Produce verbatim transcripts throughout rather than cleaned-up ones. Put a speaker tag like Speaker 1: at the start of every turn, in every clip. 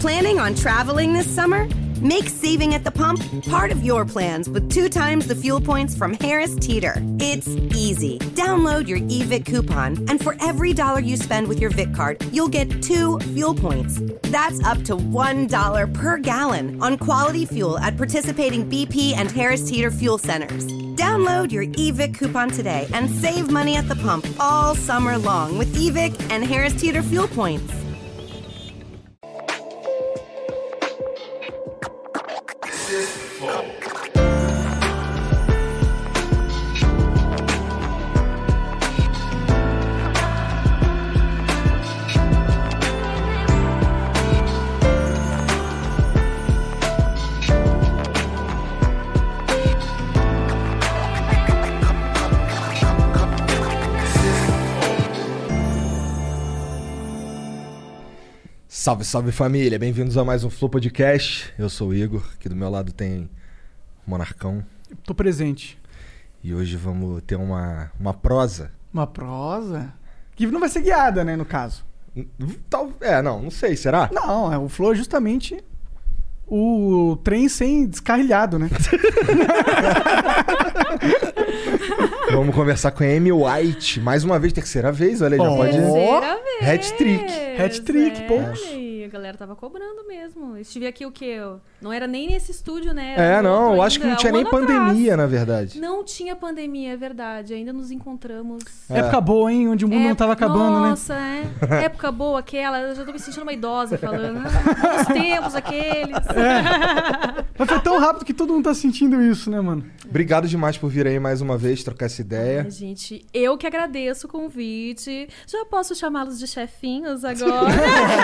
Speaker 1: Planning on traveling this summer? Make saving at the pump part of your plans with two times the fuel points from Harris Teeter. It's easy. Download your E V I C coupon, and for every dollar you spend with your V I C card, you'll get two fuel points. That's up to one dollar per gallon on quality fuel at participating B P and Harris Teeter fuel centers. Download your E V I C coupon today and save money at the pump all summer long with E V I C and Harris Teeter fuel points.
Speaker 2: Salve, salve família, bem-vindos a mais um Flow Podcast. Eu sou o Igor, aqui do meu lado tem o Monarcão.
Speaker 3: Tô presente.
Speaker 2: E hoje vamos ter uma, uma prosa.
Speaker 3: Uma prosa? Que não vai ser guiada, né, no caso.
Speaker 2: Tal, é, não, não sei, será?
Speaker 3: Não, é, o Flow é justamente o trem sem descarrilhado, né?
Speaker 2: Vamos conversar com a Amy White, mais uma vez, terceira vez, olha aí, já
Speaker 3: Oh.
Speaker 2: pode...
Speaker 4: Terceira vez.
Speaker 2: Hat-trick.
Speaker 3: Hat-trick,
Speaker 4: É,
Speaker 3: poucos.
Speaker 4: e a galera tava cobrando mesmo. Estive aqui o quê? Não era nem nesse estúdio, né? Era
Speaker 2: É,
Speaker 4: no
Speaker 2: não,
Speaker 4: outro
Speaker 2: eu acho que não
Speaker 4: ainda,
Speaker 2: tinha
Speaker 4: um
Speaker 2: nem
Speaker 4: ano
Speaker 2: pandemia,
Speaker 4: atrás.
Speaker 2: na verdade.
Speaker 4: Não tinha pandemia, é verdade. Ainda nos encontramos.
Speaker 2: É.
Speaker 3: Época boa, hein? Onde o mundo não tava acabando,
Speaker 4: Nossa, né? Nossa, é. Época boa aquela. Eu já tô me sentindo uma idosa falando. Ah, os tempos aqueles.
Speaker 3: Mas foi tão rápido que todo mundo tá sentindo isso, né, mano?
Speaker 2: Obrigado demais por vir aí mais uma vez, trocar essa ideia.
Speaker 4: Ai, gente, eu que agradeço o convite. Já posso chamá-los de chefinhos agora?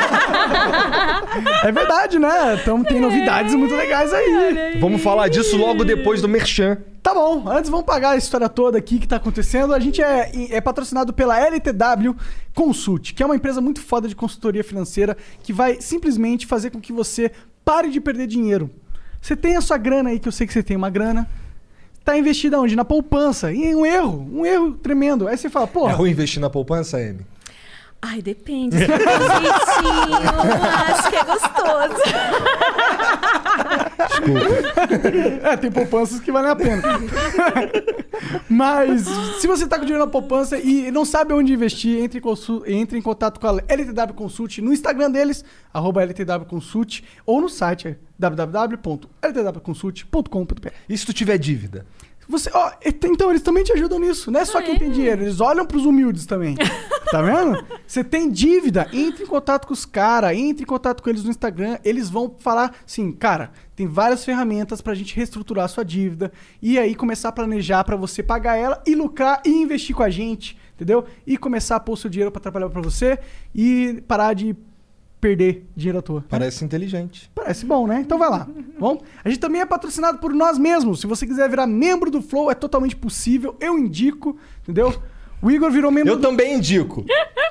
Speaker 3: É verdade, né? Então tem novidades muito legais aí.
Speaker 4: Olha aí.
Speaker 2: Vamos falar disso logo depois do Merchan.
Speaker 3: Tá bom, antes vamos pagar a história toda aqui que tá acontecendo. A gente é, é patrocinado pela L T W Consult, que é uma empresa muito foda de consultoria financeira que vai simplesmente fazer com que você pare de perder dinheiro. Você tem a sua grana aí, que eu sei que você tem uma grana, tá investida onde? Na poupança. E um erro, um erro tremendo. Aí você fala,
Speaker 2: É
Speaker 3: porra,
Speaker 2: ruim investir na poupança, Amy?
Speaker 4: Ai, depende. Se for com jeitinho, acho que é gostoso.
Speaker 3: é, tem poupanças que valem a pena. Mas, se você tá com dinheiro na poupança e não sabe onde investir, entre em, consu- entre em contato com a L T W Consult no Instagram deles, arroba L T W Consult, ou no site w w w ponto l t w consult ponto com ponto b r.
Speaker 2: E se tu tiver dívida?
Speaker 3: Você, ó, então eles também te ajudam nisso. Não é só
Speaker 4: Ah,
Speaker 3: quem
Speaker 4: é?
Speaker 3: tem dinheiro, eles olham pros humildes também. Tá vendo? Você tem dívida, entre em contato com os caras, entre em contato com eles no Instagram. Eles vão falar assim, cara, tem várias ferramentas pra gente reestruturar a sua dívida e aí começar a planejar pra você pagar ela e lucrar e investir com a gente, entendeu? E começar a pôr o seu dinheiro pra trabalhar pra você e parar de perder dinheiro à toa.
Speaker 2: Parece inteligente.
Speaker 3: Parece bom, né? Então vai lá. Bom, a gente também é patrocinado por nós mesmos. Se você quiser virar membro do Flow, é totalmente possível. Eu indico, entendeu? O Igor virou membro
Speaker 2: Eu
Speaker 3: do...
Speaker 2: também indico.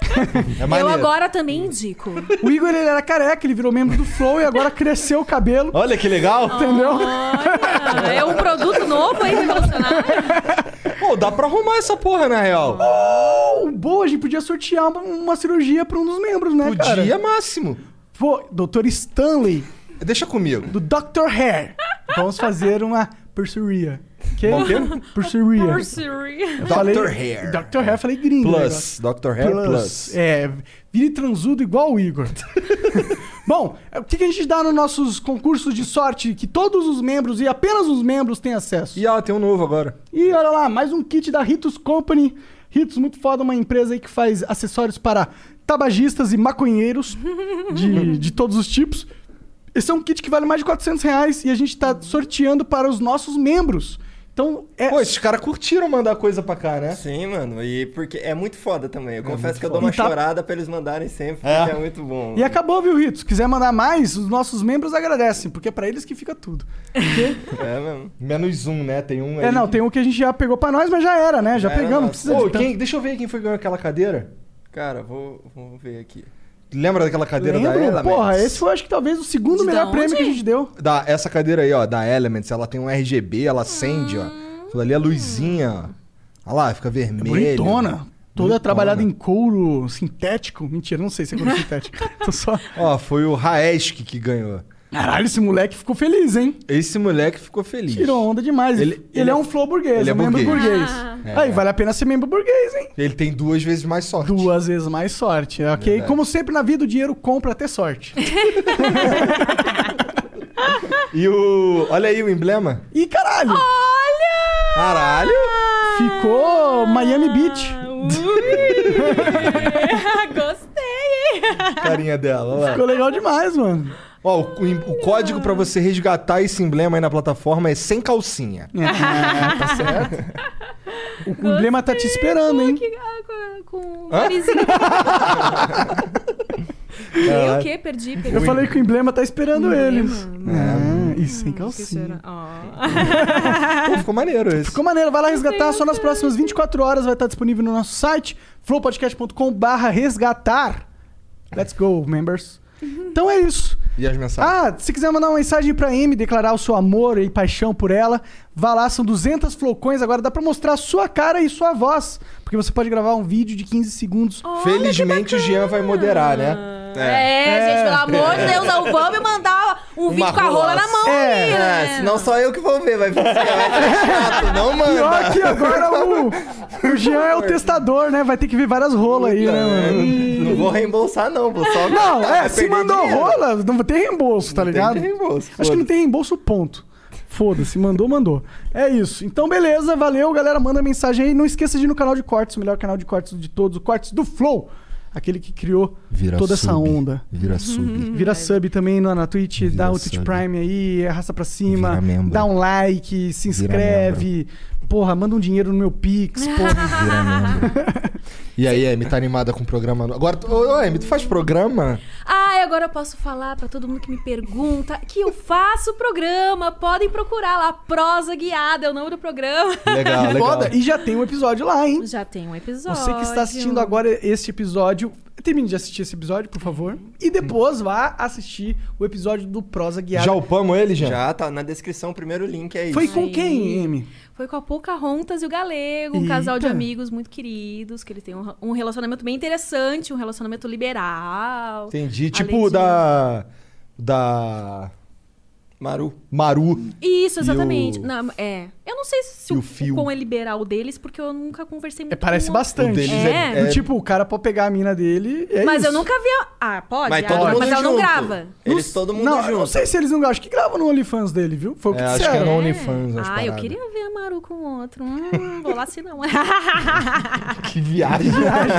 Speaker 2: É
Speaker 4: Eu
Speaker 2: maneiro.
Speaker 4: agora também indico.
Speaker 3: O Igor, ele era careca, ele virou membro do Flow e agora cresceu o cabelo.
Speaker 2: Olha que legal.
Speaker 3: Entendeu?
Speaker 4: Olha, é um produto novo aí, revolucionário.
Speaker 2: Pô, dá pra arrumar essa porra, na real.
Speaker 3: Oh, boa, a gente podia sortear uma, uma cirurgia pra um dos membros, né, cara?
Speaker 2: Podia máximo.
Speaker 3: Pô, doutor Stanley,
Speaker 2: Deixa comigo.
Speaker 3: do doutor Hair. Vamos fazer uma pursuria. Que?
Speaker 2: Bom, o quê?
Speaker 3: Pursuria.
Speaker 4: Pursury.
Speaker 3: Eu falei-
Speaker 2: doutor Hair.
Speaker 3: doutor Hair, falei gringo. né,
Speaker 2: Plus. doutor Hair Plus.
Speaker 3: É, vire transudo igual o Igor. Bom, o que que a gente dá nos nossos concursos de sorte que todos os membros e apenas os membros têm acesso?
Speaker 2: E ela tem um novo agora.
Speaker 3: E olha lá, mais um kit da Ritus Company. Ritus, muito foda, uma empresa aí que faz acessórios para tabagistas e maconheiros de, de todos os tipos. Esse é um kit que vale mais de quatrocentos reais e a gente tá sorteando para os nossos membros. Então, é...
Speaker 2: Pô, esses caras curtiram mandar coisa pra cá, né?
Speaker 5: Sim, mano, e porque é muito foda também. Eu confesso
Speaker 2: muito
Speaker 5: que eu dou
Speaker 3: foda.
Speaker 5: uma
Speaker 3: E tá-
Speaker 5: chorada pra eles mandarem sempre,
Speaker 2: É.
Speaker 5: porque é muito bom.
Speaker 3: E acabou, viu, Ritos? Se quiser mandar mais, os nossos membros agradecem, porque é pra eles que fica tudo. Porque...
Speaker 5: É mesmo.
Speaker 2: Menos um, né? Tem um
Speaker 3: É,
Speaker 2: aí
Speaker 3: não,
Speaker 2: que-
Speaker 3: tem um que a gente já pegou pra nós, mas já era, né? Já
Speaker 5: Já era
Speaker 3: pegamos, não
Speaker 5: nosso.
Speaker 3: precisa
Speaker 2: Pô,
Speaker 3: de tanto.
Speaker 2: quem... deixa eu ver quem foi que ganhou aquela cadeira.
Speaker 5: Cara, vou, vou ver aqui.
Speaker 2: Lembra daquela cadeira da
Speaker 3: Lembro?
Speaker 2: Elements?
Speaker 3: Porra, esse foi, acho que talvez o segundo
Speaker 4: De
Speaker 3: melhor
Speaker 4: da
Speaker 3: prêmio
Speaker 4: onde?
Speaker 3: que a gente deu.
Speaker 2: Da, essa cadeira aí, ó, da Elements, ela tem um R G B, ela acende, ó. Aquilo ali é luzinha, ó. Olha lá, fica vermelho.
Speaker 3: bonitona. Toda
Speaker 2: Bonitona.
Speaker 3: trabalhada em couro sintético. Mentira, não sei se é couro sintético. Tô só...
Speaker 2: Ó, foi o Raesk que ganhou.
Speaker 3: Caralho, esse moleque ficou feliz, hein?
Speaker 2: Esse moleque ficou feliz.
Speaker 3: Tirou onda demais. Ele,
Speaker 2: Ele-
Speaker 3: ele,
Speaker 2: ele
Speaker 3: é
Speaker 2: é-
Speaker 3: um flow burguês,
Speaker 2: ele
Speaker 3: é
Speaker 2: é
Speaker 3: um membro
Speaker 2: burguês.
Speaker 3: burguês.
Speaker 4: Ah.
Speaker 2: É,
Speaker 3: Aí,
Speaker 2: é.
Speaker 3: vale a pena ser membro burguês, hein?
Speaker 2: Ele tem duas vezes mais sorte.
Speaker 3: Duas vezes mais sorte, ok?
Speaker 2: Verdade.
Speaker 3: Como sempre na vida, o dinheiro compra até sorte.
Speaker 2: E o... Olha aí o emblema.
Speaker 3: E caralho,
Speaker 2: Caralho!
Speaker 3: ficou Miami Beach.
Speaker 4: Ui. Gostei, hein?
Speaker 2: Carinha dela, olha lá.
Speaker 3: Ficou legal demais, mano.
Speaker 2: Ó, o, o código pra você resgatar esse emblema aí na plataforma é sem calcinha.
Speaker 3: É, tá certo. O emblema tá te esperando, hein?
Speaker 4: Que- ah, com, com o
Speaker 2: Hã?
Speaker 4: narizinho. E
Speaker 2: Caralho.
Speaker 4: o quê? Perdi, perdi.
Speaker 3: Eu falei que o emblema tá esperando
Speaker 4: Emblema.
Speaker 3: eles. É, e sem
Speaker 4: Que
Speaker 3: calcinha.
Speaker 4: será? Ó.
Speaker 2: Pô, ficou maneiro esse.
Speaker 3: Ficou maneiro, vai lá resgatar, só nas próximas vinte e quatro horas vai estar disponível no nosso site, flow podcast ponto com barra resgatar. Let's go, members. Então é isso.
Speaker 2: E as mensagens?
Speaker 3: Ah, se quiser mandar uma mensagem pra Amy, declarar o seu amor e paixão por ela, vá lá, são duzentos flowcoins, agora dá pra mostrar a sua cara e sua voz, porque você pode gravar um vídeo de quinze segundos.
Speaker 4: Olha
Speaker 2: Felizmente
Speaker 4: que
Speaker 2: o Jean vai moderar, né?
Speaker 4: É,
Speaker 3: É.
Speaker 4: gente, pelo amor de Deus, não vamos mandar um vídeo com a rola na mão
Speaker 3: É.
Speaker 4: aí,
Speaker 5: É,
Speaker 4: né?
Speaker 5: senão só eu que vou ver, vai ficar chato, não
Speaker 3: Pior
Speaker 5: manda.
Speaker 3: que agora o, o Jean é o testador, né? Vai ter que ver várias rolas aí, né, mano?
Speaker 5: Não vou reembolsar não, vou só...
Speaker 3: Não, é,
Speaker 5: vai
Speaker 3: se
Speaker 5: perder
Speaker 3: mandou
Speaker 5: dinheiro.
Speaker 3: rola, não tem reembolso, tá
Speaker 5: Não
Speaker 3: ligado?
Speaker 5: tem reembolso,
Speaker 3: Acho que não tem reembolso, ponto. Foda-se, mandou, mandou. É isso. Então, beleza, valeu, galera. Manda mensagem aí. Não esqueça de ir no canal de cortes, o melhor canal de cortes de todos, o Cortes do Flow. Aquele que criou
Speaker 2: Vira
Speaker 3: toda essa
Speaker 2: sub.
Speaker 3: onda.
Speaker 2: Vira sub.
Speaker 3: Vira sub também na, na Twitch,
Speaker 2: Vira
Speaker 3: dá o Twitch
Speaker 2: sub.
Speaker 3: Prime aí, arrasta pra cima,
Speaker 2: Vira membro.
Speaker 3: dá um like, se
Speaker 2: Vira
Speaker 3: inscreve. Porra, manda um dinheiro no meu Pix, porra.
Speaker 2: Vira membro. E aí, Amy, tá animada com o programa? no- Agora, tu- ô, ô, Amy, tu faz programa?
Speaker 4: Ah, e agora eu posso falar pra todo mundo que me pergunta que eu faço programa. Podem procurar lá, Prosa Guiada é o nome do programa.
Speaker 2: Legal, legal.
Speaker 3: Foda. E já tem um episódio lá, hein?
Speaker 4: Já tem um episódio.
Speaker 3: Você que está assistindo agora este episódio, termine de assistir esse episódio, por favor. E depois vá assistir o episódio do Prosa Guiada.
Speaker 2: Já upamos ele, Jean?
Speaker 5: Já tá na descrição, o primeiro link é isso.
Speaker 3: Foi com
Speaker 4: Aí.
Speaker 3: quem, Amy?
Speaker 4: Foi com a Pocahontas e o Galego, um casal de
Speaker 3: Eita.
Speaker 4: amigos muito queridos, que ele tem um, um relacionamento bem interessante, um relacionamento liberal.
Speaker 2: Entendi.
Speaker 4: Além
Speaker 2: Tipo
Speaker 4: de-
Speaker 2: da... Da...
Speaker 5: Maru.
Speaker 2: Maru.
Speaker 4: Isso, exatamente.
Speaker 2: E o-
Speaker 4: Não, é. Eu não sei se
Speaker 2: E
Speaker 4: o,
Speaker 2: o fio?
Speaker 4: o quão é liberal deles, porque eu nunca conversei muito
Speaker 3: É, parece
Speaker 4: com
Speaker 3: bastante.
Speaker 2: O deles
Speaker 4: é-
Speaker 2: é...
Speaker 3: Do tipo, o cara pode pegar a mina dele. É
Speaker 4: Mas
Speaker 3: isso.
Speaker 4: eu nunca vi. a- Ah, pode?
Speaker 5: Mas
Speaker 4: Ah,
Speaker 5: todo mundo
Speaker 4: mas ela não
Speaker 5: junto.
Speaker 4: grava.
Speaker 5: Eles todo mundo
Speaker 3: Não,
Speaker 5: junto.
Speaker 3: eu não sei se eles não Acho que gravam no OnlyFans dele, viu? Foi o que
Speaker 2: É, acho
Speaker 3: disseram.
Speaker 2: que é no OnlyFans. as
Speaker 4: Ah, eu
Speaker 2: paradas.
Speaker 4: queria ver a Maru com o outro. Hum, vou lá se não.
Speaker 2: Que viagem.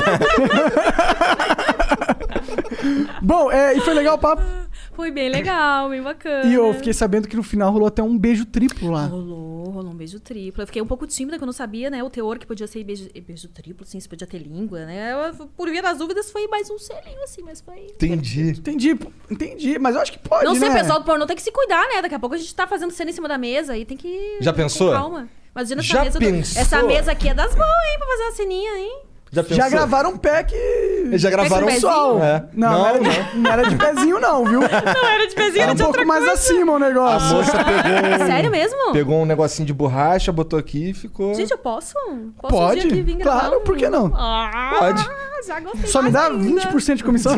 Speaker 3: Bom, é, e foi legal o papo.
Speaker 4: Foi bem legal, bem bacana.
Speaker 3: E eu fiquei sabendo que no final rolou até um beijo triplo lá.
Speaker 4: Rolou, rolou um beijo triplo. Eu fiquei um pouco tímida, que eu não sabia, né? O teor que podia ser beijo, beijo triplo, assim, se podia ter língua, né? Eu, por via das dúvidas, foi mais um selinho, assim, mas foi...
Speaker 2: Entendi.
Speaker 3: Entendi, pô, entendi. Mas eu acho que pode,
Speaker 4: Não sei,
Speaker 3: né?
Speaker 4: o pessoal do pornô tem que se cuidar, né? Daqui a pouco a gente tá fazendo cena em cima da mesa e tem que...
Speaker 2: Já
Speaker 4: com
Speaker 2: pensou?
Speaker 4: calma. Imagina essa
Speaker 2: Já
Speaker 4: mesa... do-
Speaker 2: pensou?
Speaker 4: Essa mesa aqui é das mãos, hein? Pra fazer uma ceninha, hein?
Speaker 2: Já pensou?
Speaker 3: Já gravaram um pack...
Speaker 2: Eles já gravaram
Speaker 4: Pé com
Speaker 3: Pessoal.
Speaker 2: É.
Speaker 3: Não, não,
Speaker 2: Não,
Speaker 3: era, de- não era de pezinho não, viu?
Speaker 4: Não, era de pezinho,
Speaker 3: Era um pouco mais acima o
Speaker 2: A
Speaker 3: negócio.
Speaker 2: moça pegou,
Speaker 4: Sério mesmo?
Speaker 2: pegou um negocinho de borracha, botou aqui e ficou...
Speaker 4: Gente, eu posso? Posso um
Speaker 3: Pode?
Speaker 4: dia aqui vir gravar
Speaker 3: Claro,
Speaker 4: um-
Speaker 3: por que não?
Speaker 4: Ah,
Speaker 2: Pode.
Speaker 4: Já gostei
Speaker 3: Só me dá
Speaker 4: mais ainda.
Speaker 3: vinte por cento de comissão.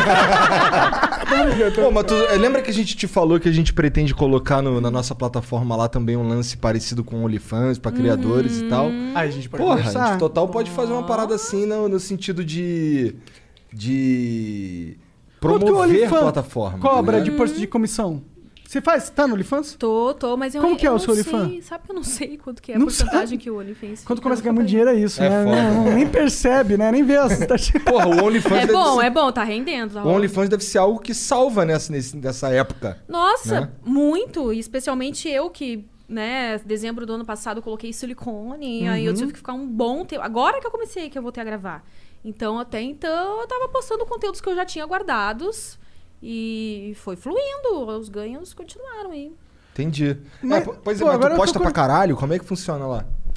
Speaker 2: Pô, mas tu, lembra que a gente te falou que a gente pretende colocar no- na nossa plataforma lá também um lance parecido com OnlyFans pra criadores e tal?
Speaker 3: Aí a gente pode
Speaker 2: Porra, a
Speaker 3: conversar.
Speaker 2: gente total pode fazer uma parada assim no, no sentido de... De...
Speaker 3: Quanto que o
Speaker 2: Promover a
Speaker 3: OnlyFans
Speaker 2: plataforma.
Speaker 3: Cobra
Speaker 2: tá
Speaker 3: de,
Speaker 2: ligado?
Speaker 3: por- de comissão. Você faz? Tá no OnlyFans?
Speaker 4: Tô, tô, mas eu
Speaker 3: Como que é
Speaker 4: eu
Speaker 3: o
Speaker 4: não
Speaker 3: seu
Speaker 4: sei.
Speaker 3: OnlyFans?
Speaker 4: Sabe que eu não sei quanto que é a
Speaker 3: Não
Speaker 4: porcentagem
Speaker 3: sabe?
Speaker 4: que o OnlyFans...
Speaker 3: Quando
Speaker 4: fica
Speaker 3: começa a
Speaker 4: no
Speaker 3: ganhar muito
Speaker 4: papel.
Speaker 3: dinheiro é isso,
Speaker 2: É
Speaker 3: né?
Speaker 2: foda.
Speaker 3: Não, nem percebe, né? Nem vê as estatísticas.
Speaker 2: Porra, o OnlyFans
Speaker 4: É
Speaker 2: deve
Speaker 4: bom,
Speaker 2: ser...
Speaker 4: é bom, tá rendendo. Tá
Speaker 2: O OnlyFans deve ser algo que salva nessa, nesse- nessa época.
Speaker 4: Nossa,
Speaker 2: Né?
Speaker 4: muito. E especialmente eu que, né, dezembro do ano passado coloquei silicone, aí eu tive que ficar um bom tempo. Agora que eu comecei que eu voltei a gravar. Então, até então, eu tava postando conteúdos que eu já tinha guardados e foi fluindo. Os ganhos continuaram aí.
Speaker 2: Entendi.
Speaker 3: Mas,
Speaker 2: é, po- pois é,
Speaker 3: pô,
Speaker 2: mas
Speaker 3: agora
Speaker 2: tu
Speaker 3: eu tô
Speaker 2: posta
Speaker 3: com-
Speaker 2: pra caralho? Como é que funciona lá?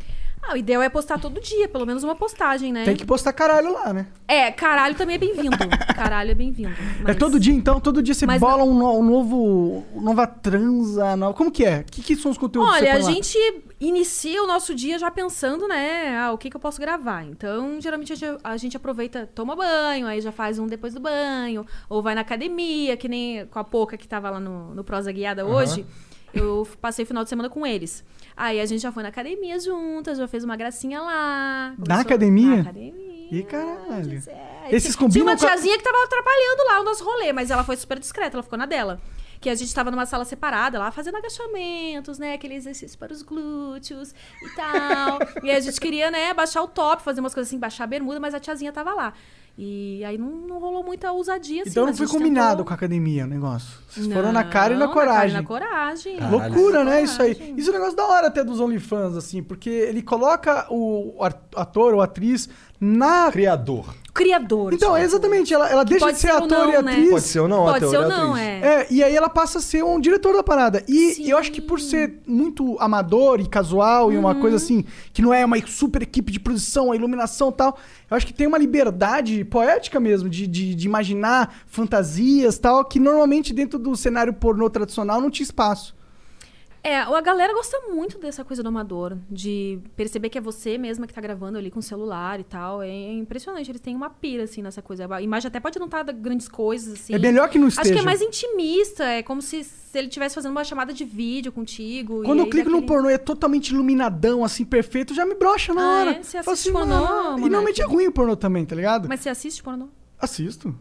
Speaker 4: Ah, o ideal é postar todo dia, pelo menos uma postagem, né?
Speaker 3: Tem que postar caralho lá, né?
Speaker 4: É, caralho também é bem-vindo. Caralho é bem-vindo.
Speaker 3: É
Speaker 4: mas-
Speaker 3: todo dia, então? Todo dia você
Speaker 4: Mas
Speaker 3: bola um, no- um novo... Nova transa, nova... Como que é? O que, que são os conteúdos que
Speaker 4: Olha,
Speaker 3: você
Speaker 4: a
Speaker 3: põe lá?
Speaker 4: gente inicia o nosso dia já pensando, né? Ah, o que, que eu posso gravar? Então, geralmente a gente, a gente aproveita, toma banho, aí já faz um depois do banho, ou vai na academia, que nem com a Poca que tava lá no, no Prosa Guiada hoje. Eu passei o final de semana com eles. Aí a gente já foi na academia juntas, já fez uma gracinha lá.
Speaker 3: Na
Speaker 4: começou-
Speaker 3: academia?
Speaker 4: Na academia.
Speaker 3: Ih, caralho.
Speaker 4: gente, é.
Speaker 3: Esses
Speaker 4: Tinha-
Speaker 3: combinam
Speaker 4: Tinha uma
Speaker 3: com a-
Speaker 4: tiazinha que tava atrapalhando lá o nosso rolê, mas ela foi super discreta, ela ficou na dela. Que a gente tava numa sala separada lá, fazendo agachamentos, né? Aquele exercício para os glúteos e tal. E aí a gente queria, né, baixar o top, fazer umas coisas assim, baixar a bermuda, mas a tiazinha tava lá. E aí não, não rolou muita ousadia, assim.
Speaker 3: Então não
Speaker 4: mas a
Speaker 3: foi
Speaker 4: gente
Speaker 3: combinado
Speaker 4: tentou-
Speaker 3: com a academia o negócio. Vocês
Speaker 4: Não,
Speaker 3: foram na cara e na
Speaker 4: cara
Speaker 3: coragem.
Speaker 4: e na coragem.
Speaker 2: Caralho.
Speaker 3: Loucura, né? Isso aí.
Speaker 4: Coragem.
Speaker 3: Isso é um negócio da hora até dos OnlyFans, assim, porque ele coloca o ator ou atriz na.
Speaker 2: Criador.
Speaker 4: Criador.
Speaker 3: Então, é exatamente, ela, ela deixa
Speaker 4: pode
Speaker 3: de ser
Speaker 4: ser ou
Speaker 3: ator
Speaker 4: não,
Speaker 3: e
Speaker 4: né?
Speaker 3: atriz.
Speaker 2: Pode ser ou não,
Speaker 4: Pode
Speaker 2: ator
Speaker 4: ser ou
Speaker 2: ou
Speaker 4: não,
Speaker 2: atriz.
Speaker 4: é.
Speaker 3: É, e aí ela passa a ser um diretor da parada. E
Speaker 4: Sim.
Speaker 3: eu acho que por ser muito amador e casual e uma coisa assim, que não é uma super equipe de produção, a iluminação e tal, eu acho que tem uma liberdade poética mesmo de, de, de imaginar fantasias e tal, que normalmente dentro do cenário pornô tradicional não tinha espaço.
Speaker 4: É, a galera gosta muito dessa coisa do amador, de perceber que é você mesma que tá gravando ali com o celular e tal. É impressionante, eles têm uma pira, assim, nessa coisa. A imagem até pode não estar grandes coisas, assim.
Speaker 3: É melhor que não
Speaker 4: Acho
Speaker 3: esteja.
Speaker 4: que é mais intimista, é como se, se ele estivesse fazendo uma chamada de vídeo contigo.
Speaker 3: Quando
Speaker 4: e
Speaker 3: eu
Speaker 4: aí
Speaker 3: clico no
Speaker 4: daquele-
Speaker 3: pornô e é totalmente iluminadão, assim, perfeito, já me brocha na
Speaker 4: Ah,
Speaker 3: hora.
Speaker 4: é? Você
Speaker 3: Falo
Speaker 4: assiste pornô,
Speaker 3: "Mano", E
Speaker 4: Monark?
Speaker 3: normalmente é ruim o pornô também, tá ligado?
Speaker 4: Mas você assiste pornô?
Speaker 3: Assisto.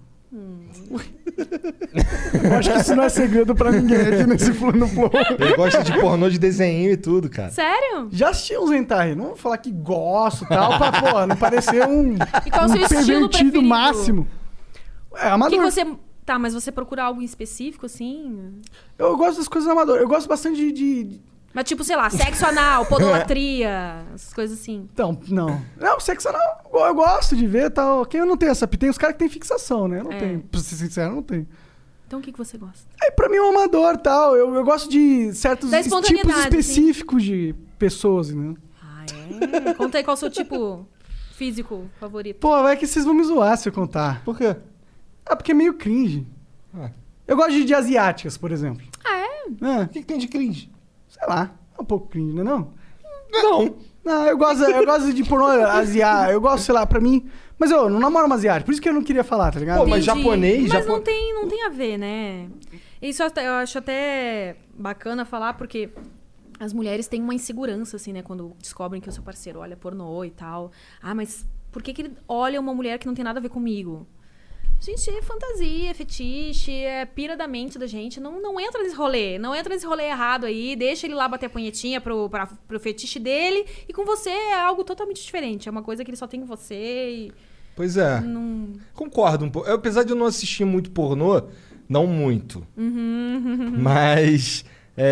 Speaker 3: Eu acho que isso não é segredo pra ninguém aqui nesse Flow no Flow.
Speaker 2: Ele gosta de pornô de desenho e tudo, cara.
Speaker 4: Sério?
Speaker 3: Já assisti uns hentai, não vou falar que gosto e tal, pra, pô, não parecer um,
Speaker 4: E qual é o
Speaker 3: um
Speaker 4: seu estilo
Speaker 3: pervertido
Speaker 4: preferido?
Speaker 3: máximo. É,
Speaker 4: O que
Speaker 3: amador.
Speaker 4: que você... Tá, mas você procura algo em específico, assim?
Speaker 3: Eu gosto das coisas amadoras. Eu gosto bastante de... de-
Speaker 4: Mas tipo, sei lá, sexo anal, podolatria, essas coisas assim.
Speaker 3: Então, não. Não, sexo anal, eu eu gosto de ver e tal. Quem eu não tenho essa... Tem os caras que têm fixação, né? Eu não
Speaker 4: É.
Speaker 3: tenho. Pra ser sincero, eu não tenho.
Speaker 4: Então o que, que você gosta?
Speaker 3: Aí pra mim é um amador e tal. Eu, eu gosto de certos
Speaker 4: Da
Speaker 3: tipos
Speaker 4: espontaneidade,
Speaker 3: específicos de pessoas, né?
Speaker 4: Ah, é? Conta aí qual é o seu tipo físico favorito.
Speaker 3: Pô, vai que vocês vão me zoar se eu contar.
Speaker 2: Por quê?
Speaker 3: Ah, porque é meio cringe.
Speaker 2: Ah.
Speaker 3: Eu gosto de, de asiáticas, por exemplo.
Speaker 4: Ah, é?
Speaker 3: É,
Speaker 2: O que, que tem de cringe?
Speaker 3: sei lá. É um pouco cringe, não é não?
Speaker 2: Não.
Speaker 3: Não, eu gosto, eu gosto de pornô asiático. Eu gosto, sei lá, pra mim... Mas eu não namoro uma asiática, por isso que eu não queria falar, tá ligado?
Speaker 2: Pô, mas
Speaker 4: Entendi.
Speaker 2: japonês,
Speaker 4: Mas
Speaker 2: japo-
Speaker 4: não, tem, não tem a ver, né? Isso eu até- eu acho até bacana falar, porque as mulheres têm uma insegurança, assim, né? Quando descobrem que o seu parceiro olha pornô e tal. Ah, mas por que, que ele olha uma mulher que não tem nada a ver comigo? Gente, é fantasia, é fetiche, é pira da mente da gente. Não, não entra nesse rolê. Não entra nesse rolê errado aí. Deixa ele lá bater a punhetinha pro, pra, pro fetiche dele. E com você é algo totalmente diferente. É uma coisa que ele só tem com você e
Speaker 2: Pois é.
Speaker 4: não...
Speaker 2: Concordo um pouco. Eu, apesar de eu não assistir muito pornô, não muito.
Speaker 4: Uhum.
Speaker 2: Mas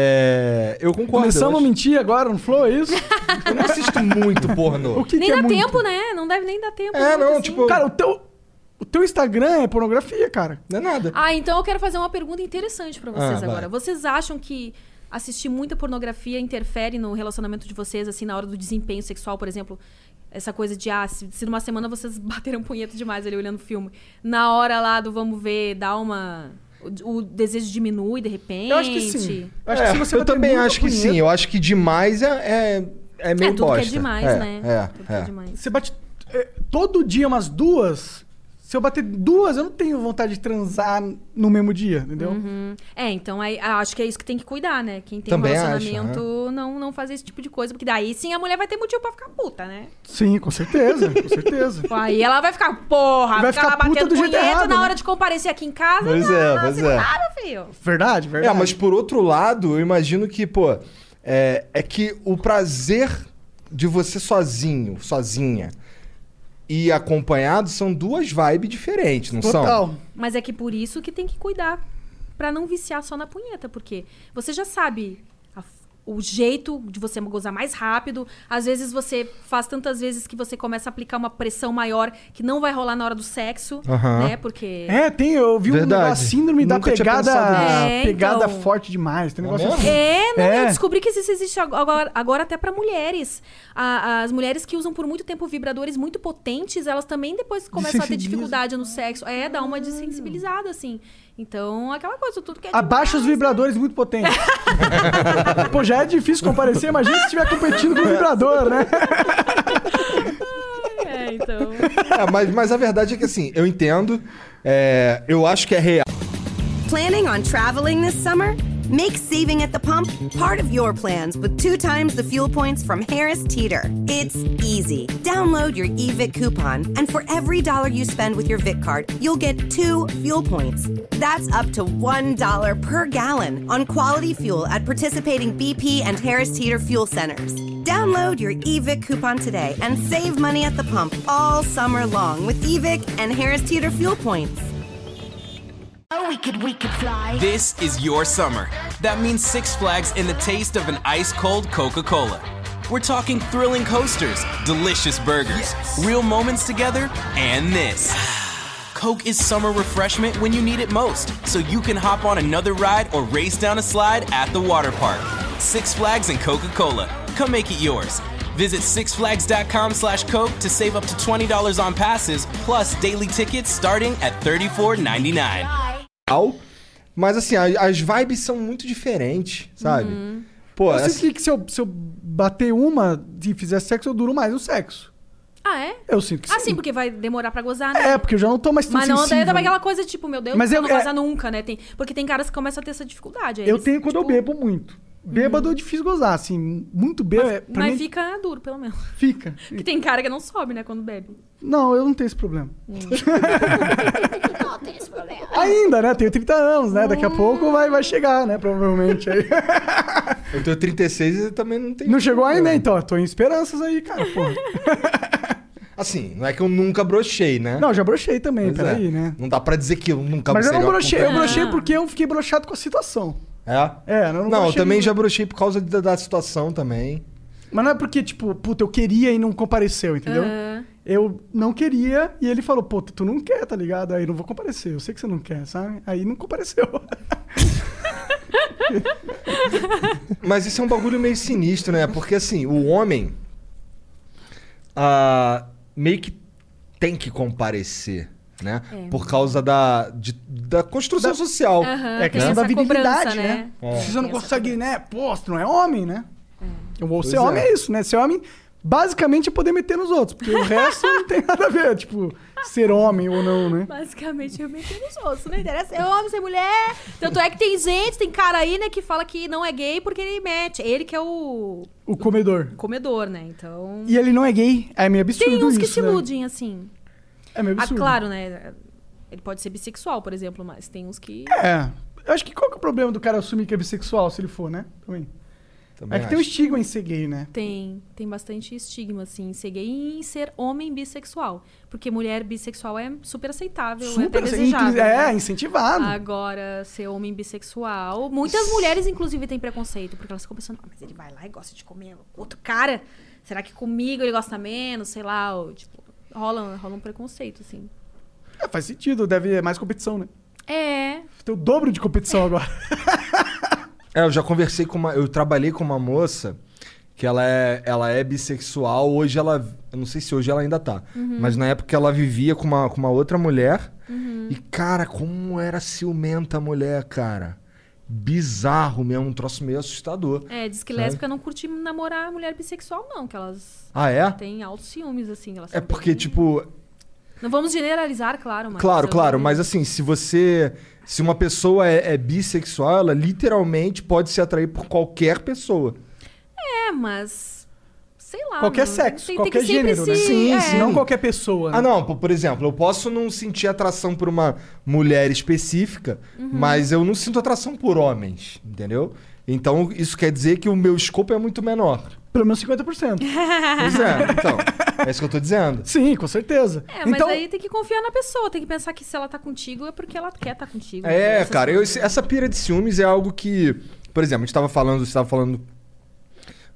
Speaker 2: é, eu concordo.
Speaker 3: Começamos a
Speaker 2: eu,
Speaker 3: mentir agora no Flow, é isso?
Speaker 2: acho- eu não assisto muito pornô.
Speaker 3: O que
Speaker 4: Nem
Speaker 3: que é
Speaker 4: dá
Speaker 3: muito?
Speaker 4: tempo, né? Não deve nem dar tempo.
Speaker 2: É,
Speaker 4: muito,
Speaker 2: não,
Speaker 4: assim.
Speaker 2: tipo-
Speaker 3: Cara, o teu, o teu Instagram é pornografia, cara.
Speaker 2: Não é nada.
Speaker 4: Ah, então eu quero fazer uma pergunta interessante pra vocês
Speaker 2: Ah, vai.
Speaker 4: agora. Vocês acham que assistir muita pornografia interfere no relacionamento de vocês, assim, na hora do desempenho sexual, por exemplo? Essa coisa de, ah, se, se numa semana vocês bateram punheta demais ali olhando o filme, na hora lá do vamos ver, dá uma... O, o desejo diminui, de repente?
Speaker 3: Eu acho que sim. Eu, acho
Speaker 2: É,
Speaker 3: que se você
Speaker 2: eu
Speaker 3: bater
Speaker 2: também
Speaker 3: muita
Speaker 2: acho que
Speaker 3: punheta-
Speaker 2: sim. Eu acho que demais é, é, é meio
Speaker 4: É, tudo
Speaker 2: bosta.
Speaker 4: que é demais,
Speaker 2: É,
Speaker 4: né?
Speaker 2: É,
Speaker 4: tudo que
Speaker 2: é.
Speaker 4: é demais.
Speaker 3: Você bate é, todo dia umas duas. Se eu bater duas, eu não tenho vontade de transar no mesmo dia, entendeu?
Speaker 4: Uhum. É, então aí, ah, acho que é isso que tem que cuidar, né? Quem tem
Speaker 2: Também
Speaker 4: um
Speaker 2: acho,
Speaker 4: relacionamento não, não fazer esse tipo de coisa, porque daí sim a mulher vai ter motivo pra ficar puta, né?
Speaker 3: Sim, com certeza, com certeza.
Speaker 4: Pô, aí ela vai ficar, porra,
Speaker 3: Vai
Speaker 4: ficar
Speaker 3: ficar
Speaker 4: lá
Speaker 3: puta
Speaker 4: batendo
Speaker 3: do jeito
Speaker 4: punheta
Speaker 3: errado,
Speaker 4: na
Speaker 3: né?
Speaker 4: hora de comparecer aqui em casa.
Speaker 2: Pois
Speaker 4: não,
Speaker 2: é,
Speaker 4: não,
Speaker 2: pois
Speaker 4: segura
Speaker 2: é.
Speaker 4: nada, filho.
Speaker 3: Verdade,
Speaker 2: É,
Speaker 3: verdade.
Speaker 2: mas por outro lado, eu imagino que, pô, é, é que o prazer de você sozinho, sozinha e acompanhado são duas vibes diferentes, não são?
Speaker 3: Total.
Speaker 4: Mas é que por isso que tem que cuidar pra não viciar só na punheta, porque você já sabe a- o jeito de você gozar mais rápido. Às vezes você faz tantas vezes que você começa a aplicar uma pressão maior que não vai rolar na hora do sexo,
Speaker 2: Aham.
Speaker 4: né? Porque...
Speaker 3: É, tem, eu vi um
Speaker 2: Verdade.
Speaker 3: negócio, a síndrome da
Speaker 2: Nunca tinha
Speaker 3: pegada,
Speaker 2: pensado
Speaker 4: nisso. É,
Speaker 3: pegada
Speaker 4: então.
Speaker 3: forte demais. Tem um
Speaker 2: É
Speaker 3: negócio
Speaker 2: mesmo?
Speaker 3: assim.
Speaker 4: É, não,
Speaker 3: É.
Speaker 4: eu descobri que isso existe agora, agora até pra mulheres. A- as mulheres que usam por muito tempo vibradores muito potentes, elas também depois começam a ter
Speaker 3: Desensibiliza.
Speaker 4: dificuldade no sexo. É, dá uma desensibilizada, assim. Então, aquela coisa, tudo que é
Speaker 3: Abaixa os
Speaker 4: demais,
Speaker 3: vibradores muito potentes. Pô, já é difícil comparecer, imagina se estiver competindo com o vibrador, né?
Speaker 4: É, então...
Speaker 2: É, mas, mas a verdade é que assim, eu entendo. é, eu acho que é real.
Speaker 1: Planning on traveling this summer? Make saving at the pump part of your plans with two times the fuel points from Harris Teeter. It's easy. Download your E V I C coupon, and for every dollar you spend with your V I C card, you'll get two fuel points. That's up to one dollar per gallon on quality fuel at participating B P and Harris Teeter fuel centers. Download your E V I C coupon today and save money at the pump all summer long with E V I C and Harris Teeter fuel points.
Speaker 6: Oh, we could, we could fly.
Speaker 7: This is your summer. That means Six Flags and the taste of an ice-cold Coca-Cola. We're talking thrilling coasters, delicious burgers, real moments together, and this. Coke is summer refreshment when you need it most, so you can hop on another ride or race down a slide at the water park. Six Flags and Coca-Cola. Come make it yours. Visit sixflags.com slash Coke to save up to twenty dollars on passes, plus daily tickets starting at thirty-four ninety-nine.
Speaker 2: Mas assim, a- as vibes são muito diferentes, sabe? Pô,
Speaker 3: Eu
Speaker 2: assim,
Speaker 3: sinto que se eu, se eu bater uma e fizer sexo, eu duro mais no sexo.
Speaker 4: Ah, é?
Speaker 3: Eu sinto que
Speaker 4: Ah,
Speaker 3: sim.
Speaker 4: sim, porque vai demorar pra gozar, né?
Speaker 3: É, porque eu já não tô mais tão
Speaker 4: Mas não, daí
Speaker 3: sensível.
Speaker 4: também aquela coisa, tipo, meu Deus,
Speaker 3: Mas
Speaker 4: eu
Speaker 3: eu-
Speaker 4: não
Speaker 3: é-
Speaker 4: gozar nunca, né? Tem, porque tem caras que começam a ter essa dificuldade. aí
Speaker 3: Eu
Speaker 4: eles,
Speaker 3: tenho quando eu
Speaker 4: tipo,
Speaker 3: bebo muito. Bêbado é difícil gozar, assim. Muito bêbado. é- pra
Speaker 4: Mas
Speaker 3: mim,
Speaker 4: fica duro, pelo menos.
Speaker 3: fica.
Speaker 4: Porque tem cara que não sobe, né, quando bebe.
Speaker 3: Não, eu não tenho esse problema.
Speaker 6: Não tem esse problema.
Speaker 3: Ainda, né? Tenho trinta anos, né? Daqui a pouco vai, vai chegar, né? Provavelmente aí.
Speaker 2: eu tenho trinta e seis e também não tenho.
Speaker 3: Não chegou ainda, então. Eu tô em esperanças aí, cara. Porra.
Speaker 2: Assim, não é que eu nunca brochei, né?
Speaker 3: Não, já brochei também,
Speaker 2: Pois
Speaker 3: peraí,
Speaker 2: é.
Speaker 3: né?
Speaker 2: Não dá pra dizer que eu nunca
Speaker 3: Mas eu não
Speaker 2: seria
Speaker 3: brochei. Eu
Speaker 2: acompanhado.
Speaker 3: brochei
Speaker 4: Ah.
Speaker 3: porque eu fiquei brochado com a situação.
Speaker 2: É?
Speaker 3: É, eu não
Speaker 2: Não, eu
Speaker 3: brochei
Speaker 2: também
Speaker 3: no-
Speaker 2: já brochei por causa da, da situação também.
Speaker 3: Mas não é porque, tipo, puta, eu queria e não compareceu, entendeu?
Speaker 4: Aham.
Speaker 3: Eu não queria e ele falou, puta, tu não quer, tá ligado? Aí eu não vou comparecer. Eu sei que você não quer, sabe? Aí não compareceu.
Speaker 2: Mas isso é um bagulho meio sinistro, né? Porque assim, o homem ah, meio que tem que comparecer, né?
Speaker 4: É.
Speaker 2: Por causa da, de- da construção
Speaker 3: Da-
Speaker 2: social.
Speaker 4: Aham,
Speaker 3: É
Speaker 4: tem
Speaker 3: questão
Speaker 4: essa
Speaker 3: da virilidade,
Speaker 4: cobrança,
Speaker 3: né?
Speaker 2: É.
Speaker 3: Se você não
Speaker 4: Tem essa
Speaker 3: consegue, né? Pô, você não é homem, né? Ou ser
Speaker 2: Pois
Speaker 3: homem
Speaker 2: é.
Speaker 3: é isso, né? Ser homem, basicamente, é poder meter nos outros. Porque o resto não tem nada a ver, tipo, ser homem ou não, né?
Speaker 4: Basicamente, eu meto nos outros, não interessa. É homem, ser mulher. Tanto é que tem gente, tem cara aí, né, que fala que não é gay porque ele mete. Ele que é o
Speaker 3: O comedor.
Speaker 4: comedor, né? Então.
Speaker 3: E ele não é gay. É meio absurdo
Speaker 4: Tem uns que
Speaker 3: isso,
Speaker 4: se
Speaker 3: né?
Speaker 4: iludem, assim.
Speaker 3: É meio
Speaker 4: Ah,
Speaker 3: absurdo.
Speaker 4: claro, né? Ele pode ser bissexual, por exemplo, mas tem uns que.
Speaker 3: É. Eu acho que qual que é o problema do cara assumir que é bissexual, se ele for, né? Também.
Speaker 2: Também
Speaker 3: É que tem um
Speaker 2: acho.
Speaker 3: estigma em ser gay, né?
Speaker 4: Tem, tem bastante estigma, assim, em ser gay e em ser homem bissexual. Porque mulher bissexual é super aceitável, é
Speaker 3: Super,
Speaker 4: até
Speaker 3: assim,
Speaker 4: desejável.
Speaker 3: inclu- é,
Speaker 4: né?
Speaker 3: incentivado.
Speaker 4: Agora, ser homem bissexual... Muitas mulheres, inclusive, têm preconceito. Porque elas ficam pensando, ah, mas ele vai lá e gosta de comer outro cara? Será que comigo ele gosta menos? Sei lá, ou, tipo... Rola, rola um preconceito, assim.
Speaker 3: É, faz sentido, deve ter mais competição, né?
Speaker 4: É...
Speaker 3: Tem o dobro de competição agora.
Speaker 2: É, eu já conversei com uma. Eu trabalhei com uma moça que ela é, ela é bissexual. Hoje ela. Eu não sei se hoje ela ainda tá. Mas na época ela vivia com uma, com uma outra mulher. E, cara, como era ciumenta a mulher, cara. Bizarro mesmo, um troço meio assustador.
Speaker 4: É, diz que
Speaker 2: Sabe?
Speaker 4: lésbica não curte namorar mulher bissexual, não. Que elas
Speaker 2: Ah, é?
Speaker 4: têm altos ciúmes, assim. Elas
Speaker 2: É
Speaker 4: são
Speaker 2: porque,
Speaker 4: bem-
Speaker 2: tipo.
Speaker 4: Não vamos generalizar, claro, mas...
Speaker 2: Claro,
Speaker 4: eu-
Speaker 2: claro, mas assim, se você. Se uma pessoa é, é bissexual, ela literalmente pode se atrair por qualquer pessoa.
Speaker 4: É, mas... Sei lá.
Speaker 3: Qualquer
Speaker 4: não-
Speaker 3: sexo,
Speaker 4: tem- tem
Speaker 3: qualquer
Speaker 4: que sempre
Speaker 3: gênero, né?
Speaker 4: se-
Speaker 2: Sim,
Speaker 4: é.
Speaker 2: sim.
Speaker 3: Não qualquer pessoa. Né?
Speaker 2: Ah, não, por, por exemplo, eu posso não sentir atração por uma mulher específica,
Speaker 4: Uhum.
Speaker 2: mas eu não sinto atração por homens, entendeu? Então, isso quer dizer que o meu escopo é muito menor.
Speaker 3: Pelo menos cinquenta por cento.
Speaker 2: Pois é, então, é isso que eu tô dizendo.
Speaker 3: Sim, com certeza.
Speaker 4: É, mas
Speaker 3: então,
Speaker 4: aí tem que confiar na pessoa, tem que pensar que se ela tá contigo é porque ela quer estar contigo.
Speaker 2: É,
Speaker 4: Essas
Speaker 2: cara, eu-
Speaker 4: coisas.
Speaker 2: esse- essa pira de ciúmes é algo que, por exemplo, a gente tava falando, você tava falando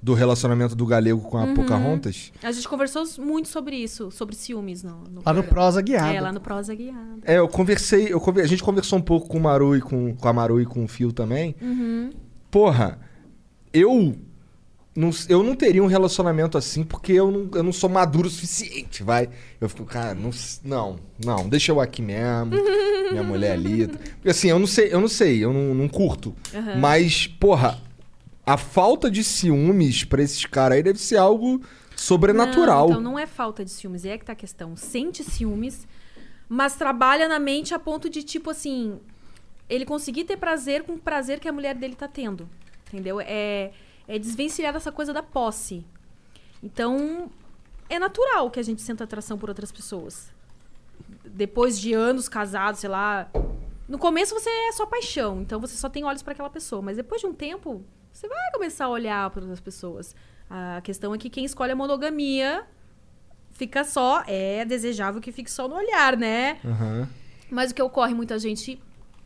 Speaker 2: do relacionamento do Galego com a Pocahontas.
Speaker 4: A gente conversou muito sobre isso, sobre ciúmes no, no
Speaker 3: Lá no
Speaker 4: programa.
Speaker 3: Prosa Guiada.
Speaker 4: É, lá no Prosa Guiada.
Speaker 2: É, eu conversei, eu conver- a gente conversou um pouco com o Maru e com, com a Maru e com o Fio também. Porra, eu não, eu não teria um relacionamento assim porque eu não, eu não sou maduro o suficiente, vai. Eu fico, cara, não, não, não, deixa eu aqui mesmo, minha mulher ali. Porque assim, eu não sei, eu não sei, eu não, não curto. Mas, porra, a falta de ciúmes pra esses caras aí deve ser algo sobrenatural.
Speaker 4: Não, então não é falta de ciúmes, é que tá a questão. Sente ciúmes, mas trabalha na mente a ponto de, tipo assim, ele conseguir ter prazer com o prazer que a mulher dele tá tendo. Entendeu? É, é desvencilhar dessa coisa da posse. Então, é natural que a gente sinta atração por outras pessoas. Depois de anos casados, sei lá. No começo você é só paixão, então você só tem olhos pra aquela pessoa. Mas depois de um tempo, você vai começar a olhar para outras pessoas. A questão é que quem escolhe a monogamia fica só. É desejável que fique só no olhar, né?
Speaker 2: Aham.
Speaker 4: Mas o que ocorre, muita gente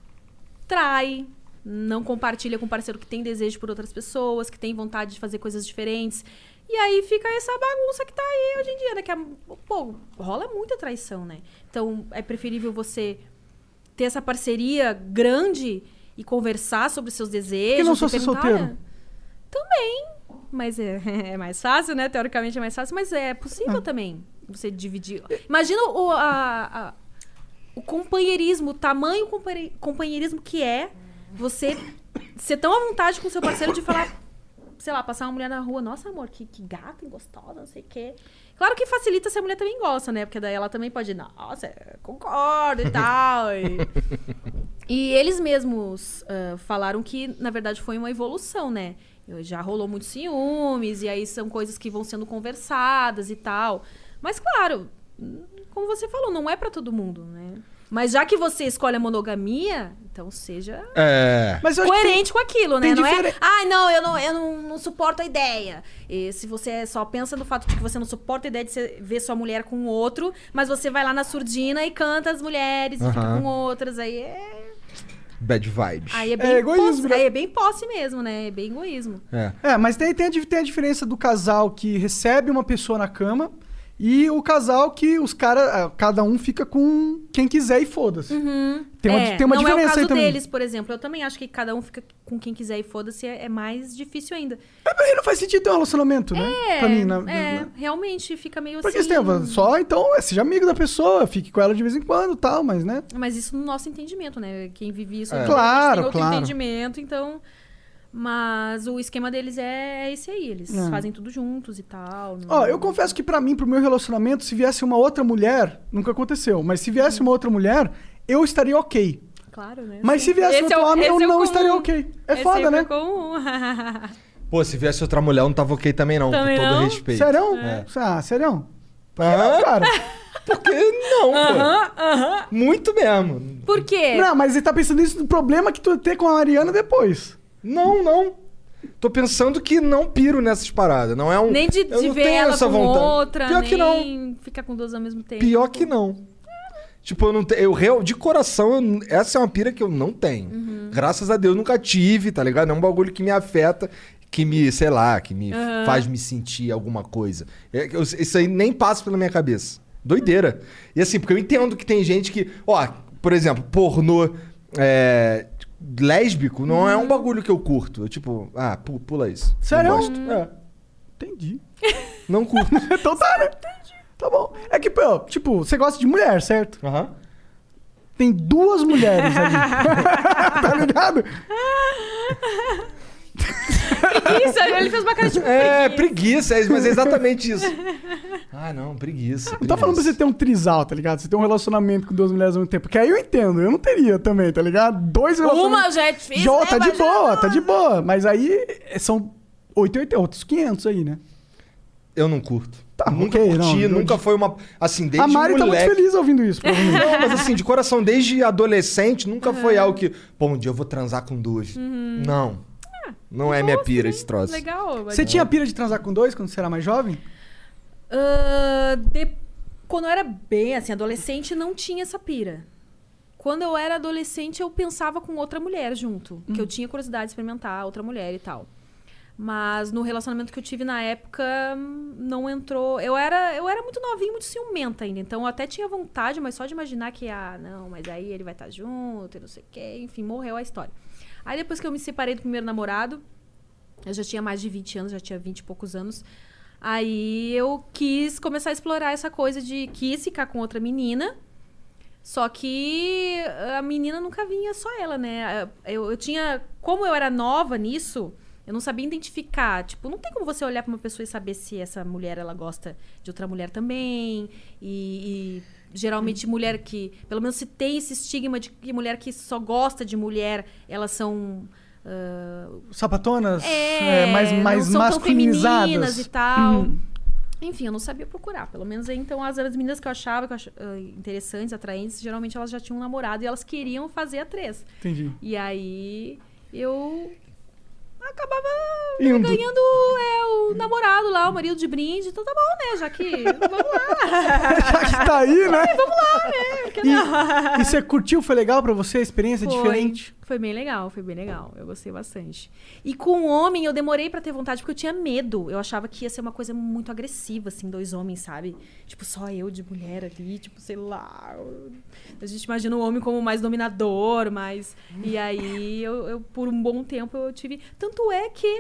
Speaker 4: trai, não compartilha com o parceiro que tem desejo por outras pessoas, que tem vontade de fazer coisas diferentes. E aí fica essa bagunça que tá aí hoje em dia, né? Que, a- pô, rola muita traição, né? Então, é preferível você ter essa parceria grande e conversar sobre seus desejos.
Speaker 3: Por que não
Speaker 4: e
Speaker 3: só ser
Speaker 4: perguntar,
Speaker 3: solteiro?
Speaker 4: "Olha, também. Mas é, é mais fácil, né? Teoricamente é mais fácil, mas é possível também você dividir. Imagina o, a- a- o companheirismo, o tamanho companhei- companheirismo que é você ser tão à vontade com o seu parceiro de falar, sei lá, passar uma mulher na rua, nossa, amor, que, que gata e gostosa, não sei o quê. Claro que facilita se a mulher também gosta, né? Porque daí ela também pode, nossa, concordo e tal. E, e eles mesmos ah, falaram que, na verdade, foi uma evolução, né? Já rolou muitos ciúmes, e aí são coisas que vão sendo conversadas e tal. Mas, claro, como você falou, não é pra todo mundo, né? Mas já que você escolhe a monogamia, então seja
Speaker 2: É.
Speaker 3: Mas eu acho que
Speaker 4: coerente com aquilo, né?
Speaker 3: tem
Speaker 4: Não
Speaker 3: diferen-
Speaker 4: é, ai, não, eu, não, eu não, não suporto a ideia. E se você só pensa no fato de que você não suporta a ideia de você ver sua mulher com outro, mas você vai lá na surdina e canta as mulheres e fica
Speaker 2: Aham.
Speaker 4: com outras, aí é...
Speaker 2: Bad vibes.
Speaker 4: Aí é bem,
Speaker 3: É egoísmo,
Speaker 4: posse,
Speaker 3: né?
Speaker 4: aí é bem posse mesmo, né? É bem egoísmo.
Speaker 2: É.
Speaker 3: É, mas tem, tem, a, di- tem a diferença do casal que recebe uma pessoa na cama e o casal que os caras, cada um fica com quem quiser e foda-se. Tem uma,
Speaker 4: É,
Speaker 3: tem uma
Speaker 4: não
Speaker 3: diferença
Speaker 4: é o caso
Speaker 3: aí também.
Speaker 4: deles, por exemplo. Eu também acho que cada um fica com quem quiser e foda-se é, é mais difícil ainda.
Speaker 3: É, mas aí não faz sentido ter um relacionamento, né?
Speaker 4: É,
Speaker 3: Pra mim, na,
Speaker 4: é
Speaker 3: na-
Speaker 4: realmente fica meio
Speaker 3: Porque
Speaker 4: assim...
Speaker 3: esse tempo, só então, é, seja amigo da pessoa, fique com ela de vez em quando e tal, mas né?
Speaker 4: Mas isso no nosso entendimento, né? Quem vive isso
Speaker 2: É.
Speaker 4: tem
Speaker 3: Claro,
Speaker 4: outro
Speaker 3: claro.
Speaker 4: entendimento, então... Mas o esquema deles é esse aí. Eles
Speaker 3: É.
Speaker 4: fazem tudo juntos e tal. não-
Speaker 3: Ó, eu confesso que pra mim, pro meu relacionamento, se viesse uma outra mulher, nunca aconteceu, mas se viesse uma outra mulher, eu estaria ok.
Speaker 4: Claro, né?
Speaker 3: Mas se viesse
Speaker 4: Esse
Speaker 3: outro
Speaker 4: é o-
Speaker 3: homem, eu
Speaker 4: esse é o
Speaker 3: não
Speaker 4: comum.
Speaker 3: estaria ok. É
Speaker 4: Esse
Speaker 3: foda,
Speaker 4: aí
Speaker 3: né?
Speaker 4: foi comum.
Speaker 2: Pô, se viesse outra mulher, eu não tava ok também, não.
Speaker 4: Também
Speaker 2: com todo
Speaker 4: não?
Speaker 2: respeito.
Speaker 3: Sério?
Speaker 2: É.
Speaker 3: Ah, sério?
Speaker 2: Ah,
Speaker 3: Cara.
Speaker 2: porque não, pô. Muito mesmo.
Speaker 4: Por quê?
Speaker 3: Não, mas ele tá pensando nisso no problema que tu vai ter com a Mariana depois.
Speaker 2: Não, não. Tô pensando que não piro nessas paradas. Não é um.
Speaker 4: Nem de,
Speaker 2: eu
Speaker 4: de
Speaker 2: não
Speaker 4: ver
Speaker 2: tenho
Speaker 4: ela
Speaker 2: essa
Speaker 4: com
Speaker 2: vontade.
Speaker 4: outra,
Speaker 2: Pior
Speaker 4: nem
Speaker 2: que não.
Speaker 4: ficar com duas ao mesmo tempo.
Speaker 2: Pior que não. Tipo, eu não tenho. Eu, real- de coração, eu- essa é uma pira que eu não tenho.
Speaker 4: Uhum.
Speaker 2: Graças a Deus, nunca tive, tá ligado? É um bagulho que me afeta, que me, sei lá, que me faz me sentir alguma coisa. É, eu- isso aí nem passa pela minha cabeça. Doideira. E assim, porque eu entendo que tem gente que. Ó, por exemplo, pornô é, lésbico não é um bagulho que eu curto. Eu, tipo, ah, pu- pula isso. Não
Speaker 3: Sério?
Speaker 2: gosto. É,
Speaker 3: Entendi.
Speaker 2: não curto.
Speaker 3: Então tá, né? Tá bom. É que, pô, tipo, você gosta de mulher, certo?
Speaker 2: Aham.
Speaker 3: Tem duas mulheres ali. Tá ligado?
Speaker 4: Isso, ele fez uma cara de
Speaker 2: É, preguiça, é, mas é exatamente isso. Ah, não, preguiça.
Speaker 3: Não tô falando pra você ter um trisal, tá ligado? Você ter um relacionamento com duas mulheres ao mesmo tempo. Porque aí eu entendo, eu não teria também, tá ligado? Dois relacionamentos.
Speaker 4: Uma já é difícil,
Speaker 3: Já,
Speaker 4: né?
Speaker 3: tá de
Speaker 4: Mas já
Speaker 3: boa,
Speaker 4: não.
Speaker 3: tá de boa. Mas aí é, são oito, oito, outros quinhentos aí, né?
Speaker 2: Eu não curto.
Speaker 3: Tá,
Speaker 2: nunca
Speaker 3: ok,
Speaker 2: curti,
Speaker 3: não, não-
Speaker 2: nunca foi uma. Assim, desde
Speaker 3: A Mari tá
Speaker 2: moleque.
Speaker 3: muito feliz ouvindo isso, provavelmente.
Speaker 2: Não, mas assim, de coração, desde adolescente, nunca foi algo que. Pô, um dia eu vou transar com duas. Não. Não é minha pira esse troço.
Speaker 4: Legal.
Speaker 3: Você tinha pira de transar com dois quando você era mais jovem?
Speaker 4: Ah, de- Quando eu era bem, assim, adolescente, não tinha essa pira. Quando eu era adolescente, eu pensava com outra mulher junto. Que eu tinha curiosidade de experimentar outra mulher e tal. Mas no relacionamento que eu tive na época, não entrou. Eu era, eu era muito novinha, muito ciumenta ainda. Então eu até tinha vontade, mas só de imaginar que, ah, não, mas aí ele vai estar junto e não sei o quê. Enfim, morreu a história. Aí depois que eu me separei do primeiro namorado, eu já tinha mais de vinte anos, já tinha vinte e poucos anos. Aí eu quis começar a explorar essa coisa de quis ficar com outra menina. Só que a menina nunca vinha, só ela, né? Eu, eu tinha... Como eu era nova nisso... Eu não sabia identificar. Tipo, não tem como você olhar pra uma pessoa e saber se essa mulher, ela gosta de outra mulher também. E, e geralmente mulher que... Pelo menos se tem esse estigma de que mulher que só gosta de mulher, elas são... Uh,
Speaker 3: Sapatonas?
Speaker 4: É,
Speaker 3: é, mais, mais
Speaker 4: não são
Speaker 3: masculinizadas.
Speaker 4: tão femininas e tal.
Speaker 3: Uhum.
Speaker 4: Enfim, eu não sabia procurar. Pelo menos então as, as meninas que eu achava, que eu ach, uh, interessantes, atraentes, geralmente elas já tinham um namorado e elas queriam fazer a três.
Speaker 3: Entendi.
Speaker 4: E aí eu... acabava
Speaker 3: Indo.
Speaker 4: ganhando é, o namorado lá, o marido de brinde. Então tá bom, né? Já que... Vamos lá.
Speaker 3: Já que tá aí, né?
Speaker 4: Vamos lá, né? Por que não?
Speaker 3: E, e você curtiu? Foi legal pra você? A experiência
Speaker 4: Foi.
Speaker 3: diferente?
Speaker 4: Foi bem legal, foi bem legal. Eu gostei bastante. E com o homem, eu demorei pra ter vontade, porque eu tinha medo. Eu achava que ia ser uma coisa muito agressiva, assim, dois homens, sabe? Tipo, só eu de mulher ali, tipo, sei lá. Eu... A gente imagina o homem como mais dominador, mais... E aí, eu, eu, por um bom tempo, eu tive... Tanto é que...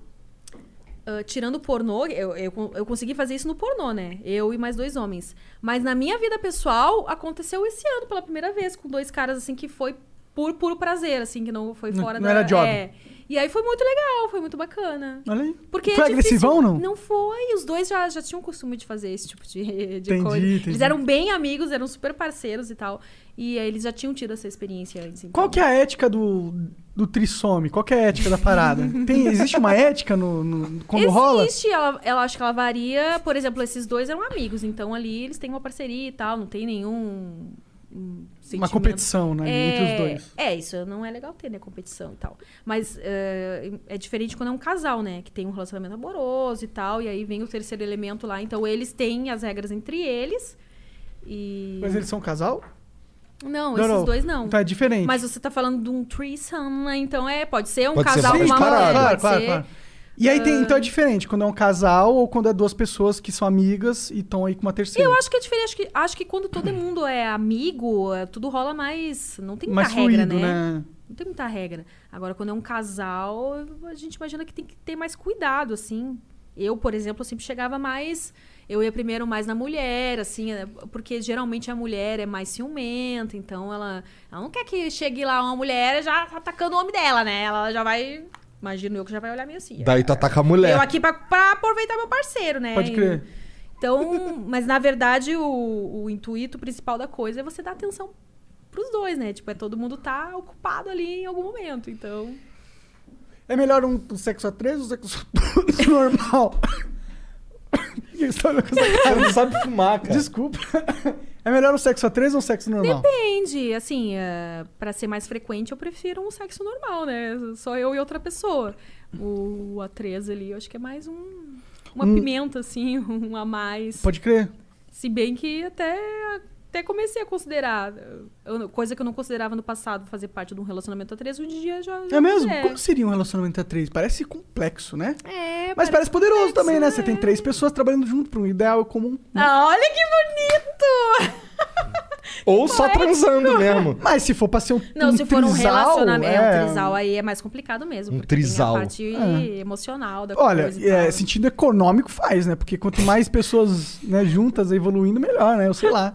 Speaker 4: Uh, tirando o pornô, eu, eu, eu consegui fazer isso no pornô, né? Eu e mais dois homens. Mas na minha vida pessoal, aconteceu esse ano pela primeira vez, com dois caras, assim, que foi por puro prazer, assim, que não foi fora
Speaker 3: não
Speaker 4: da...
Speaker 3: era job.
Speaker 4: É. E aí foi muito legal, foi muito bacana.
Speaker 3: Olha aí.
Speaker 4: Porque
Speaker 3: Foi
Speaker 4: é difícil-
Speaker 3: agressivão ou não?
Speaker 4: Não foi, os dois já, já tinham o costume de fazer esse tipo de, de
Speaker 3: Entendi,
Speaker 4: coisa.
Speaker 3: entendi.
Speaker 4: Eles eram bem amigos, eram super parceiros e tal. E aí eles já tinham tido essa experiência antes. Então.
Speaker 3: Qual que é a ética do, do trissome? Qual que é a ética da parada? Tem, existe uma ética no, no- quando rola?
Speaker 4: Existe, ela, ela acho que ela varia. Por exemplo, esses dois eram amigos, então ali eles têm uma parceria e tal, não tem nenhum. Um
Speaker 3: Uma
Speaker 4: sentimento.
Speaker 3: competição, né? Entre os dois.
Speaker 4: É, isso não é legal ter, né? Competição e tal. Mas é, é diferente quando é um casal, né? Que tem um relacionamento amoroso e tal. E aí vem o terceiro elemento lá. Então, eles têm as regras entre eles. E...
Speaker 3: Mas eles são um casal?
Speaker 4: Não,
Speaker 3: Não,
Speaker 4: esses
Speaker 3: não.
Speaker 4: dois não.
Speaker 3: Então é diferente.
Speaker 4: Mas você tá falando de um threesome, né? Então é, pode ser um
Speaker 2: Pode ser
Speaker 4: casal com
Speaker 2: várias
Speaker 4: uma mulher,
Speaker 2: paradas.
Speaker 3: Claro,
Speaker 4: pode
Speaker 3: claro,
Speaker 4: ser...
Speaker 3: claro. E aí tem, então é diferente quando é um casal ou quando é duas pessoas que são amigas e estão aí com uma terceira.
Speaker 4: Eu acho que é diferente. Acho que, acho que quando todo mundo é amigo, é, tudo rola mais... Não tem muita
Speaker 3: mais
Speaker 4: regra,
Speaker 3: fluido,
Speaker 4: né?
Speaker 3: né?
Speaker 4: Não tem muita regra. Agora, quando é um casal, a gente imagina que tem que ter mais cuidado, assim. Eu, por exemplo, eu sempre chegava mais... Eu ia primeiro mais na mulher, assim, né? Porque geralmente a mulher é mais ciumenta, então ela, ela não quer que chegue lá uma mulher já atacando o homem dela, né? Ela já vai... Imagino eu que já vai olhar meio assim.
Speaker 2: Daí tu ataca a mulher.
Speaker 4: Eu aqui pra, pra aproveitar meu parceiro, né?
Speaker 3: Pode crer.
Speaker 4: Então, mas na verdade o, o intuito principal da coisa é você dar atenção pros dois, né? Tipo, é todo mundo tá ocupado ali em algum momento, então...
Speaker 3: É melhor um, um sexo a três ou um sexo normal?
Speaker 2: Você não sabe fumar, cara.
Speaker 3: Desculpa. É melhor um sexo a três ou um sexo normal?
Speaker 4: Depende, assim, uh, para ser mais frequente eu prefiro um sexo normal, né? Só eu e outra pessoa. O, o A três ali, eu acho que é mais um... Uma
Speaker 3: Um-
Speaker 4: pimenta, assim, um a mais.
Speaker 3: Pode crer.
Speaker 4: Se bem que até, até comecei a considerar. eu- coisa que eu não considerava no passado, fazer parte de um relacionamento a três, hoje em dia já... já
Speaker 3: É mesmo?
Speaker 4: É,
Speaker 3: Como seria um relacionamento a três? Parece complexo, né?
Speaker 4: é
Speaker 3: Mas parece poderoso
Speaker 4: complexo,
Speaker 3: também, né?
Speaker 4: é.
Speaker 3: Você tem três pessoas trabalhando junto para um ideal comum.
Speaker 4: Ah, olha que bonito!
Speaker 2: Ou só transando mesmo.
Speaker 3: Mas se for pra ser um
Speaker 4: Não,
Speaker 3: um
Speaker 4: se for um
Speaker 3: trisal,
Speaker 4: relacionamento... É,
Speaker 3: é...
Speaker 4: um trisal aí é mais complicado mesmo.
Speaker 2: Um
Speaker 4: porque tem
Speaker 2: trisal.
Speaker 4: a parte
Speaker 3: É.
Speaker 4: emocional da
Speaker 3: Olha,
Speaker 4: coisa e
Speaker 3: é,
Speaker 4: tal.
Speaker 3: sentido econômico faz, né? Porque quanto mais pessoas, né, juntas evoluindo, melhor, né? Eu sei lá.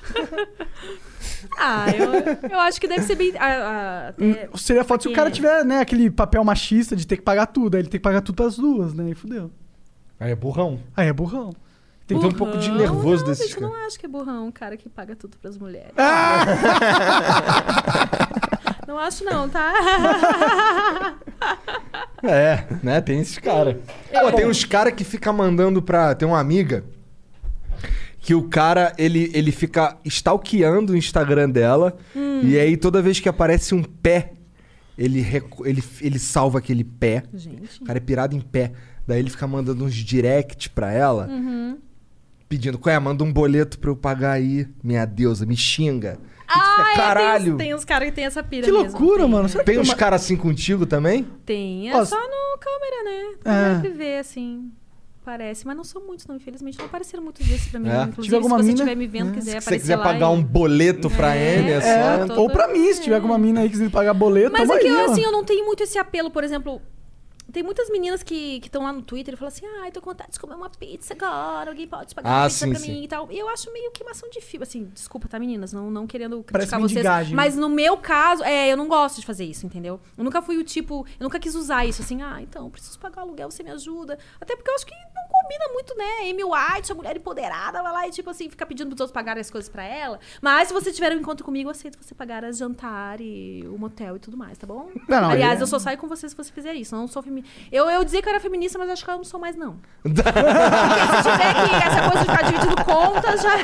Speaker 4: Ah, eu, eu acho que deve ser bem... ah, ah, até-
Speaker 3: Seria foda se o
Speaker 4: porque-
Speaker 3: cara tiver, né, aquele papel machista de ter que pagar tudo. Aí ele tem que pagar tudo pras duas, né? E fudeu.
Speaker 2: Aí é burrão.
Speaker 3: Aí é burrão.
Speaker 2: Tem que ter um pouco de
Speaker 4: Burrão?
Speaker 2: nervoso
Speaker 4: não,
Speaker 2: desses
Speaker 4: gente, eu não
Speaker 2: caras.
Speaker 4: acho que é burrão, um cara que paga tudo pras mulheres.
Speaker 3: Ah!
Speaker 4: Não acho não, tá?
Speaker 2: É, né? Tem esses caras. Pô, tem uns caras que fica mandando pra... Tem uma amiga que o cara, ele, ele fica stalkeando o Instagram dela. E aí, toda vez que aparece um pé, ele, reco- ele, ele salva aquele pé.
Speaker 4: Gente.
Speaker 2: O cara é pirado em pé. Daí ele fica mandando uns direct pra ela.
Speaker 4: Uhum.
Speaker 2: Pedindo, qual é? Manda um boleto pra eu pagar aí. Minha deusa, me xinga.
Speaker 4: Ah, é,
Speaker 2: Caralho.
Speaker 4: Tem, uns- tem uns caras que tem essa pira
Speaker 3: Que
Speaker 4: mesmo,
Speaker 3: loucura,
Speaker 4: tem,
Speaker 3: mano.
Speaker 4: né?
Speaker 3: Será que
Speaker 2: Tem uns
Speaker 3: uma-
Speaker 2: caras assim contigo também?
Speaker 4: Tem, é
Speaker 3: Ó,
Speaker 4: só no câmera, né?
Speaker 3: É.
Speaker 4: Deve ver, assim. Parece, mas não são muitos, não. Infelizmente, não apareceram muitos desses pra mim.
Speaker 2: É.
Speaker 4: Inclusive,
Speaker 3: Tiver alguma
Speaker 4: se você
Speaker 3: mina-
Speaker 4: estiver me vendo,
Speaker 3: é.
Speaker 4: quiser
Speaker 2: Se
Speaker 4: aparecer
Speaker 2: você quiser
Speaker 4: lá
Speaker 2: pagar
Speaker 4: e-
Speaker 2: um boleto pra
Speaker 4: É,
Speaker 2: ele, é
Speaker 3: É,
Speaker 2: só...
Speaker 4: tô-
Speaker 3: ou pra mim, se tiver alguma mina aí que quiser pagar boleto,
Speaker 4: Mas
Speaker 3: tamo
Speaker 4: é que,
Speaker 3: aí,
Speaker 4: eu,
Speaker 3: mano.
Speaker 4: assim, eu não tenho muito esse apelo, por exemplo... Tem muitas meninas que estão lá no Twitter e falam assim, ai, tô com vontade de comer uma pizza agora, alguém pode pagar
Speaker 2: Ah,
Speaker 4: uma pizza
Speaker 2: sim,
Speaker 4: pra
Speaker 2: sim.
Speaker 4: mim e tal. E eu acho meio queimação de fio, assim, desculpa, tá, meninas? Não, não querendo
Speaker 3: Parece
Speaker 4: criticar vocês.
Speaker 3: mendigagem,
Speaker 4: Mas
Speaker 3: né?
Speaker 4: no meu caso, é, eu não gosto de fazer isso, entendeu? Eu nunca fui o tipo, eu nunca quis usar isso, assim, ah, então, eu preciso pagar o aluguel, você me ajuda. Até porque eu acho que não combina muito, né? Amy White, a mulher empoderada, vai lá e, tipo assim, fica pedindo pros outros pagarem as coisas pra ela. Mas se você tiver um encontro comigo, eu aceito você pagar as jantar e o motel e tudo mais, tá bom?
Speaker 3: Não, não,
Speaker 4: Aliás,
Speaker 3: é-
Speaker 4: eu só saio com você se você fizer isso. Eu não sou feminista. Eu, eu dizia que eu era feminista, mas acho que eu não sou mais, não. Porque se tiver que essa coisa de ficar dividindo contas, já.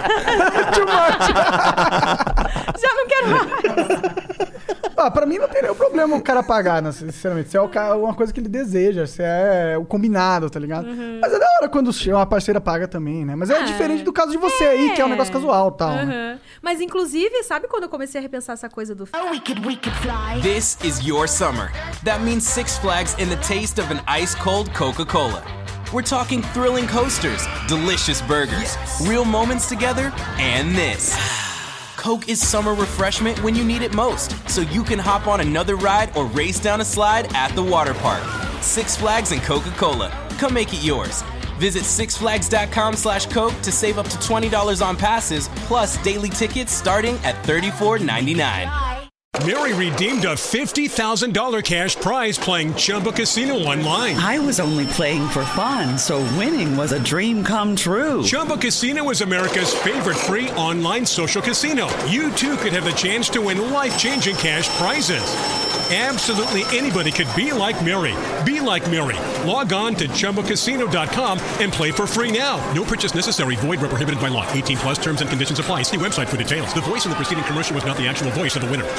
Speaker 4: já não quero mais.
Speaker 3: Ah, pra mim não tem nenhum problema o cara pagar, né, sinceramente. Se é o ca- uma coisa que ele deseja, se é o combinado, tá ligado? Mas é da hora quando uma parceira paga também, né? Mas é
Speaker 4: Ah,
Speaker 3: diferente do caso de você aí, que é um negócio casual e tal. né?
Speaker 4: Uhum. Mas, inclusive, sabe quando eu comecei a repensar essa coisa do...
Speaker 6: Oh, we could, we could fly.
Speaker 7: This is your summer. That means Six Flags and the taste of an ice-cold Coca-Cola. We're talking thrilling coasters, delicious burgers, real moments together, and this. Coke is summer refreshment when you need it most, so you can hop on another ride or race down a slide at the water park. Six Flags and Coca-Cola. Come make it yours. Visit sixflags.com slash Coke to save up to twenty dollars on passes, plus daily tickets starting at thirty-four ninety-nine.
Speaker 8: Mary redeemed a fifty thousand dollars cash prize playing Chumba Casino online.
Speaker 9: I was only playing for fun, so winning was a dream come true.
Speaker 8: Chumba Casino is America's favorite free online social casino. You too could have the chance to win life-changing cash prizes. Absolutely anybody could be like Mary. Be like Mary. Log on to chumba casino dot com and play for free now. No purchase necessary. Void where prohibited by law. eighteen plus terms and conditions apply. See website for details. The voice in the preceding commercial was not the actual voice of the winner.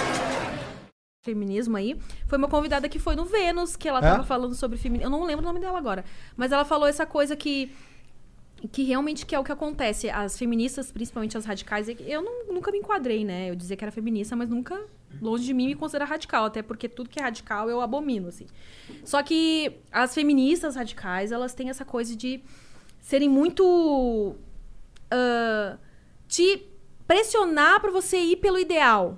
Speaker 4: Feminismo aí, foi uma convidada que foi no Vênus, que ela
Speaker 2: É?
Speaker 4: tava falando sobre feminismo. Eu não lembro o nome dela agora. Mas ela falou essa coisa que... Que realmente que é o que acontece. As feministas, principalmente as radicais, eu não- nunca me enquadrei, né? Eu dizia que era feminista, mas nunca, longe de mim, me considerar radical. Até porque tudo que é radical eu abomino, assim. Só que as feministas radicais, elas têm essa coisa de serem muito... ah, te pressionar pra você ir pelo ideal.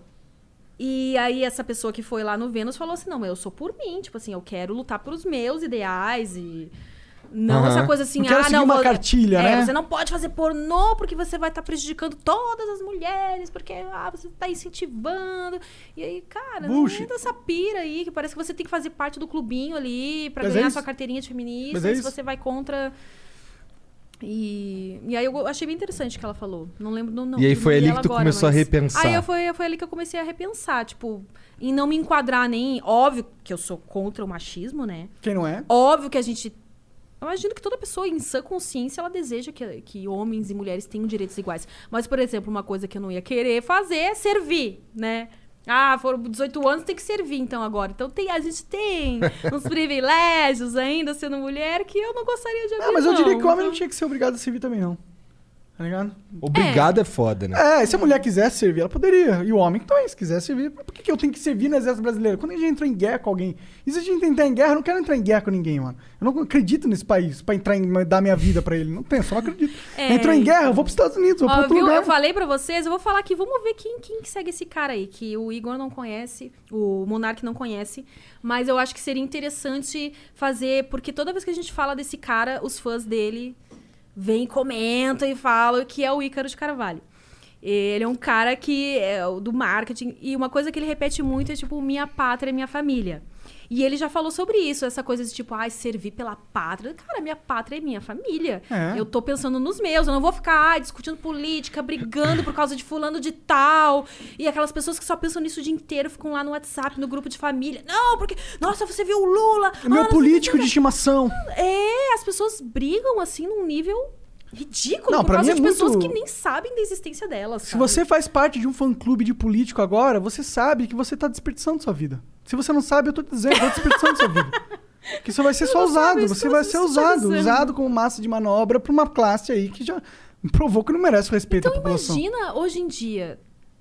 Speaker 4: E aí essa pessoa que foi lá no Vênus falou assim, não, mas eu sou por mim. Tipo assim, eu quero lutar pelos meus ideais e... Não
Speaker 2: Aham.
Speaker 4: essa coisa assim,
Speaker 3: Não quero
Speaker 4: ah,
Speaker 3: seguir
Speaker 4: não,
Speaker 3: uma
Speaker 4: vou-
Speaker 3: cartilha,
Speaker 4: é,
Speaker 3: né?
Speaker 4: você não pode fazer pornô porque você vai estar prejudicando todas as mulheres, porque ah, você tá incentivando. E aí, cara,
Speaker 3: Bullshit.
Speaker 4: não entra essa pira aí, que parece que você tem que fazer parte do clubinho ali pra
Speaker 3: Mas é
Speaker 4: ganhar
Speaker 3: isso.
Speaker 4: sua carteirinha de feminista,
Speaker 3: Mas é
Speaker 4: se
Speaker 3: isso.
Speaker 4: você vai contra... E, e aí eu achei bem interessante o que ela falou. Não lembro do nome.
Speaker 2: E aí
Speaker 4: do
Speaker 2: foi
Speaker 4: nome
Speaker 2: ali
Speaker 4: dela
Speaker 2: que tu
Speaker 4: agora,
Speaker 2: começou a
Speaker 4: mas-
Speaker 2: repensar.
Speaker 4: Aí eu foi, foi ali que eu comecei a repensar, tipo, em não me enquadrar nem... Óbvio que eu sou contra o machismo, né?
Speaker 3: Quem não é?
Speaker 4: Óbvio que a gente... Eu imagino que toda pessoa em sã consciência, ela deseja que, que homens e mulheres tenham direitos iguais. Mas, por exemplo, uma coisa que eu não ia querer fazer é servir, né? Ah, foram dezoito anos, tem que servir então agora. Então tem, a gente tem uns privilégios ainda sendo mulher que eu não gostaria de abrir,
Speaker 3: Ah, mas eu diria que o homem
Speaker 4: Então-
Speaker 3: não tinha que ser obrigado a servir também, não. Tá ligado?
Speaker 2: Obrigado é, foda, né?
Speaker 3: É, se a mulher quisesse servir, ela poderia. E o homem também, se quiser servir. Por que, que eu tenho que servir no exército brasileiro? Quando a gente entrou em guerra com alguém. E se a gente entrar em guerra, eu não quero entrar em guerra com ninguém, mano. Eu não acredito nesse país pra entrar em dar minha vida pra ele. Não tem, só não acredito.
Speaker 4: É.
Speaker 3: Entrou em guerra, eu vou pros Estados Unidos, vou
Speaker 4: Ó,
Speaker 3: pra outro
Speaker 4: viu?
Speaker 3: lugar.
Speaker 4: Eu falei pra vocês, eu vou falar aqui, vamos ver quem, quem que segue esse cara aí, que o Igor não conhece, o Monark não conhece, mas eu acho que seria interessante fazer, porque toda vez que a gente fala desse cara, os fãs dele vêm, comentam e falam que é o Ícaro de Carvalho. Ele é um cara que é o do marketing, e uma coisa que ele repete muito é tipo, minha pátria é minha família. E ele já falou sobre isso, essa coisa de tipo, ai, servir pela pátria. Cara, minha pátria é minha família.
Speaker 3: É.
Speaker 4: Eu tô pensando nos meus, eu não vou ficar ai, discutindo política, brigando por causa de fulano de tal. E aquelas pessoas que só pensam nisso o dia inteiro, ficam lá no WhatsApp, no grupo de família. Não, porque, nossa, você viu o Lula.
Speaker 3: É meu
Speaker 4: ah,
Speaker 3: político de estimação.
Speaker 4: É, as pessoas brigam assim num nível ridículo
Speaker 3: Não,
Speaker 4: por
Speaker 3: pra
Speaker 4: causa
Speaker 3: mim é
Speaker 4: de pessoas
Speaker 3: muito-
Speaker 4: que nem sabem da existência delas.
Speaker 3: Se
Speaker 4: sabe?
Speaker 3: você faz parte de um fã-clube de político agora, você sabe que você tá desperdiçando sua vida. Se você não sabe, eu tô dizendo, eu tô desperdiçando sua vida. Que isso vai ser só
Speaker 4: não
Speaker 3: usado.
Speaker 4: sabe, isso
Speaker 3: Você
Speaker 4: que
Speaker 3: vai
Speaker 4: você
Speaker 3: ser
Speaker 4: está
Speaker 3: usado.
Speaker 4: dizendo.
Speaker 3: Usado como massa de manobra pra uma classe aí que já provou que não merece o respeito
Speaker 4: Então
Speaker 3: da população.
Speaker 4: imagina hoje em dia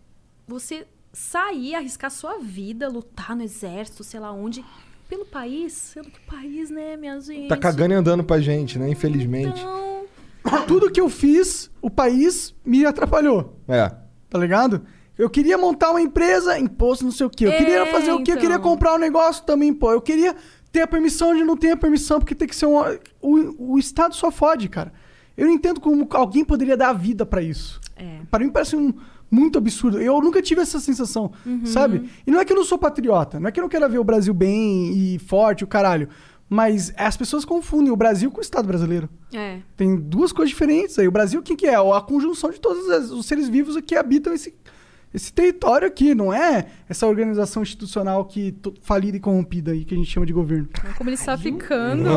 Speaker 4: você sair, arriscar sua vida, lutar no exército, sei lá onde, pelo país, sendo que o país, né, minha gente...
Speaker 2: Tá cagando e andando pra gente, né? Infelizmente.
Speaker 4: Então...
Speaker 3: Tudo que eu fiz, o país me atrapalhou.
Speaker 2: É.
Speaker 3: Tá ligado? Eu queria montar uma empresa, imposto não sei o quê. Eu
Speaker 4: É,
Speaker 3: queria fazer o quê? Eu
Speaker 4: então.
Speaker 3: queria comprar um negócio também, pô. Eu queria ter a permissão onde não tem a permissão, porque tem que ser um... O, o Estado só fode, cara. Eu não entendo como alguém poderia dar a vida pra isso.
Speaker 4: É.
Speaker 3: Pra mim parece um... muito absurdo. Eu nunca tive essa sensação,
Speaker 4: Uhum.
Speaker 3: sabe? E não é que eu não sou patriota, não é que eu não quero ver o Brasil bem e forte, o caralho. Mas as pessoas confundem o Brasil com o Estado brasileiro.
Speaker 4: É.
Speaker 3: Tem duas coisas diferentes aí. O Brasil, o que, que é? A conjunção de todos as- os seres vivos que habitam esse, esse território aqui. Não é essa organização institucional que to- falida e corrompida aí, que a gente chama de governo.
Speaker 4: Como ele está ficando.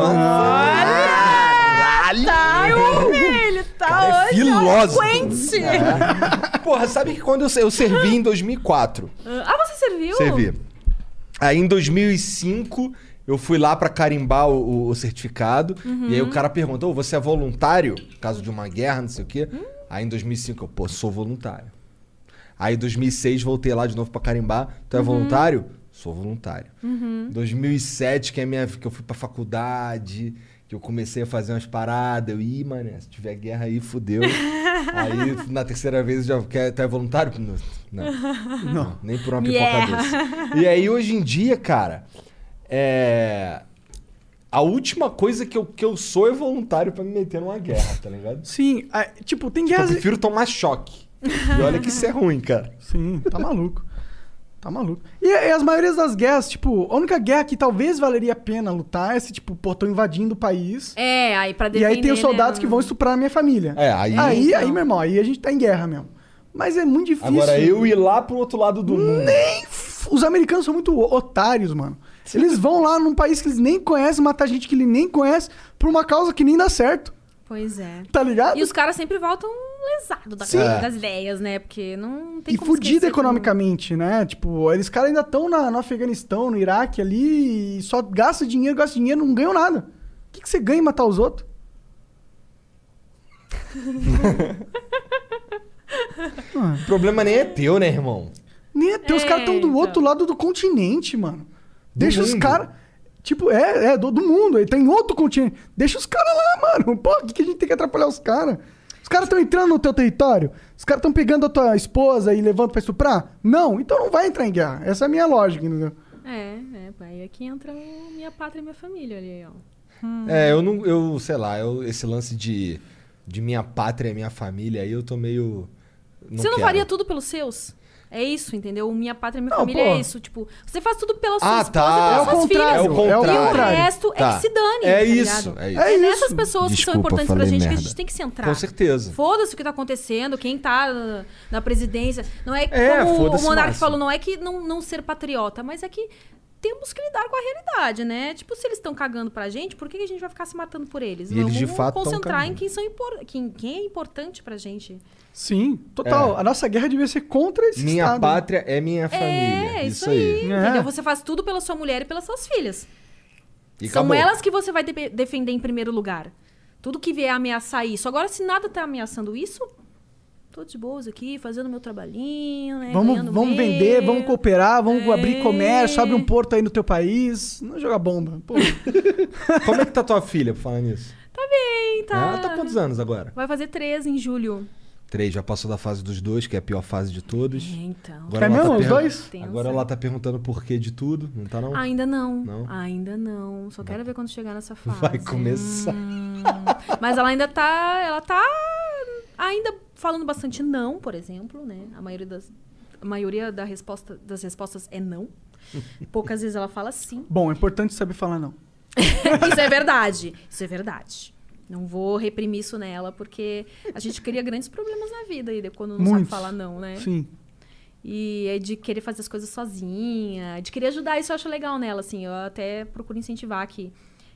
Speaker 2: Caralho!
Speaker 4: Tá, ele tá
Speaker 2: Cara, é
Speaker 4: hoje
Speaker 2: filósofo.
Speaker 4: eloquente.
Speaker 2: É. Porra, sabe que quando eu, eu servi em dois mil e quatro?
Speaker 4: Ah, você serviu?
Speaker 2: Servi. Aí em dois mil e cinco eu fui lá pra carimbar o, o certificado.
Speaker 4: Uhum.
Speaker 2: E aí o cara perguntou: você é voluntário? Caso de uma guerra, não sei o quê. Hum? Aí em dois mil e cinco eu, pô, sou voluntário. Aí em dois mil e seis voltei lá de novo pra carimbar. Tu é
Speaker 4: Uhum.
Speaker 2: voluntário? Sou voluntário.
Speaker 4: Uhum.
Speaker 2: Em dois mil e sete, que, é minha, que eu fui pra faculdade, que eu comecei a fazer umas paradas. Eu, ih, mané, se tiver guerra aí, fudeu. Aí na terceira vez já quer, tu é voluntário? Não, não, não, nem por uma pipoca
Speaker 4: Yeah.
Speaker 2: desse. E aí hoje em dia, cara, é... a última coisa que eu, que eu sou é voluntário pra me meter numa guerra, tá ligado?
Speaker 3: Sim, é, tipo, tem
Speaker 2: Tipo, eu
Speaker 3: guerras...
Speaker 2: prefiro tomar choque. E olha que isso é ruim, cara.
Speaker 3: Sim, tá maluco. Tá maluco. E, e as maiorias das guerras, tipo, a única guerra que talvez valeria a pena lutar é se, tipo, pô, tô invadindo o país.
Speaker 4: É, aí pra
Speaker 3: E
Speaker 4: defender,
Speaker 3: aí tem os soldados
Speaker 4: né?
Speaker 3: que vão estuprar a minha família.
Speaker 2: É, aí-
Speaker 3: Aí,
Speaker 4: Então.
Speaker 3: aí, meu irmão, aí a gente tá em guerra mesmo. Mas é muito difícil.
Speaker 2: Agora eu ir lá pro outro lado do mundo.
Speaker 3: Nem... f- Os americanos são muito otários, mano. Eles vão lá num país que eles nem conhecem, matar gente que ele nem conhece, por uma causa que nem dá certo.
Speaker 4: Pois é.
Speaker 3: Tá ligado?
Speaker 4: E os caras sempre voltam lesados da,
Speaker 3: Sim.
Speaker 4: das ideias, né? Porque não tem
Speaker 3: E
Speaker 4: como
Speaker 3: fudido
Speaker 4: esquecer que
Speaker 3: economicamente, né? Tipo, eles caras ainda estão no Afeganistão, no Iraque ali, e só gasta dinheiro, gasta dinheiro, não ganham nada. O que, que você ganha em matar os outros?
Speaker 2: O problema nem é teu, né, irmão?
Speaker 3: Nem é teu, os
Speaker 4: É,
Speaker 3: caras estão do
Speaker 4: então.
Speaker 3: outro lado do continente, mano. Deixa os
Speaker 2: mundo.
Speaker 3: caras. Tipo, é, é, do, do mundo, ele tá em outro continente. Deixa os caras lá, mano. Pô, o que, que a gente tem que atrapalhar os caras? Os caras estão entrando no teu território? Os caras estão pegando a tua esposa e levando pra estuprar? Não, então não vai entrar em guerra. Essa é a minha lógica, entendeu?
Speaker 4: É, é, aí aqui entra o Minha Pátria e Minha Família ali, ó.
Speaker 2: É, eu não. Eu, sei lá, eu, esse lance de, de minha pátria, minha família, aí eu tô meio.
Speaker 4: Você não
Speaker 2: quero.
Speaker 4: faria tudo pelos seus? É isso, entendeu? O Minha Pátria e Minha
Speaker 3: Não,
Speaker 4: Família
Speaker 3: pô.
Speaker 4: é isso. Tipo, você faz tudo pela sua
Speaker 2: Ah,
Speaker 4: esposa
Speaker 2: tá.
Speaker 4: e
Speaker 3: É
Speaker 4: pelas
Speaker 3: o
Speaker 4: suas
Speaker 3: contrário.
Speaker 4: filhas.
Speaker 2: É o contrário.
Speaker 4: E o
Speaker 3: contrário.
Speaker 4: resto é
Speaker 2: Tá.
Speaker 4: que se dane,
Speaker 2: É
Speaker 4: tá
Speaker 2: isso,
Speaker 4: ligado?
Speaker 2: é isso.
Speaker 3: É
Speaker 4: É
Speaker 3: isso.
Speaker 4: nessas pessoas que
Speaker 2: Desculpa,
Speaker 4: são importantes pra
Speaker 2: falei
Speaker 4: gente que a
Speaker 2: merda.
Speaker 4: gente tem que se entrar.
Speaker 2: Com certeza.
Speaker 4: Foda-se o que tá acontecendo, quem tá na, na presidência. Não é,
Speaker 2: É,
Speaker 4: como o
Speaker 2: foda-se
Speaker 4: Monark
Speaker 2: máximo.
Speaker 4: falou, não é que não, não ser patriota, mas é que temos que lidar com a realidade, né? Tipo, se eles estão cagando pra gente, por que que a gente vai ficar se matando por eles?
Speaker 2: E eles,
Speaker 4: Vamos
Speaker 2: de fato, tão
Speaker 4: concentrar em
Speaker 2: cagando.
Speaker 4: quem, são impor... quem, quem é importante pra gente.
Speaker 3: Sim, total.
Speaker 2: É.
Speaker 3: A nossa guerra devia ser contra esse
Speaker 2: Minha
Speaker 3: estado.
Speaker 2: pátria é minha família.
Speaker 4: É,
Speaker 2: isso
Speaker 4: isso
Speaker 2: aí.
Speaker 4: aí.
Speaker 3: É.
Speaker 4: Entendeu? Você faz tudo pela sua mulher e pelas suas filhas.
Speaker 2: E
Speaker 4: São
Speaker 2: acabou.
Speaker 4: elas que você vai de- defender em primeiro lugar. Tudo que vier ameaçar isso. Agora, se nada tá ameaçando isso, tô de boas aqui, fazendo meu trabalhinho, né?
Speaker 3: Vamos,
Speaker 4: ganhando
Speaker 3: vamos
Speaker 4: meu.
Speaker 3: vender, vamos cooperar, vamos
Speaker 4: É.
Speaker 3: abrir comércio, abre um porto aí no teu país. Não jogar bomba. Pô.
Speaker 2: Como é que tá tua filha, por falar nisso?
Speaker 4: Tá bem, tá.
Speaker 2: Ela tá quantos anos agora?
Speaker 4: Vai fazer treze em julho.
Speaker 2: Três, já passou da fase dos dois, que é a pior fase de todos.
Speaker 4: É, então.
Speaker 2: Agora
Speaker 3: É
Speaker 2: ela
Speaker 3: mesmo?
Speaker 2: tá
Speaker 3: Os
Speaker 2: pergun-
Speaker 3: dois?
Speaker 4: Tensa.
Speaker 2: Agora ela tá perguntando o porquê de tudo, não tá não?
Speaker 4: Ainda não.
Speaker 2: Não?
Speaker 4: Ainda não. Só quero ver quando chegar nessa fase.
Speaker 2: Vai começar.
Speaker 4: Hum. Mas ela ainda tá. Ela tá ainda falando bastante não, por exemplo, né? A maioria das. A maioria da resposta, das respostas é não. Poucas vezes ela fala sim.
Speaker 3: Bom, é importante saber falar não.
Speaker 4: Isso é verdade. Isso é verdade. Não vou reprimir isso nela, porque a gente cria grandes problemas na vida aí, quando não sabe
Speaker 3: Muitos.
Speaker 4: falar não, né?
Speaker 3: Sim.
Speaker 4: E é de querer fazer as coisas sozinha, de querer ajudar, isso eu acho legal nela, assim. Eu até procuro incentivar que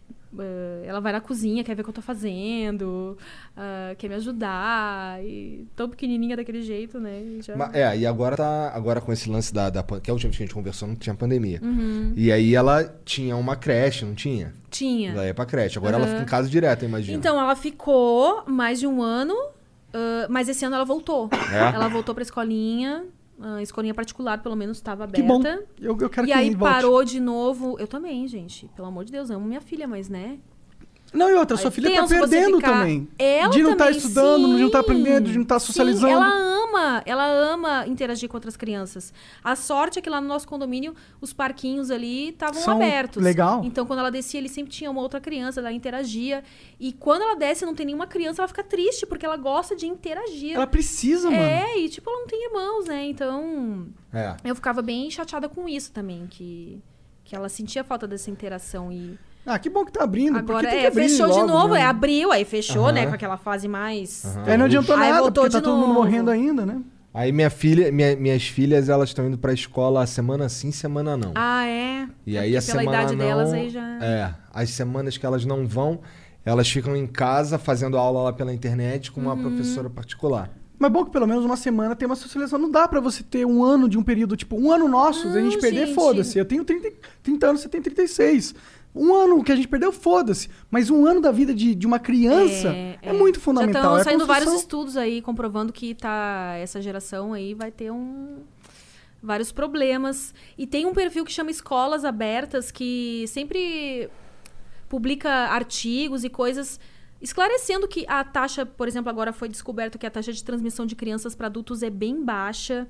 Speaker 4: eh, ela vai na cozinha, quer ver o que eu tô fazendo, ah, quer me ajudar, e tão pequenininha daquele jeito, né? E já...
Speaker 2: Ma- É, e agora tá. Agora com esse lance da, da pan- que é a última vez que a gente conversou, não tinha pandemia.
Speaker 4: Uhum.
Speaker 2: E aí ela tinha uma creche, não tinha?
Speaker 4: Tinha.
Speaker 2: Ela ia pra creche. Agora ela
Speaker 4: Aham.
Speaker 2: fica em casa direto, imagina.
Speaker 4: Então, ela ficou mais de um ano, ah, mas esse ano ela voltou.
Speaker 2: É?
Speaker 4: Ela voltou pra escolinha, A escolinha particular, pelo menos, estava aberta.
Speaker 3: Que bom. Eu, eu quero
Speaker 4: e
Speaker 3: que
Speaker 4: aí
Speaker 3: volte.
Speaker 4: parou de novo. Eu também, gente. Pelo amor de Deus, amo minha filha, mas, né?
Speaker 3: Não, e outra, sua
Speaker 4: Aí
Speaker 3: filha tá
Speaker 4: tenso você
Speaker 3: perdendo
Speaker 4: ficar-
Speaker 3: também.
Speaker 4: Ela
Speaker 3: de não estar
Speaker 4: também,
Speaker 3: estudando, de não estar
Speaker 4: sim.
Speaker 3: aprendendo, de não estar socializando.
Speaker 4: Sim, ela ama, ela ama interagir com outras crianças. A sorte é que lá no nosso condomínio, os parquinhos ali estavam
Speaker 3: São
Speaker 4: abertos.
Speaker 3: legal.
Speaker 4: Então, quando ela descia, ele sempre tinha uma outra criança, ela interagia. E quando ela desce e não tem nenhuma criança, ela fica triste, porque ela gosta de interagir.
Speaker 3: Ela precisa, mano.
Speaker 4: É, e tipo, ela não tem irmãos, né? Então,
Speaker 2: É.
Speaker 4: eu ficava bem chateada com isso também, que, que ela sentia falta dessa interação e...
Speaker 3: Ah, que bom que tá abrindo.
Speaker 4: Agora,
Speaker 3: porque tem que
Speaker 4: é,
Speaker 3: abrir
Speaker 4: fechou
Speaker 3: logo,
Speaker 4: de novo,
Speaker 3: né?
Speaker 4: é, abriu, aí fechou,
Speaker 2: Aham.
Speaker 4: né, com aquela fase mais...
Speaker 3: Aí não adiantou
Speaker 4: Aí
Speaker 3: nada,
Speaker 4: voltou
Speaker 3: porque tá
Speaker 4: de
Speaker 3: todo mundo
Speaker 4: novo.
Speaker 3: morrendo ainda, né?
Speaker 2: Aí minha filha, minha- minhas filhas, elas estão indo pra escola semana sim, semana não.
Speaker 4: Ah, é?
Speaker 2: E
Speaker 4: É
Speaker 2: aí
Speaker 4: porque
Speaker 2: a
Speaker 4: pela
Speaker 2: semana
Speaker 4: idade
Speaker 2: não,
Speaker 4: delas aí já...
Speaker 2: É, as semanas que elas não vão, elas ficam em casa fazendo aula lá pela internet com uma
Speaker 4: Uhum.
Speaker 2: professora particular.
Speaker 3: Mas bom que pelo menos uma semana tem uma socialização. Não dá pra você ter um ano de um período, tipo, um ano nosso, a gente
Speaker 4: Não,
Speaker 3: perder,
Speaker 4: gente.
Speaker 3: foda-se. Eu tenho trinta, trinta anos, você tem trinta e seis. Um ano que a gente perdeu, foda-se. Mas um ano da vida de, de uma criança é, muito fundamental.
Speaker 4: Já estão
Speaker 3: é a
Speaker 4: saindo vários
Speaker 3: construção.
Speaker 4: estudos aí comprovando que tá, essa geração aí vai ter um, vários problemas. E tem um perfil que chama Escolas Abertas, que sempre publica artigos e coisas esclarecendo que a taxa, por exemplo, agora foi descoberto que a taxa de transmissão de crianças para adultos é bem baixa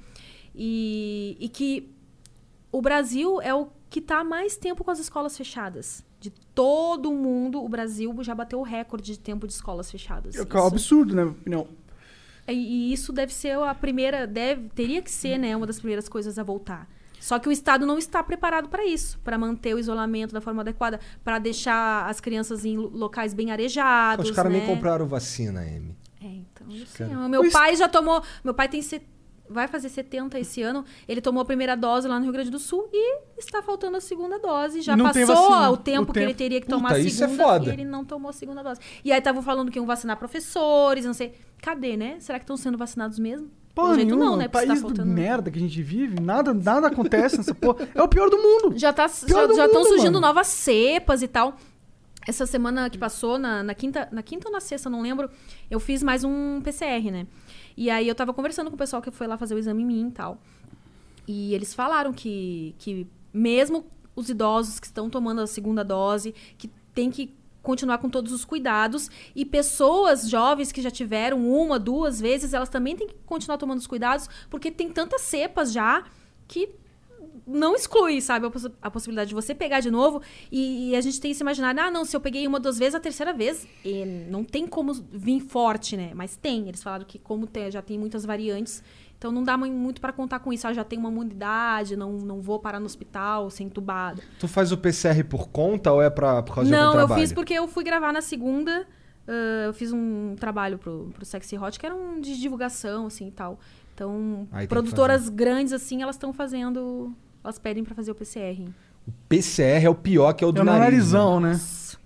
Speaker 4: e, e que o Brasil é o que está há mais tempo com as escolas fechadas. De todo o mundo, o Brasil já bateu o recorde de tempo de escolas fechadas.
Speaker 3: É um absurdo, né? na minha opinião.
Speaker 4: E, e isso deve ser a primeira, deve, teria que ser, né, uma das primeiras coisas a voltar. Só que o Estado não está preparado para isso, para manter o isolamento da forma adequada, para deixar as crianças em lo- locais bem arejados.
Speaker 2: Os caras
Speaker 4: né?
Speaker 2: nem compraram vacina, Amy.
Speaker 4: É, então, eu sei.
Speaker 2: Cara.
Speaker 4: O meu
Speaker 3: Pois-
Speaker 4: pai já tomou. Meu pai tem set- vai fazer setenta esse ano. Ele tomou a primeira dose lá no Rio Grande do Sul e está faltando a segunda dose. Já
Speaker 3: Não tem
Speaker 4: passou
Speaker 3: vacina.
Speaker 4: o tempo
Speaker 3: O
Speaker 4: que ele
Speaker 3: tempo.
Speaker 4: teria que
Speaker 2: Puta,
Speaker 4: tomar a
Speaker 2: isso é
Speaker 4: segunda
Speaker 2: foda.
Speaker 4: e ele não tomou a segunda dose. E aí estavam falando que iam vacinar professores, não sei. Cadê, né? Será que estão sendo vacinados mesmo?
Speaker 3: Porra
Speaker 4: Pelo jeito
Speaker 3: nenhuma,
Speaker 4: não, né? Porque
Speaker 3: país
Speaker 4: tá
Speaker 3: do
Speaker 4: faltando.
Speaker 3: merda que a gente vive, nada, nada acontece nessa porra. É o pior do mundo.
Speaker 4: Já tá,
Speaker 3: Pior
Speaker 4: já
Speaker 3: do
Speaker 4: já estão
Speaker 3: mundo,
Speaker 4: surgindo
Speaker 3: mano.
Speaker 4: novas cepas e tal. Essa semana que passou, na, na quinta, na quinta ou na sexta, não lembro, eu fiz mais um P C R, né? E aí eu tava conversando com o pessoal que foi lá fazer o exame em mim e tal. E eles falaram que, que mesmo os idosos que estão tomando a segunda dose, que tem que continuar com todos os cuidados. E pessoas jovens que já tiveram uma, duas vezes, elas também têm que continuar tomando os cuidados, porque tem tantas cepas já que não exclui, sabe, a, poss- a possibilidade de você pegar de novo. E, e a gente tem que se imaginar, ah, não, se eu peguei uma, duas vezes, a terceira vez, e não tem como vir forte, né? Mas tem. Eles falaram que como tem- já tem muitas variantes, então não dá mu- muito pra contar com isso. Ah, já tem uma imunidade, não, não vou parar no hospital, ser entubada.
Speaker 2: Tu faz o P C R por conta ou é pra, por causa de algum
Speaker 4: Não, eu
Speaker 2: trabalho?
Speaker 4: fiz porque eu fui gravar na segunda. ah, eu fiz um trabalho pro, pro Sexy Hot, que era um de divulgação, assim, e tal. Então,
Speaker 2: Aí tem que
Speaker 4: produtoras grandes, assim, elas estão fazendo... Elas pedem pra fazer o P C R.
Speaker 2: O P C R é o pior, que é o do
Speaker 3: É o
Speaker 2: nariz.
Speaker 3: narizão, né?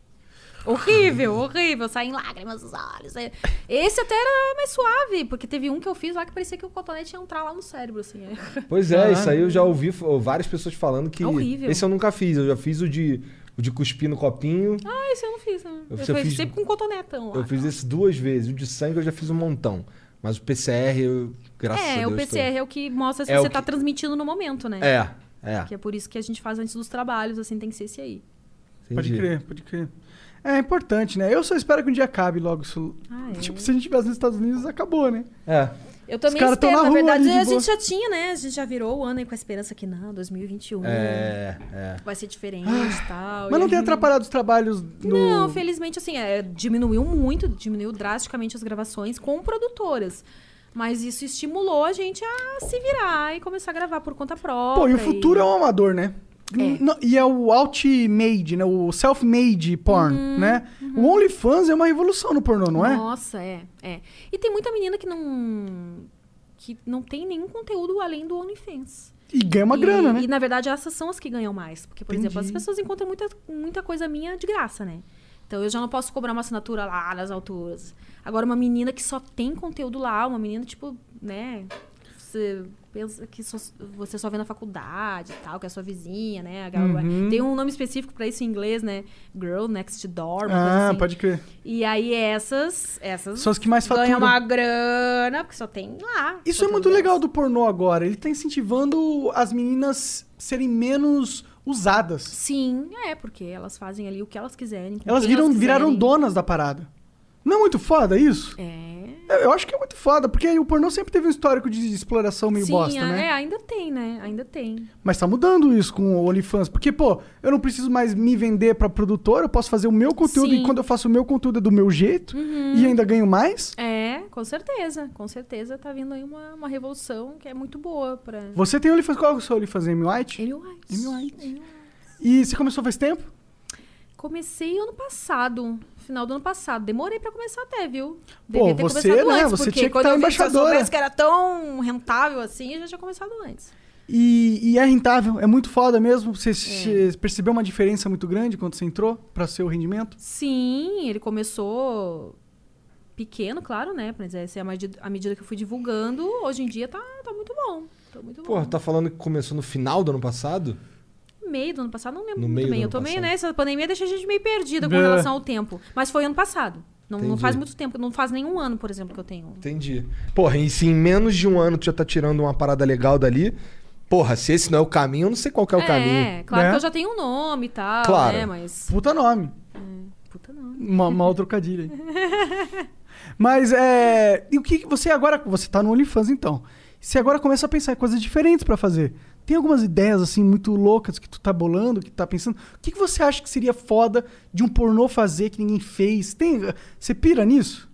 Speaker 4: Horrível, horrível. Saem lágrimas dos olhos. Esse até era mais suave, porque teve um que eu fiz lá que parecia que o cotonete ia entrar lá no cérebro, assim. é.
Speaker 2: Pois é,
Speaker 3: Caralho.
Speaker 2: isso aí eu já ouvi f- várias pessoas falando que...
Speaker 4: É horrível.
Speaker 2: Esse eu nunca fiz, eu já fiz o de, o de cuspir no copinho.
Speaker 4: Ah, esse eu não fiz, né?
Speaker 2: Eu
Speaker 4: Eu,
Speaker 2: já
Speaker 4: fiz
Speaker 2: fiz-
Speaker 4: sempre com cotonetão lá.
Speaker 2: Eu fiz esse duas vezes. O de sangue eu já fiz um montão. Mas o P C R, eu, graças a
Speaker 4: É,
Speaker 2: Deus...
Speaker 4: o P C R é o que mostra se
Speaker 2: É o
Speaker 4: você tá
Speaker 2: que-
Speaker 4: transmitindo no momento, né?
Speaker 2: tô- É, é.
Speaker 4: Que é por isso que a gente faz antes dos trabalhos, assim, tem que ser esse aí.
Speaker 3: Pode
Speaker 2: Entendi.
Speaker 3: crer, pode crer. É importante, né? Eu só espero que um dia acabe logo isso.
Speaker 4: Ah, é.
Speaker 3: Tipo, se a gente tivesse nos Estados Unidos, acabou, né?
Speaker 2: É.
Speaker 4: Eu também
Speaker 3: caras tão
Speaker 4: espero,
Speaker 3: na
Speaker 4: na
Speaker 3: rua
Speaker 4: verdade,
Speaker 3: ali de
Speaker 4: a
Speaker 3: boa.
Speaker 4: gente já tinha, né? A gente já virou o ano aí com a esperança que não, dois mil e vinte e um
Speaker 2: É, é.
Speaker 4: vai ser diferente e tal.
Speaker 3: Mas
Speaker 4: e
Speaker 3: não tem
Speaker 4: aí-
Speaker 3: atrapalhado os trabalhos no...
Speaker 4: Não, felizmente, assim, é, diminuiu muito, diminuiu drasticamente as gravações com produtoras. Mas isso estimulou a gente a se virar e começar a gravar por conta própria.
Speaker 3: Pô, e o futuro é um amador, né?
Speaker 4: É.
Speaker 3: Não- e é o alt-made, né? O self-made porn,
Speaker 4: Uhum,
Speaker 3: né? O OnlyFans é uma revolução no pornô, não é?
Speaker 4: Nossa, é, é. E tem muita menina que não... que não tem nenhum conteúdo além do OnlyFans.
Speaker 3: E ganha uma
Speaker 4: e,
Speaker 3: grana, né?
Speaker 4: E, na verdade, essas são as que ganham mais. Porque, por
Speaker 3: Entendi.
Speaker 4: exemplo, as pessoas encontram muita, muita coisa minha de graça, né? Então, eu já não posso cobrar uma assinatura lá nas alturas. Agora, uma menina que só tem conteúdo lá, uma menina, tipo, né... se- pensa que só- você só vê na faculdade e tal, que é a sua vizinha, né? A
Speaker 3: Uhum.
Speaker 4: galera- Tem um nome específico pra isso em inglês, né? Girl Next Door, uma coisa
Speaker 3: Ah,
Speaker 4: assim.
Speaker 3: pode crer.
Speaker 4: E aí essas, essas
Speaker 3: São as que mais faturam.
Speaker 4: ganham uma grana, porque só tem lá.
Speaker 3: Isso é muito legal do pornô agora. Ele tá incentivando as meninas serem menos usadas.
Speaker 4: Sim, é, porque elas fazem ali o que elas quiserem. com
Speaker 3: Elas
Speaker 4: quem
Speaker 3: viram,
Speaker 4: elas
Speaker 3: viraram
Speaker 4: quiserem.
Speaker 3: donas da parada. Não é muito foda isso?
Speaker 4: É.
Speaker 3: Eu eu acho que é muito foda, porque o pornô sempre teve um histórico de exploração meio
Speaker 4: Sim,
Speaker 3: bosta,
Speaker 4: é,
Speaker 3: né?
Speaker 4: é, ainda tem, né? Ainda tem.
Speaker 3: Mas tá mudando isso com o OnlyFans. Porque, pô, eu não preciso mais me vender pra produtora, eu posso fazer o meu conteúdo
Speaker 4: Sim.
Speaker 3: e quando eu faço o meu conteúdo é do meu jeito
Speaker 4: Uhum.
Speaker 3: e ainda ganho mais.
Speaker 4: É, com certeza. Com certeza tá vindo aí uma, uma revolução que é muito boa pra...
Speaker 3: Você tem OnlyFans, qual é o seu OnlyFans? Amy White?
Speaker 4: Amy White.
Speaker 3: Amy White.
Speaker 4: Amy White.
Speaker 3: E você começou faz tempo?
Speaker 4: Comecei ano passado. Final do ano passado. Demorei pra começar até, viu?
Speaker 3: Pô,
Speaker 4: Devia ter
Speaker 3: você,
Speaker 4: começado
Speaker 3: né?
Speaker 4: antes,
Speaker 3: Você
Speaker 4: porque
Speaker 3: tinha que
Speaker 4: quando
Speaker 3: tá
Speaker 4: eu vi que se eu
Speaker 3: embaixadora.
Speaker 4: soubesse que era tão rentável assim, eu já tinha começado antes.
Speaker 3: E, e é rentável, é muito foda mesmo. Você você percebeu uma diferença muito grande quando você entrou pra seu rendimento?
Speaker 4: Sim, ele começou pequeno, claro, né? Mas essa é a medida, à medida que eu fui divulgando, hoje em dia tá, tá muito bom. Tá muito bom.
Speaker 2: Pô, tá falando que começou no final do ano passado?
Speaker 4: Meio do ano passado, não lembro
Speaker 2: No
Speaker 4: muito
Speaker 2: meio do
Speaker 4: bem. Eu
Speaker 2: ano
Speaker 4: tô meio,
Speaker 2: passado.
Speaker 4: né? Essa pandemia deixa a gente meio perdida com
Speaker 3: É.
Speaker 4: relação ao tempo. Mas foi ano passado. Não, não
Speaker 2: Entendi.
Speaker 4: faz muito tempo. Não faz nenhum ano, por exemplo, que eu tenho.
Speaker 2: Entendi. Porra, e se em menos de um ano tu já tá tirando uma parada legal dali, porra, se esse não é o caminho, eu não sei qual que é o caminho.
Speaker 4: É, claro
Speaker 3: né?
Speaker 4: que eu já tenho um nome e tal,
Speaker 2: Claro.
Speaker 4: né? Mas.
Speaker 3: Puta nome.
Speaker 4: Puta não.
Speaker 3: Uma, mal trocadilha aí. Mas é. E o que que você agora. Você tá no OnlyFans então. Você agora começa a pensar em coisas diferentes pra fazer. Tem algumas ideias, assim, muito loucas que tu tá bolando, que tu tá pensando. O que, que você acha que seria foda de um pornô fazer que ninguém fez? Tem. Você pira nisso?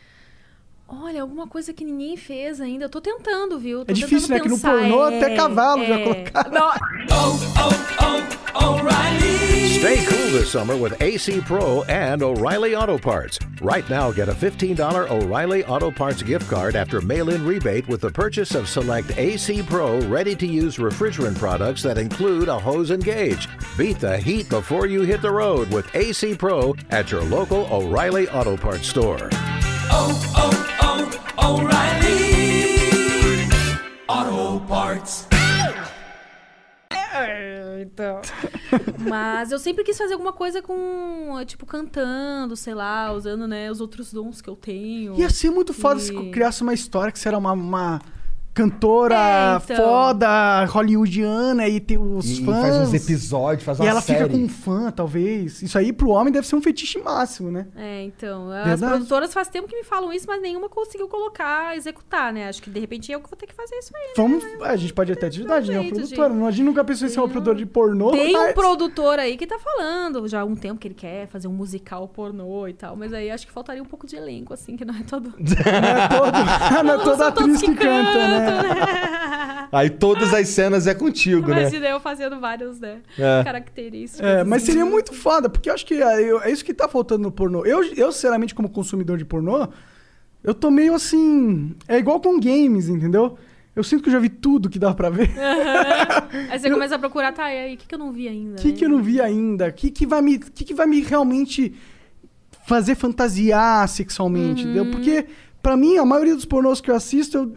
Speaker 4: Olha, alguma coisa que ninguém fez ainda. Eu tô tentando, viu? Tô
Speaker 3: É difícil,
Speaker 4: tentando
Speaker 3: né? Que no
Speaker 4: pensar.
Speaker 3: pornô
Speaker 4: É,
Speaker 3: até cavalo já
Speaker 4: é.
Speaker 3: colocaram.
Speaker 4: Não,
Speaker 10: Stay cool this summer with A C Pro and O'Reilly Auto Parts. Right now, get a fifteen dollars O'Reilly Auto Parts gift card after mail-in rebate with the purchase of select A C Pro ready-to-use refrigerant products that include a hose and gauge. Beat the heat before you hit the road with A C Pro at your local O'Reilly Auto Parts store.
Speaker 4: então. Mas eu sempre quis fazer alguma coisa com, tipo, cantando, sei lá, usando, né, os outros dons que eu tenho.
Speaker 3: Ia ser muito foda
Speaker 4: E-
Speaker 3: se criasse uma história que você era uma, uma cantora
Speaker 4: É, então.
Speaker 3: foda, hollywoodiana e tem os
Speaker 2: E
Speaker 3: fãs.
Speaker 2: faz uns episódios, faz
Speaker 3: E
Speaker 2: uma
Speaker 3: ela
Speaker 2: série.
Speaker 3: fica com um fã, talvez. Isso aí pro homem deve ser um fetiche máximo, né?
Speaker 4: É, então. As
Speaker 3: Verdade.
Speaker 4: produtoras faz tempo que me falam isso, mas nenhuma conseguiu colocar, executar, né? Acho que de repente eu que vou ter que fazer isso aí.
Speaker 3: Vamos, a gente pode até te ajudar, a gente é uma
Speaker 4: jeito,
Speaker 3: produtora.
Speaker 4: gente.
Speaker 3: A gente nunca pensou em ser uma produtora de pornô.
Speaker 4: Tem um
Speaker 3: mas-
Speaker 4: produtor aí que tá falando já há um tempo que ele quer fazer um musical pornô e tal, mas aí acho que faltaria um pouco de elenco, assim, que não é todo.
Speaker 3: Não é, todo, não é toda
Speaker 4: são todos
Speaker 3: atriz que,
Speaker 4: que
Speaker 3: canta, né?
Speaker 4: né?
Speaker 2: Aí todas as cenas é contigo, né?
Speaker 4: Imagina eu fazendo vários, né?
Speaker 2: É.
Speaker 4: Características.
Speaker 3: É, mas
Speaker 4: assim.
Speaker 3: seria muito foda, porque eu acho que é, eu- é isso que tá faltando no pornô. Eu, eu, sinceramente, como consumidor de pornô, eu tô meio assim. É igual com games, entendeu? Eu sinto que eu já vi tudo que dá pra ver.
Speaker 4: Aham. Aí você começa a procurar, tá, e aí, o que, que eu não vi ainda?
Speaker 3: O que,
Speaker 4: né?
Speaker 3: que eu não vi ainda? O que, que, vai me, que, que vai me realmente fazer fantasiar sexualmente,
Speaker 4: Uhum.
Speaker 3: entendeu? Porque, pra mim, a maioria dos pornôs que eu assisto, eu,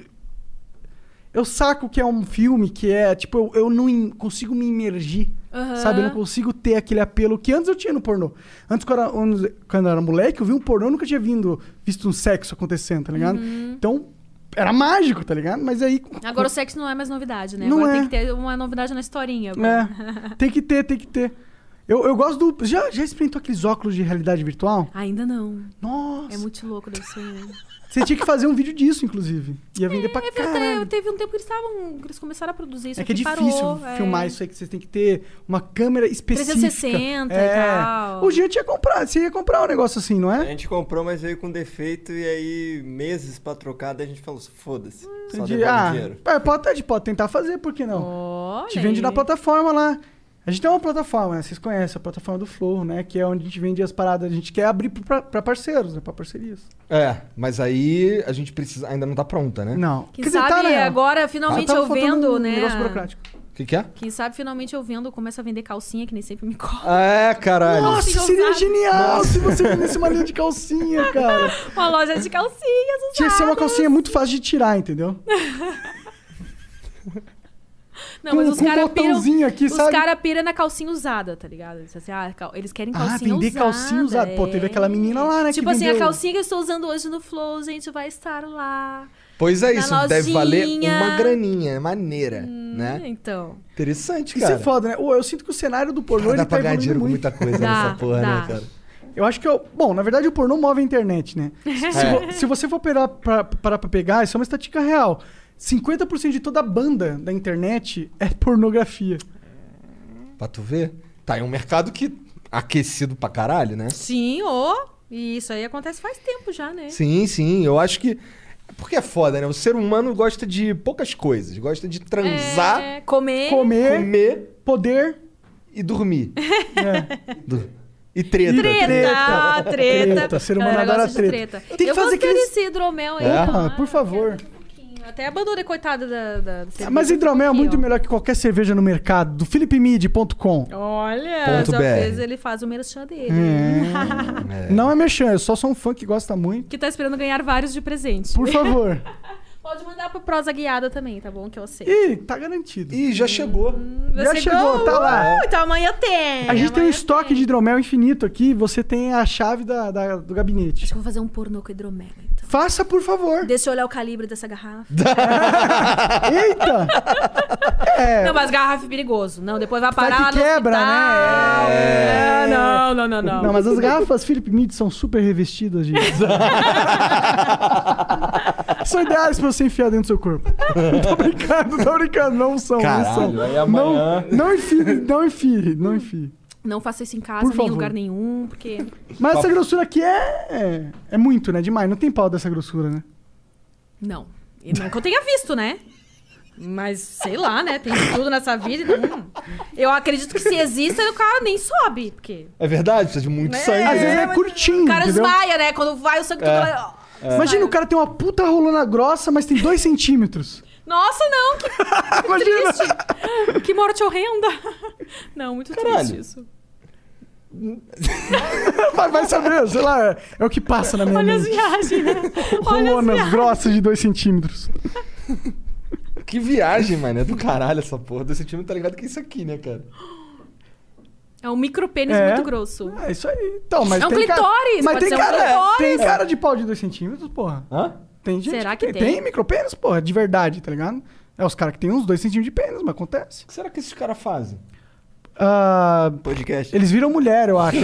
Speaker 3: eu saco que é um filme que é, tipo, eu, eu não im- consigo me imergir,
Speaker 4: Aham.
Speaker 3: sabe? Eu não consigo ter aquele apelo que antes eu tinha no pornô. Antes, quando eu era, quando eu era moleque, eu vi um pornô, eu nunca tinha vindo, visto um sexo acontecendo, tá ligado?
Speaker 4: Uhum.
Speaker 3: Então, era mágico, tá ligado? Mas aí...
Speaker 4: Agora o sexo não é mais novidade, né?
Speaker 3: Não
Speaker 4: Agora
Speaker 3: é.
Speaker 4: tem que ter uma novidade na historinha. Agora.
Speaker 3: É, tem que ter, tem que ter. Eu, eu gosto do... Já, já experimentou aqueles óculos de realidade virtual?
Speaker 4: Ainda não.
Speaker 3: Nossa!
Speaker 4: É muito louco, deve ser.
Speaker 3: Você tinha que fazer um vídeo disso, inclusive. Ia vender pra
Speaker 4: É, até,
Speaker 3: caralho.
Speaker 4: teve um tempo que eles estavam. Que eles começaram a produzir isso.
Speaker 3: É que é
Speaker 4: aqui
Speaker 3: difícil
Speaker 4: parou, é.
Speaker 3: filmar isso aí, que vocês têm que ter uma câmera específica.
Speaker 4: trezentos e sessenta e
Speaker 3: é.
Speaker 4: tal.
Speaker 3: O gente ia comprar, você ia comprar um negócio assim, não
Speaker 5: A
Speaker 3: é?
Speaker 5: gente comprou, mas veio com defeito e aí meses pra trocar, daí a gente falou, foda-se, só
Speaker 3: Entendi.
Speaker 5: devolve
Speaker 3: Ah,
Speaker 5: dinheiro.
Speaker 3: é, pode, a gente pode tentar fazer, por que não?
Speaker 4: Olha
Speaker 3: Te vende
Speaker 4: aí.
Speaker 3: na plataforma lá. A gente tem uma plataforma, né? Vocês conhecem a plataforma do Flow, né? Que é onde a gente vende as paradas. A gente quer abrir pra, pra parceiros, né? Pra parcerias.
Speaker 2: É, mas aí a gente precisa. Ainda não tá pronta, né?
Speaker 3: Não.
Speaker 4: Quem
Speaker 3: Quer dizer,
Speaker 4: sabe
Speaker 3: tá, né?
Speaker 4: agora, finalmente,
Speaker 3: Ah, tava
Speaker 4: eu
Speaker 3: faltando
Speaker 4: vendo,
Speaker 3: um
Speaker 4: né?
Speaker 3: negócio burocrático.
Speaker 2: O que, que é?
Speaker 4: Quem sabe finalmente eu vendo, começo a vender calcinha, que nem sempre me cobra.
Speaker 2: É, caralho.
Speaker 3: Nossa,
Speaker 4: Calcinha
Speaker 3: seria
Speaker 4: usada.
Speaker 3: genial se você vendesse uma linha de calcinha, cara.
Speaker 4: Uma loja de calcinhas usadas.
Speaker 3: Tinha que ser uma calcinha muito fácil de tirar, entendeu?
Speaker 4: Não, mas
Speaker 3: Com-
Speaker 4: os
Speaker 3: com um
Speaker 4: caras
Speaker 3: botãozinho
Speaker 4: piram,
Speaker 3: aqui,
Speaker 4: os
Speaker 3: sabe?
Speaker 4: cara pira na calcinha usada, tá ligado? Eles, assim, ah, cal- eles querem
Speaker 3: Ah,
Speaker 4: calcinha
Speaker 3: vender
Speaker 4: usada.
Speaker 3: calcinha usada. Pô, teve aquela menina lá, né, que
Speaker 4: Tipo assim, a
Speaker 3: vendeu-
Speaker 4: calcinha que eu estou usando hoje no Flow, gente, vai estar lá.
Speaker 2: Pois é,
Speaker 4: Na
Speaker 2: isso deve valer
Speaker 4: lojinha.
Speaker 2: uma graninha, maneira,
Speaker 4: Hum,
Speaker 2: né?
Speaker 4: Então.
Speaker 2: Interessante,
Speaker 3: Isso
Speaker 2: cara.
Speaker 3: é foda, né? Ô, eu sinto que o cenário do pornô
Speaker 2: Cara, dá
Speaker 3: ele
Speaker 2: pra
Speaker 3: tá
Speaker 2: ganhar
Speaker 3: evoluindo
Speaker 2: dinheiro com
Speaker 3: muito.
Speaker 2: muita coisa
Speaker 4: Dá,
Speaker 2: nessa porra,
Speaker 4: dá.
Speaker 2: né, cara?
Speaker 3: Eu acho que eu... Bom, na verdade o pornô move a internet, né? Se,
Speaker 2: É.
Speaker 3: vo- se você for parar pra, parar pra pegar, isso é uma estatística real. cinquenta por cento de toda a banda da internet é pornografia.
Speaker 2: Pra tu ver. Tá, é um mercado que aquecido pra caralho, né?
Speaker 4: Sim, ô. E isso aí acontece faz tempo já, né?
Speaker 2: Sim, sim. Eu acho que... Porque é foda, né? O ser humano gosta de poucas coisas. Gosta de transar,
Speaker 4: É, comer.
Speaker 3: Comer,
Speaker 2: comer
Speaker 3: poder...
Speaker 2: e dormir.
Speaker 3: É.
Speaker 2: Du- E treta.
Speaker 4: Treta,
Speaker 3: Treta.
Speaker 4: treta.
Speaker 3: Treta, ser humano
Speaker 4: Galera
Speaker 3: adora
Speaker 4: gosta de
Speaker 3: treta. Tem que
Speaker 4: eu
Speaker 3: fazer
Speaker 4: gostei
Speaker 3: aqueles-
Speaker 4: desse hidromel aí.
Speaker 2: É?
Speaker 3: Ah, por favor.
Speaker 4: Até abandonei, coitada da, da cerveja.
Speaker 3: Mas hidromel é
Speaker 4: Aqui,
Speaker 3: muito
Speaker 4: ó.
Speaker 3: melhor que qualquer cerveja no mercado. Do philip mead ponto com.
Speaker 4: Olha,
Speaker 2: Ponto
Speaker 4: já
Speaker 2: B R.
Speaker 4: fez, ele faz o merchan dele.
Speaker 3: Não é merchan, eu só sou um fã que gosta muito.
Speaker 4: Que tá esperando ganhar vários de presente.
Speaker 3: Por favor.
Speaker 4: Pode mandar pro Prosa Guiada também, tá bom? Que eu sei.
Speaker 3: Ih, tá garantido.
Speaker 2: Ih, já chegou.
Speaker 3: Já chegou, tá lá.
Speaker 4: Uh, então amanhã tem.
Speaker 3: A gente tem um
Speaker 4: amanhã
Speaker 3: estoque
Speaker 4: tem.
Speaker 3: de hidromel infinito aqui. Você tem a chave da, da- do gabinete.
Speaker 4: Acho que eu vou fazer um pornô com hidromel, então.
Speaker 3: Faça, por favor.
Speaker 4: Deixa eu olhar o calibre dessa garrafa.
Speaker 3: Eita! É,
Speaker 4: Não, mas garrafa é perigoso. Não, depois vai
Speaker 3: vai
Speaker 4: parar
Speaker 3: que
Speaker 4: no
Speaker 3: quebra,
Speaker 4: hospital.
Speaker 3: né?
Speaker 4: É, não, não, não, não.
Speaker 3: Não, mas as garrafas Philip Mead são super revestidas de... São ideais pra você enfiar dentro do seu corpo. Tô brincando, tô brincando. Não são, não
Speaker 2: Caralho,
Speaker 3: são.
Speaker 2: aí amanhã-
Speaker 3: Não, não enfie, não enfie, não enfie.
Speaker 4: Não faça isso em casa,
Speaker 3: Por
Speaker 4: nem em
Speaker 3: favor.
Speaker 4: lugar nenhum, porque...
Speaker 3: Mas essa grossura aqui é, é... É muito, né? Demais. Não tem pau dessa grossura, né?
Speaker 4: Não. E não que eu tenha visto, né? Mas, sei lá, né? Tem de tudo nessa vida. Então, eu acredito que se existe, o cara nem sobe. Porque
Speaker 2: É verdade, precisa de muito
Speaker 4: É,
Speaker 2: sangue.
Speaker 3: Às vezes
Speaker 2: né?
Speaker 3: é curtinho,
Speaker 4: o cara
Speaker 3: entendeu?
Speaker 4: desmaia, né? Quando vai o sangue...
Speaker 2: É.
Speaker 4: Todo...
Speaker 3: Imagina, o cara tem uma puta rolona grossa, mas tem dois centímetros.
Speaker 4: Nossa, não! Que, que
Speaker 3: Imagina.
Speaker 4: triste! Que morte horrenda! Não, muito
Speaker 2: Caralho.
Speaker 4: triste isso.
Speaker 3: Vai, vai saber, sei lá, é o que passa na minha
Speaker 4: Olha as
Speaker 3: mente.
Speaker 4: viagens, né? Olha as
Speaker 3: Rolonas
Speaker 4: viagens.
Speaker 3: grossas de dois centímetros.
Speaker 2: Que viagem, mano. É do caralho essa porra. Desse time tá ligado que é isso aqui, né, cara?
Speaker 4: É um micropênis
Speaker 3: É.
Speaker 4: muito grosso.
Speaker 3: É isso aí. Então, mas
Speaker 4: É um
Speaker 3: tem cara-
Speaker 4: clitóris,
Speaker 3: Mas
Speaker 4: pode
Speaker 3: tem
Speaker 4: ser um
Speaker 3: cara,
Speaker 4: clitóris.
Speaker 3: tem cara de pau de dois centímetros, porra.
Speaker 2: Hã?
Speaker 3: Tem gente
Speaker 4: Será
Speaker 3: que
Speaker 4: que
Speaker 3: tem.
Speaker 4: tem?
Speaker 3: Tem micropênis, porra, de verdade, tá ligado? É os caras que tem uns dois centímetros de pênis, mas acontece.
Speaker 2: O que será que esses caras fazem?
Speaker 3: Ah,
Speaker 5: Podcast.
Speaker 3: eles viram mulher, eu acho.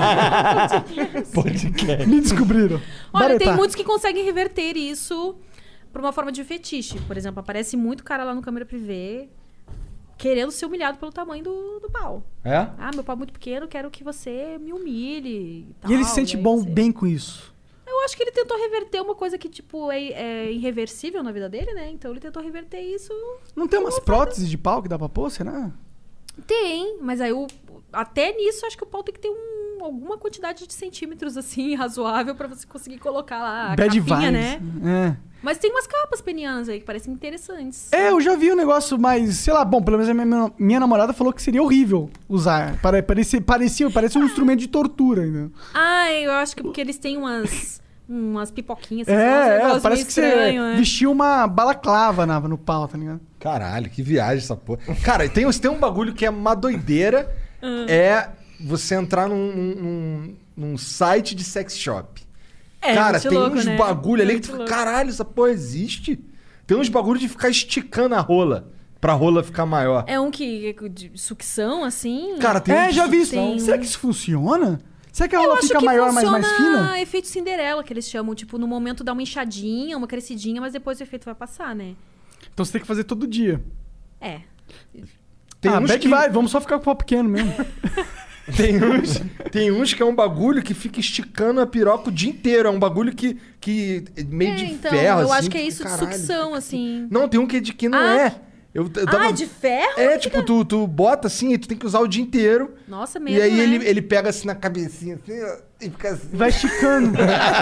Speaker 2: Podcast.
Speaker 3: Me descobriram.
Speaker 4: Olha,
Speaker 3: Baretá.
Speaker 4: tem muitos que conseguem reverter isso pra uma forma de fetiche. Por exemplo, aparece muito cara lá no câmera privê querendo ser humilhado pelo tamanho do, do pau.
Speaker 2: É?
Speaker 4: Ah, meu pau é muito pequeno, quero que você me humilhe. E, tal,
Speaker 3: E ele se sente
Speaker 4: aí
Speaker 3: bom,
Speaker 4: você-
Speaker 3: bem com isso.
Speaker 4: Eu acho que ele tentou reverter uma coisa que, tipo, é, é irreversível na vida dele, né? Então ele tentou reverter isso.
Speaker 3: Não tem umas próteses de pau que dá pra pôr, será?
Speaker 4: Tem, mas aí o, até nisso acho que o pau tem que ter um, alguma quantidade de centímetros, assim, razoável pra você conseguir colocar lá a
Speaker 3: Bad
Speaker 4: capinha,
Speaker 3: vibes.
Speaker 4: né?
Speaker 3: É.
Speaker 4: Mas tem umas capas penianas aí que parecem interessantes.
Speaker 3: É, eu já vi um negócio mais, sei lá, bom, pelo menos a minha, minha namorada falou que seria horrível usar. Pare- Parecia, parecia, parece um instrumento de tortura ainda.
Speaker 4: Ah, eu acho que porque eles têm umas, umas pipoquinhas. assim, uns
Speaker 3: É, é,
Speaker 4: negócios
Speaker 3: parece
Speaker 4: meio
Speaker 3: que você
Speaker 4: estranho, né?
Speaker 3: vestiu uma balaclava na, no pau, tá ligado?
Speaker 2: Caralho, que viagem essa porra. Cara, tem, tem um bagulho que é uma doideira.
Speaker 4: Hum.
Speaker 2: É você entrar num, num, num site de sex shop.
Speaker 4: É,
Speaker 2: Cara,
Speaker 4: muito
Speaker 2: tem
Speaker 4: louco,
Speaker 2: uns
Speaker 4: né?
Speaker 2: bagulho ali que
Speaker 4: Muito
Speaker 2: tu fica,
Speaker 4: louco.
Speaker 2: caralho, essa porra existe? Tem uns bagulho de ficar esticando a rola pra rola ficar maior.
Speaker 4: É um que de sucção, assim.
Speaker 2: Cara, tem
Speaker 3: É,
Speaker 2: uns
Speaker 3: já vi isso.
Speaker 4: Tem-
Speaker 3: Será que isso funciona? Será que a
Speaker 4: Eu
Speaker 3: rola
Speaker 4: acho
Speaker 3: fica
Speaker 4: que
Speaker 3: maior, mas mais
Speaker 4: funciona
Speaker 3: fina?
Speaker 4: efeito Cinderela, que eles chamam. Tipo, no momento dá uma inchadinha, uma crescidinha, mas depois o efeito vai passar, né?
Speaker 3: Então você tem que fazer todo dia.
Speaker 4: É.
Speaker 2: Tem
Speaker 3: ah,
Speaker 2: uns
Speaker 3: bad
Speaker 2: que-
Speaker 3: vai, vamos só ficar com o pau pequeno mesmo.
Speaker 2: Tem uns, tem uns que é um bagulho que fica esticando a piroca o dia inteiro. É um bagulho que, que é meio
Speaker 4: É,
Speaker 2: de
Speaker 4: então,
Speaker 2: ferro,
Speaker 4: eu
Speaker 2: assim,
Speaker 4: acho que é
Speaker 2: tu
Speaker 4: isso
Speaker 2: fica,
Speaker 4: de
Speaker 2: "Caralho,
Speaker 4: sucção, assim.
Speaker 2: Não, tem um que é de que não
Speaker 4: Ah,
Speaker 2: é. Eu, eu tava-
Speaker 4: Ah, de ferro?
Speaker 2: É, tipo, tu, tu bota assim e tu tem que usar o dia inteiro.
Speaker 4: Nossa, mesmo,
Speaker 2: E aí
Speaker 4: né?
Speaker 2: ele, ele pega assim na cabecinha, assim, ó, e fica assim.
Speaker 3: Vai esticando.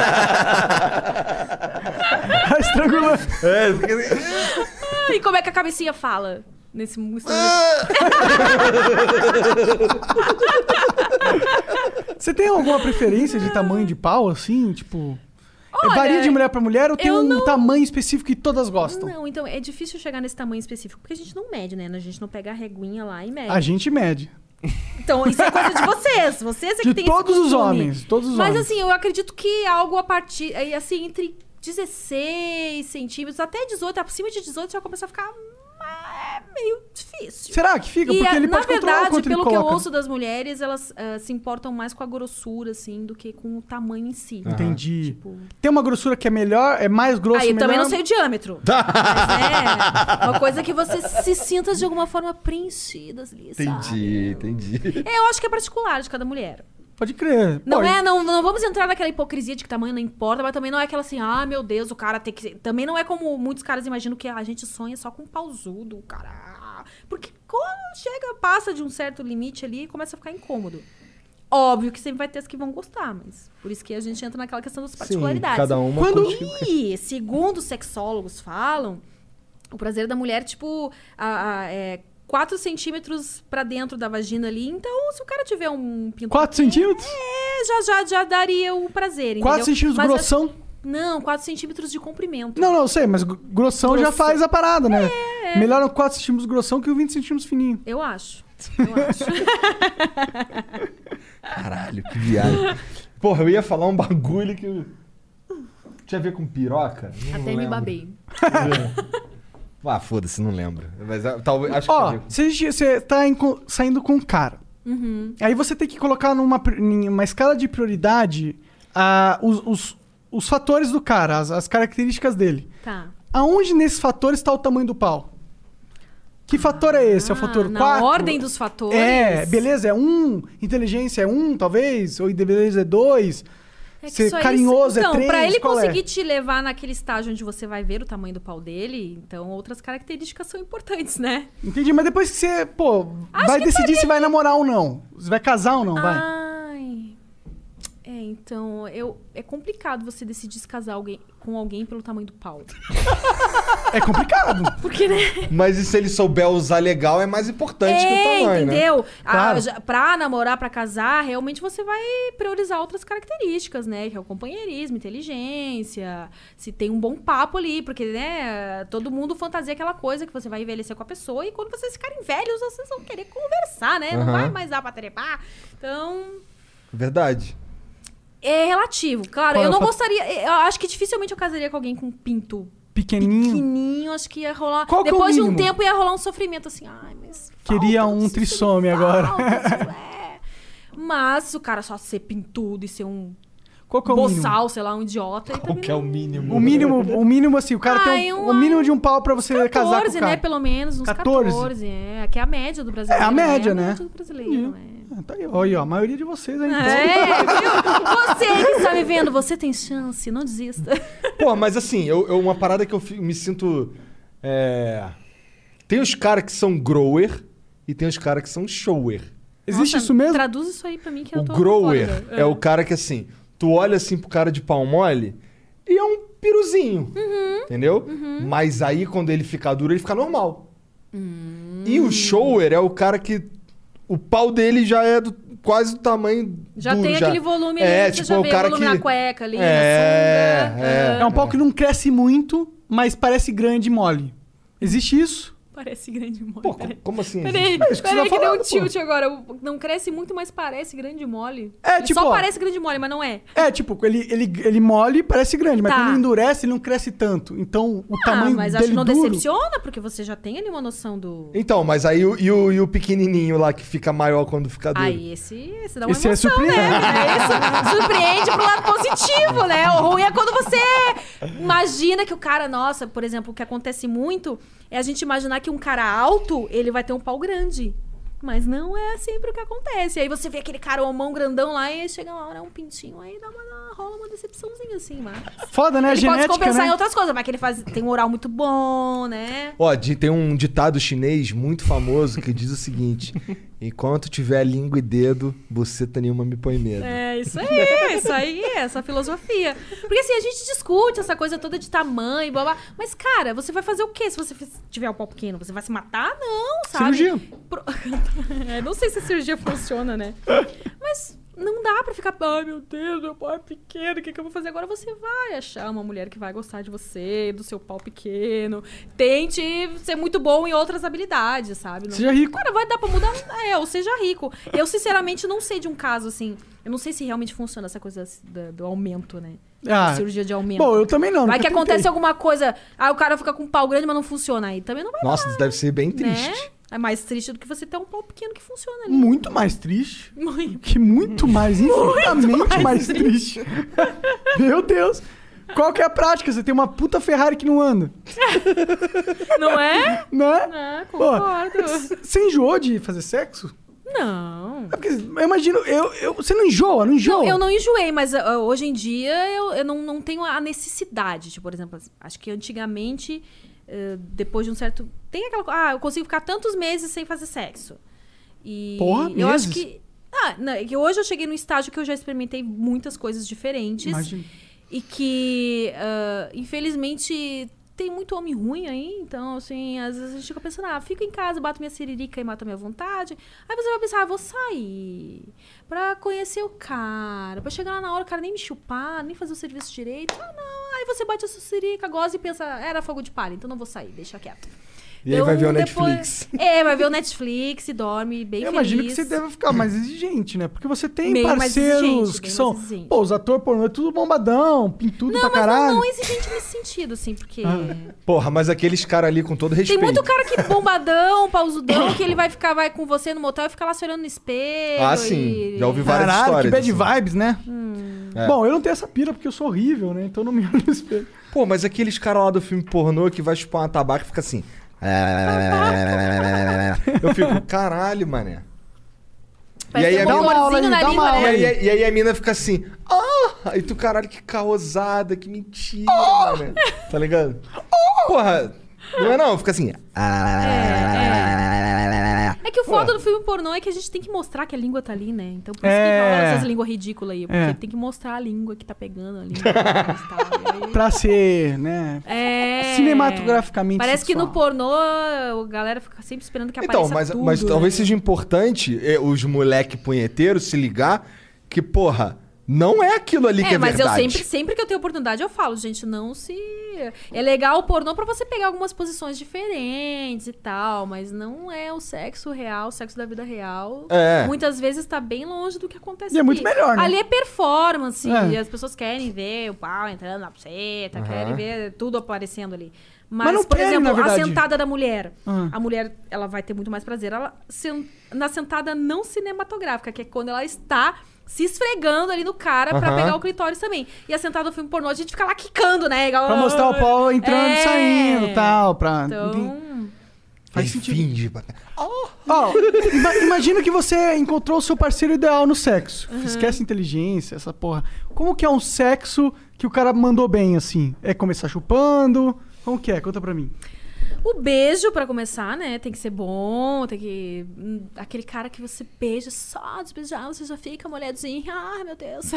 Speaker 3: Vai estrangulando.
Speaker 2: É, fica assim.
Speaker 4: Ah, e como é que a cabecinha fala? Nesse
Speaker 3: Você tem alguma preferência de tamanho de pau, assim? Tipo...
Speaker 4: Olha,
Speaker 3: varia de mulher pra mulher ou tem
Speaker 4: eu
Speaker 3: um
Speaker 4: não-
Speaker 3: tamanho específico que todas gostam?
Speaker 4: Não, então é difícil chegar nesse tamanho específico, porque a gente não mede, né? A gente não pega a reguinha lá e mede.
Speaker 3: A gente mede.
Speaker 4: Então, isso é coisa de vocês. Vocês é que
Speaker 3: De
Speaker 4: tem
Speaker 3: todos
Speaker 4: esse
Speaker 3: os
Speaker 4: costume.
Speaker 3: homens, todos os
Speaker 4: Mas
Speaker 3: homens.
Speaker 4: assim, eu acredito que algo a partir, aí, assim, entre dezesseis centímetros até dezoito, acima de dezoito já começa a ficar ah, é meio difícil.
Speaker 3: Será que fica?
Speaker 4: E,
Speaker 3: Porque
Speaker 4: é,
Speaker 3: ele
Speaker 4: na
Speaker 3: pode controlar
Speaker 4: verdade,
Speaker 3: quanto ele
Speaker 4: pelo que eu
Speaker 3: coloca.
Speaker 4: ouço das mulheres, elas ah, se importam mais com a grossura, assim, do que com o tamanho em si.
Speaker 3: Entendi.
Speaker 4: Tipo...
Speaker 3: Tem uma grossura que é melhor, é mais grosso,
Speaker 4: Aí eu
Speaker 3: melhor?
Speaker 4: também não sei o diâmetro. Mas é uma coisa que você se sinta de alguma forma preenchida ali, sabe?
Speaker 2: Entendi, entendi.
Speaker 4: Eu acho que é particular de cada mulher.
Speaker 3: Pode crer.
Speaker 4: Não
Speaker 3: Pô,
Speaker 4: é, não, não vamos entrar naquela hipocrisia de que tamanho não importa, mas também não é aquela assim, ah, meu Deus, o cara tem que ser... Também não é como muitos caras imaginam que a gente sonha só com um pausudo, o cara... Porque quando chega, passa de um certo limite ali, começa a ficar incômodo. Óbvio que sempre vai ter as que vão gostar, mas por isso que a gente entra naquela questão das particularidades.
Speaker 2: cada uma
Speaker 3: Quando-
Speaker 2: com-
Speaker 4: E, segundo os sexólogos falam, o prazer da mulher, tipo, a, a, é quatro centímetros pra dentro da vagina ali. Então, se o cara tiver um pinto...
Speaker 3: quatro centímetros?
Speaker 4: É, já, já, já daria o prazer,
Speaker 3: quatro
Speaker 4: entendeu?
Speaker 3: centímetros
Speaker 4: Mas
Speaker 3: grossão?
Speaker 4: acho- Não, quatro centímetros de comprimento.
Speaker 3: Não, não, eu sei, mas gr- grossão já
Speaker 4: Grossão.
Speaker 3: faz a parada, né? Melhor um quatro centímetros grossão que o vinte centímetros fininho.
Speaker 4: Eu acho. Eu acho.
Speaker 2: Caralho, que viagem. Porra, eu ia falar um bagulho que... Tinha a ver com piroca? Não
Speaker 4: Até me
Speaker 2: lembro.
Speaker 4: babei.
Speaker 2: Ah, foda-se, não lembro. Mas ah, talvez... Acho que
Speaker 3: Ó,
Speaker 2: tinha a ver com-
Speaker 3: se a gente- você tá em co- saindo com um cara,
Speaker 4: Uhum.
Speaker 3: aí você tem que colocar numa, pri- em uma escala de prioridade ah, os, os, os fatores do cara, as, as características dele.
Speaker 4: Tá.
Speaker 3: Aonde nesses fatores está o tamanho do pau? Que fator é esse? É o
Speaker 4: Ah,
Speaker 3: fator
Speaker 4: na
Speaker 3: quatro?
Speaker 4: ordem dos fatores.
Speaker 3: É, beleza, é um, inteligência é um, talvez, ou beleza é dois.
Speaker 4: É que
Speaker 3: Ser
Speaker 4: isso aí-
Speaker 3: carinhoso
Speaker 4: então,
Speaker 3: é três,
Speaker 4: pra ele
Speaker 3: qual é?
Speaker 4: conseguir te levar naquele estágio onde você vai ver o tamanho do pau dele, então outras características são importantes, né?
Speaker 3: Entendi, mas depois que você, pô,
Speaker 4: Acho
Speaker 3: vai
Speaker 4: que
Speaker 3: decidir
Speaker 4: faria-
Speaker 3: se vai namorar ou não. Se vai casar ou não, vai.
Speaker 4: Ai. É, então, eu, é complicado você decidir se casar alguém, com alguém pelo tamanho do pau.
Speaker 3: É complicado.
Speaker 4: Porque, né?
Speaker 2: Mas e se ele souber usar legal, é mais importante que o
Speaker 4: É,
Speaker 2: tamanho, né?
Speaker 4: entendeu? Ah,
Speaker 3: Claro.
Speaker 4: já- pra namorar, pra casar, realmente você vai priorizar outras características, né? Que é o companheirismo, inteligência, se tem um bom papo ali, porque, né, todo mundo fantasia aquela coisa que você vai envelhecer com a pessoa e quando vocês ficarem velhos, vocês vão querer conversar, né? Não
Speaker 2: Aham.
Speaker 4: vai mais dar pra trepar. Então,
Speaker 2: Verdade.
Speaker 4: é relativo. Claro,
Speaker 3: Qual é
Speaker 4: eu
Speaker 3: o
Speaker 4: não
Speaker 3: fa-
Speaker 4: gostaria... Eu acho que dificilmente eu casaria com alguém com pinto
Speaker 3: Pequenininho.
Speaker 4: pequenininho, acho que ia rolar...
Speaker 3: Qual que é o
Speaker 4: Depois de um
Speaker 3: mínimo?
Speaker 4: tempo ia rolar um sofrimento, assim, ai, mas...
Speaker 3: Queria
Speaker 4: falta,
Speaker 3: um
Speaker 4: não sei se
Speaker 3: trissome
Speaker 4: me
Speaker 3: agora.
Speaker 4: falta, é. Mas se o cara só ser pintudo e ser um
Speaker 3: Qual que é o mínimo?
Speaker 4: boçal, sei lá, um idiota... aí
Speaker 2: Qual
Speaker 4: também
Speaker 2: que é o
Speaker 4: não-
Speaker 2: mínimo?
Speaker 3: O mínimo, o mínimo assim, o cara tem
Speaker 4: Ai,
Speaker 3: um,
Speaker 4: um-
Speaker 3: o mínimo de um pau pra você casar com o
Speaker 4: catorze,
Speaker 3: cara.
Speaker 4: né, pelo menos, uns
Speaker 3: catorze?
Speaker 4: catorze, é, que é a média do brasileiro.
Speaker 3: É a média,
Speaker 4: né?
Speaker 3: né?
Speaker 4: A média do brasileiro, é.
Speaker 3: Ah, tá aí, ó, aí, ó, a maioria de vocês aí. então.
Speaker 4: É, viu? Você que está me vendo, você tem chance, não desista.
Speaker 2: Pô, mas assim, eu, eu- uma parada que eu fi- me sinto... é, Tem os caras que são grower e tem os caras que são shower.
Speaker 3: Existe
Speaker 4: Nossa,
Speaker 3: isso mesmo?
Speaker 4: Traduz isso aí pra mim que eu
Speaker 2: O
Speaker 4: tô
Speaker 2: grower
Speaker 4: por fora.
Speaker 2: é o cara que assim, tu olha assim pro cara de pau mole e é um piruzinho,
Speaker 4: Uhum,
Speaker 2: entendeu? Mas aí quando ele fica duro, ele fica normal.
Speaker 4: Hum.
Speaker 2: E o shower é o cara que o pau dele já é do, quase do tamanho
Speaker 4: Já
Speaker 2: duro,
Speaker 4: tem aquele volume,
Speaker 2: é,
Speaker 4: né?
Speaker 2: tipo,
Speaker 4: Você já
Speaker 2: é o
Speaker 4: vê
Speaker 2: cara
Speaker 4: o volume
Speaker 2: que
Speaker 4: na cueca ali,
Speaker 2: é,
Speaker 4: na sunga.
Speaker 2: é.
Speaker 3: É um pau que não cresce muito, mas parece grande e mole. Existe isso?
Speaker 4: Parece grande mole.
Speaker 2: Pô,
Speaker 4: peraí.
Speaker 2: como assim?
Speaker 4: Peraí,
Speaker 3: É isso que você
Speaker 4: peraí
Speaker 3: tá
Speaker 4: que deu um
Speaker 3: falando, pô.
Speaker 4: tilt agora. O- Não cresce muito, mas parece grande mole.
Speaker 3: É,
Speaker 4: Ele
Speaker 3: tipo,
Speaker 4: só
Speaker 3: ó.
Speaker 4: parece grande mole, mas não é.
Speaker 3: É, tipo, ele, ele, ele mole e parece grande, mas
Speaker 4: Tá.
Speaker 3: quando endurece, ele não cresce tanto. Então, o
Speaker 4: Ah,
Speaker 3: tamanho
Speaker 4: mas
Speaker 3: dele
Speaker 4: acho que não
Speaker 3: duro...
Speaker 4: decepciona, porque você já tem ali uma noção do...
Speaker 2: Então, mas aí o, e, o, e o pequenininho lá que fica maior quando fica duro?
Speaker 4: Aí, esse, esse dá uma
Speaker 3: Esse é
Speaker 4: emoção,
Speaker 3: surpreendente.
Speaker 4: né? É isso, surpreende pro lado positivo, né? O ruim é quando você imagina que o cara, nossa, por exemplo, o que acontece muito é a gente imaginar que um cara alto, ele vai ter um pau grande. Mas não é sempre o que acontece. Aí você vê aquele cara homão grandão lá e chega uma hora, um pintinho, aí dá uma, rola uma decepçãozinha assim, mas...
Speaker 3: Foda, né?
Speaker 4: Ele
Speaker 3: Genética,
Speaker 4: pode compensar
Speaker 3: né?
Speaker 4: em outras coisas, mas que ele faz, tem um oral muito bom, né?
Speaker 2: Ó, de- tem um ditado chinês muito famoso que diz o seguinte: enquanto tiver língua e dedo, buceta nenhuma me põe medo.
Speaker 4: É, isso aí, isso aí, essa filosofia. Porque assim, a gente discute essa coisa toda de tamanho, blá, blá, mas cara, você vai fazer o quê se você fiz- tiver um pau pequeno? Você vai se matar? Não, sabe?
Speaker 3: Cirurgia.
Speaker 4: Pro- É, não sei se a cirurgia funciona, né? Mas não dá parar pra ficar, ai meu Deus, meu pau é pequeno, o que, que eu vou fazer agora? Você vai achar uma mulher que vai gostar de você, do seu pau pequeno. Tente ser muito bom em outras habilidades, sabe? Não...
Speaker 3: Seja rico.
Speaker 4: Cara, vai dar pra mudar, é, ou seja rico. Eu, sinceramente, não sei de um caso, assim, eu não sei se realmente funciona essa coisa do, do aumento, né?
Speaker 3: Ah,
Speaker 4: cirurgia de aumento.
Speaker 3: Bom, eu também não.
Speaker 4: Vai
Speaker 3: nunca
Speaker 4: que acontece
Speaker 3: tentei.
Speaker 4: alguma coisa, aí o cara fica com um pau grande, mas não funciona aí. Também não vai
Speaker 2: Nossa,
Speaker 4: dar,
Speaker 2: isso deve ser bem
Speaker 4: né?
Speaker 2: triste.
Speaker 4: É mais triste do que você ter um pau pequeno que funciona ali.
Speaker 3: Muito mais triste.
Speaker 4: Muito.
Speaker 3: Que muito mais, infinitamente mais, mais triste. Meu Deus. Qual que é a prática? Você tem uma puta Ferrari que não anda.
Speaker 4: Não é?
Speaker 3: Né?
Speaker 4: É, concordo.
Speaker 3: Você enjoou de fazer sexo?
Speaker 4: Não.
Speaker 3: É porque, eu imagino, eu, eu, você não enjoa, não enjoa?
Speaker 4: Não, eu não enjoei, mas uh, hoje em dia eu, eu não, não tenho a necessidade. Tipo, por exemplo, acho que antigamente, uh, depois de um certo... Tem aquela coisa, ah, eu consigo ficar tantos meses sem fazer sexo. E
Speaker 3: Porra,
Speaker 4: eu
Speaker 3: meses?
Speaker 4: acho que... Ah, não, é que hoje eu cheguei num estágio que eu já experimentei muitas coisas diferentes.
Speaker 3: Imagino.
Speaker 4: E que, uh, infelizmente, tem muito homem ruim aí. Então, assim, às vezes a gente fica pensando, ah, fico em casa, bato minha siririca e mato a minha vontade. Aí você vai pensar, ah, vou sair pra conhecer o cara, pra chegar lá na hora o cara nem me chupar, nem fazer o serviço direito. Ah, não. Aí você bate a sua siririca, goza e pensa, era fogo de palha, então não vou sair, deixa quieto.
Speaker 2: E aí
Speaker 4: Então,
Speaker 2: vai ver o
Speaker 4: depois-
Speaker 2: Netflix.
Speaker 4: É, vai ver o Netflix e dorme bem
Speaker 3: Eu
Speaker 4: feliz.
Speaker 3: imagino que você deve ficar mais exigente, né? Porque você tem
Speaker 4: Bem mais
Speaker 3: parceiros
Speaker 4: exigente,
Speaker 3: que
Speaker 4: bem
Speaker 3: são...
Speaker 4: mais exigente.
Speaker 3: Pô, os atores pornô é tudo bombadão, pintudo
Speaker 4: Não,
Speaker 3: pra
Speaker 4: mas
Speaker 3: caralho.
Speaker 4: não, não exigente nesse sentido, assim, porque...
Speaker 2: Porra, mas aqueles caras ali, com todo
Speaker 4: Tem
Speaker 2: respeito.
Speaker 4: muito cara que bombadão, pausudão, que ele vai ficar vai com você no motel e fica lá se olhando no espelho.
Speaker 2: Ah, sim.
Speaker 4: e-
Speaker 2: Já ouvi várias
Speaker 3: Caralho,
Speaker 2: histórias.
Speaker 3: que bad
Speaker 2: assim.
Speaker 3: vibes, né?
Speaker 2: É.
Speaker 3: Bom, eu não tenho essa pira porque eu sou horrível, né? Então eu não me olho no espelho.
Speaker 2: Pô, mas aqueles caras lá do filme pornô que vai chupar uma tabaca e fica assim... Eu fico, caralho, mané.
Speaker 4: Parece ter um
Speaker 3: Dá uma aula
Speaker 4: amorzinho
Speaker 3: aí,
Speaker 4: na
Speaker 3: dá uma
Speaker 4: língua,
Speaker 3: aula
Speaker 2: E
Speaker 4: né?
Speaker 3: aí.
Speaker 2: aí, e aí a mina fica assim, ah! Aí tu, caralho, que caosada, que mentira, mané. Tá ligado? Porra, não é não, fica assim...
Speaker 4: É que o foda do filme pornô é que a gente tem que mostrar que a língua tá ali, né? Então por isso
Speaker 3: É.
Speaker 4: que rola essas línguas ridículas aí. Porque
Speaker 3: É.
Speaker 4: tem que mostrar a língua que tá pegando a língua. e tal, e aí-
Speaker 3: Pra ser, né?
Speaker 4: É.
Speaker 3: Cinematograficamente
Speaker 4: Parece que no
Speaker 3: sexual.
Speaker 4: pornô a galera fica sempre esperando que
Speaker 2: Então,
Speaker 4: apareça
Speaker 2: mas,
Speaker 4: tudo.
Speaker 2: mas talvez
Speaker 4: né?
Speaker 2: seja importante eh, os moleque punheteiros se ligar que, porra, não é aquilo ali que
Speaker 4: É,
Speaker 2: é
Speaker 4: mas
Speaker 2: verdade.
Speaker 4: eu sempre, sempre que eu tenho oportunidade, eu falo, gente, não se... É legal o pornô pra você pegar algumas posições diferentes e tal, mas não é o sexo real, o sexo da vida real.
Speaker 2: É.
Speaker 4: Muitas vezes tá bem longe do que acontece
Speaker 3: E é muito
Speaker 4: aqui.
Speaker 3: melhor, né?
Speaker 4: Ali é performance,
Speaker 3: É.
Speaker 4: e as pessoas querem ver o pau entrando na buceta,
Speaker 2: Aham.
Speaker 4: querem ver tudo aparecendo ali.
Speaker 3: Mas
Speaker 4: Mas,
Speaker 3: não
Speaker 4: por
Speaker 3: querem,
Speaker 4: exemplo,
Speaker 3: na
Speaker 4: a
Speaker 3: verdade.
Speaker 4: sentada da mulher.
Speaker 3: Ah.
Speaker 4: A mulher, ela vai ter muito mais prazer ela, sen- na sentada não cinematográfica, que é quando ela está se esfregando ali no cara pra
Speaker 2: Aham.
Speaker 4: pegar o clitóris também. E a sentada do filme pornô, a gente fica lá quicando, né? Igual-
Speaker 3: Pra mostrar o pau entrando
Speaker 4: É.
Speaker 3: e saindo e tal. Pra...
Speaker 4: Então...
Speaker 3: Faz
Speaker 2: Ele
Speaker 3: sentido.
Speaker 2: finge pra-
Speaker 3: Ó, ima- imagina que você encontrou o seu parceiro ideal no sexo.
Speaker 4: Uhum.
Speaker 3: Esquece inteligência, essa porra. Como que é um sexo que o cara mandou bem, assim? É começar chupando? Como que é? Conta pra mim.
Speaker 4: O beijo, pra começar, né? Tem que ser bom, tem que... hum, Aquele cara que você beija, só de beijar, você já fica molhadinho. Ai, meu Deus.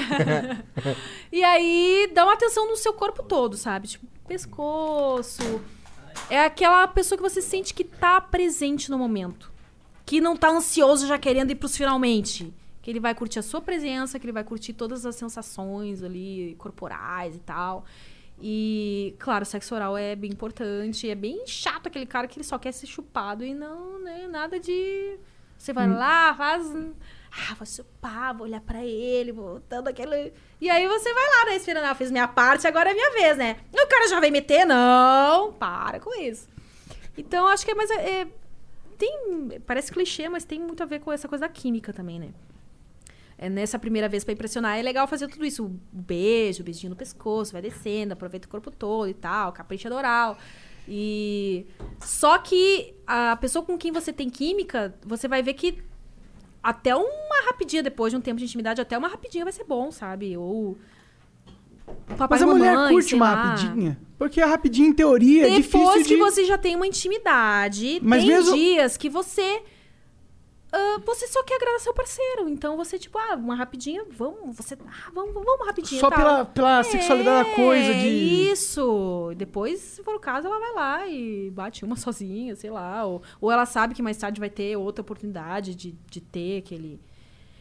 Speaker 4: E aí, dá uma atenção no seu corpo todo, sabe? Tipo, pescoço. É aquela pessoa que você sente que tá presente no momento. Que não tá ansioso já querendo ir pros finalmente. Que ele vai curtir a sua presença, que ele vai curtir todas as sensações ali, corporais e tal. E, claro, o sexo oral é bem importante. É bem chato aquele cara que ele só quer ser chupado e não, né, nada de... Você vai lá, faz... Ah, vou chupar, vou olhar pra ele, vou dando aquele... E aí você vai lá, né, esperando, ah, fiz minha parte, agora é minha vez, né? E o cara já vem meter? Não, para com isso. Então, acho que é mais... É, tem... Parece clichê, mas tem muito a ver com essa coisa da química também, né? É, nessa primeira vez pra impressionar, é legal fazer tudo isso. O beijo, o beijinho no pescoço, vai descendo, aproveita o corpo todo e tal, capricha do oral. E... Só que a pessoa com quem você tem química, você vai ver que até uma rapidinha, depois de um tempo de intimidade, até uma rapidinha vai ser bom, sabe? Ou... Papai
Speaker 3: Mas a
Speaker 4: e
Speaker 3: mulher
Speaker 4: mamãe,
Speaker 3: curte
Speaker 4: sei
Speaker 3: uma
Speaker 4: lá.
Speaker 3: rapidinha? Porque a rapidinha, em teoria, é difícil
Speaker 4: Depois
Speaker 3: de...
Speaker 4: que você já tem uma intimidade,
Speaker 3: Mas
Speaker 4: tem
Speaker 3: mesmo-
Speaker 4: dias que você... ah, você só quer agradar seu parceiro. Então você, tipo, ah, uma rapidinha, vamos, você. Ah, vamos, vamos rapidinho.
Speaker 3: Só
Speaker 4: tal.
Speaker 3: pela, pela sexualidade da coisa de...
Speaker 4: Isso. Depois, se for o caso, ela vai lá e bate uma sozinha, sei lá. Ou, ou ela sabe que mais tarde vai ter outra oportunidade de, de ter aquele...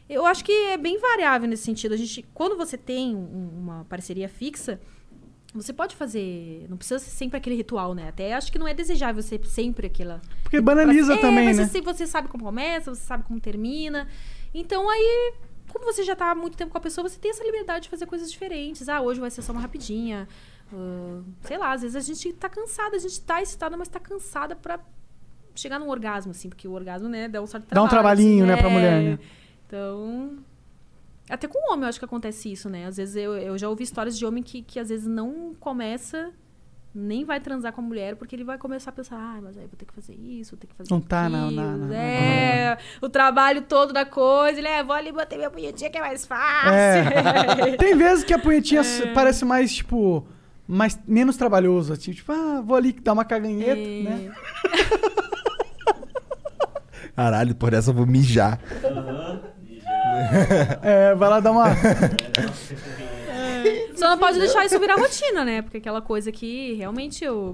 Speaker 4: Eu acho que é bem variável nesse sentido. A gente, quando você tem um, uma parceria fixa, você pode fazer... Não precisa ser sempre aquele ritual, né? Até acho que não é desejável ser sempre aquela...
Speaker 3: Porque banaliza
Speaker 4: é,
Speaker 3: também,
Speaker 4: mas
Speaker 3: né?
Speaker 4: Você, você sabe como começa, você sabe como termina. Então, aí... Como você já tá há muito tempo com a pessoa, você tem essa liberdade de fazer coisas diferentes. Ah, hoje vai ser só uma rapidinha. Uh, sei lá, às vezes a gente tá cansada. A gente tá excitada, mas tá cansada pra chegar num orgasmo, assim. Porque o orgasmo, né, dá um certo trabalho.
Speaker 3: Dá um trabalhinho,
Speaker 4: assim,
Speaker 3: né, pra mulher, né?
Speaker 4: Então... Até com homem eu acho que acontece isso, né? Às vezes eu, eu já ouvi histórias de homem que, que às vezes não começa... Nem vai transar com a mulher, porque ele vai começar a pensar, ah, mas aí vou ter que fazer isso, vou ter que fazer
Speaker 3: Não
Speaker 4: aquilo.
Speaker 3: tá, não, não, não.
Speaker 4: É, o trabalho todo da coisa. Ele, é, vou ali bater minha punhetinha que é mais fácil.
Speaker 3: É. Tem vezes que a punhetinha é. parece mais, tipo, mais, menos trabalhoso. Assim, tipo, ah, vou ali dar uma caganheta, é. né?
Speaker 2: Caralho, por essa eu vou mijar.
Speaker 11: Aham, mijar.
Speaker 3: É, vai lá dar uma...
Speaker 4: Só não pode deixar isso virar rotina, né? Porque aquela coisa que realmente o,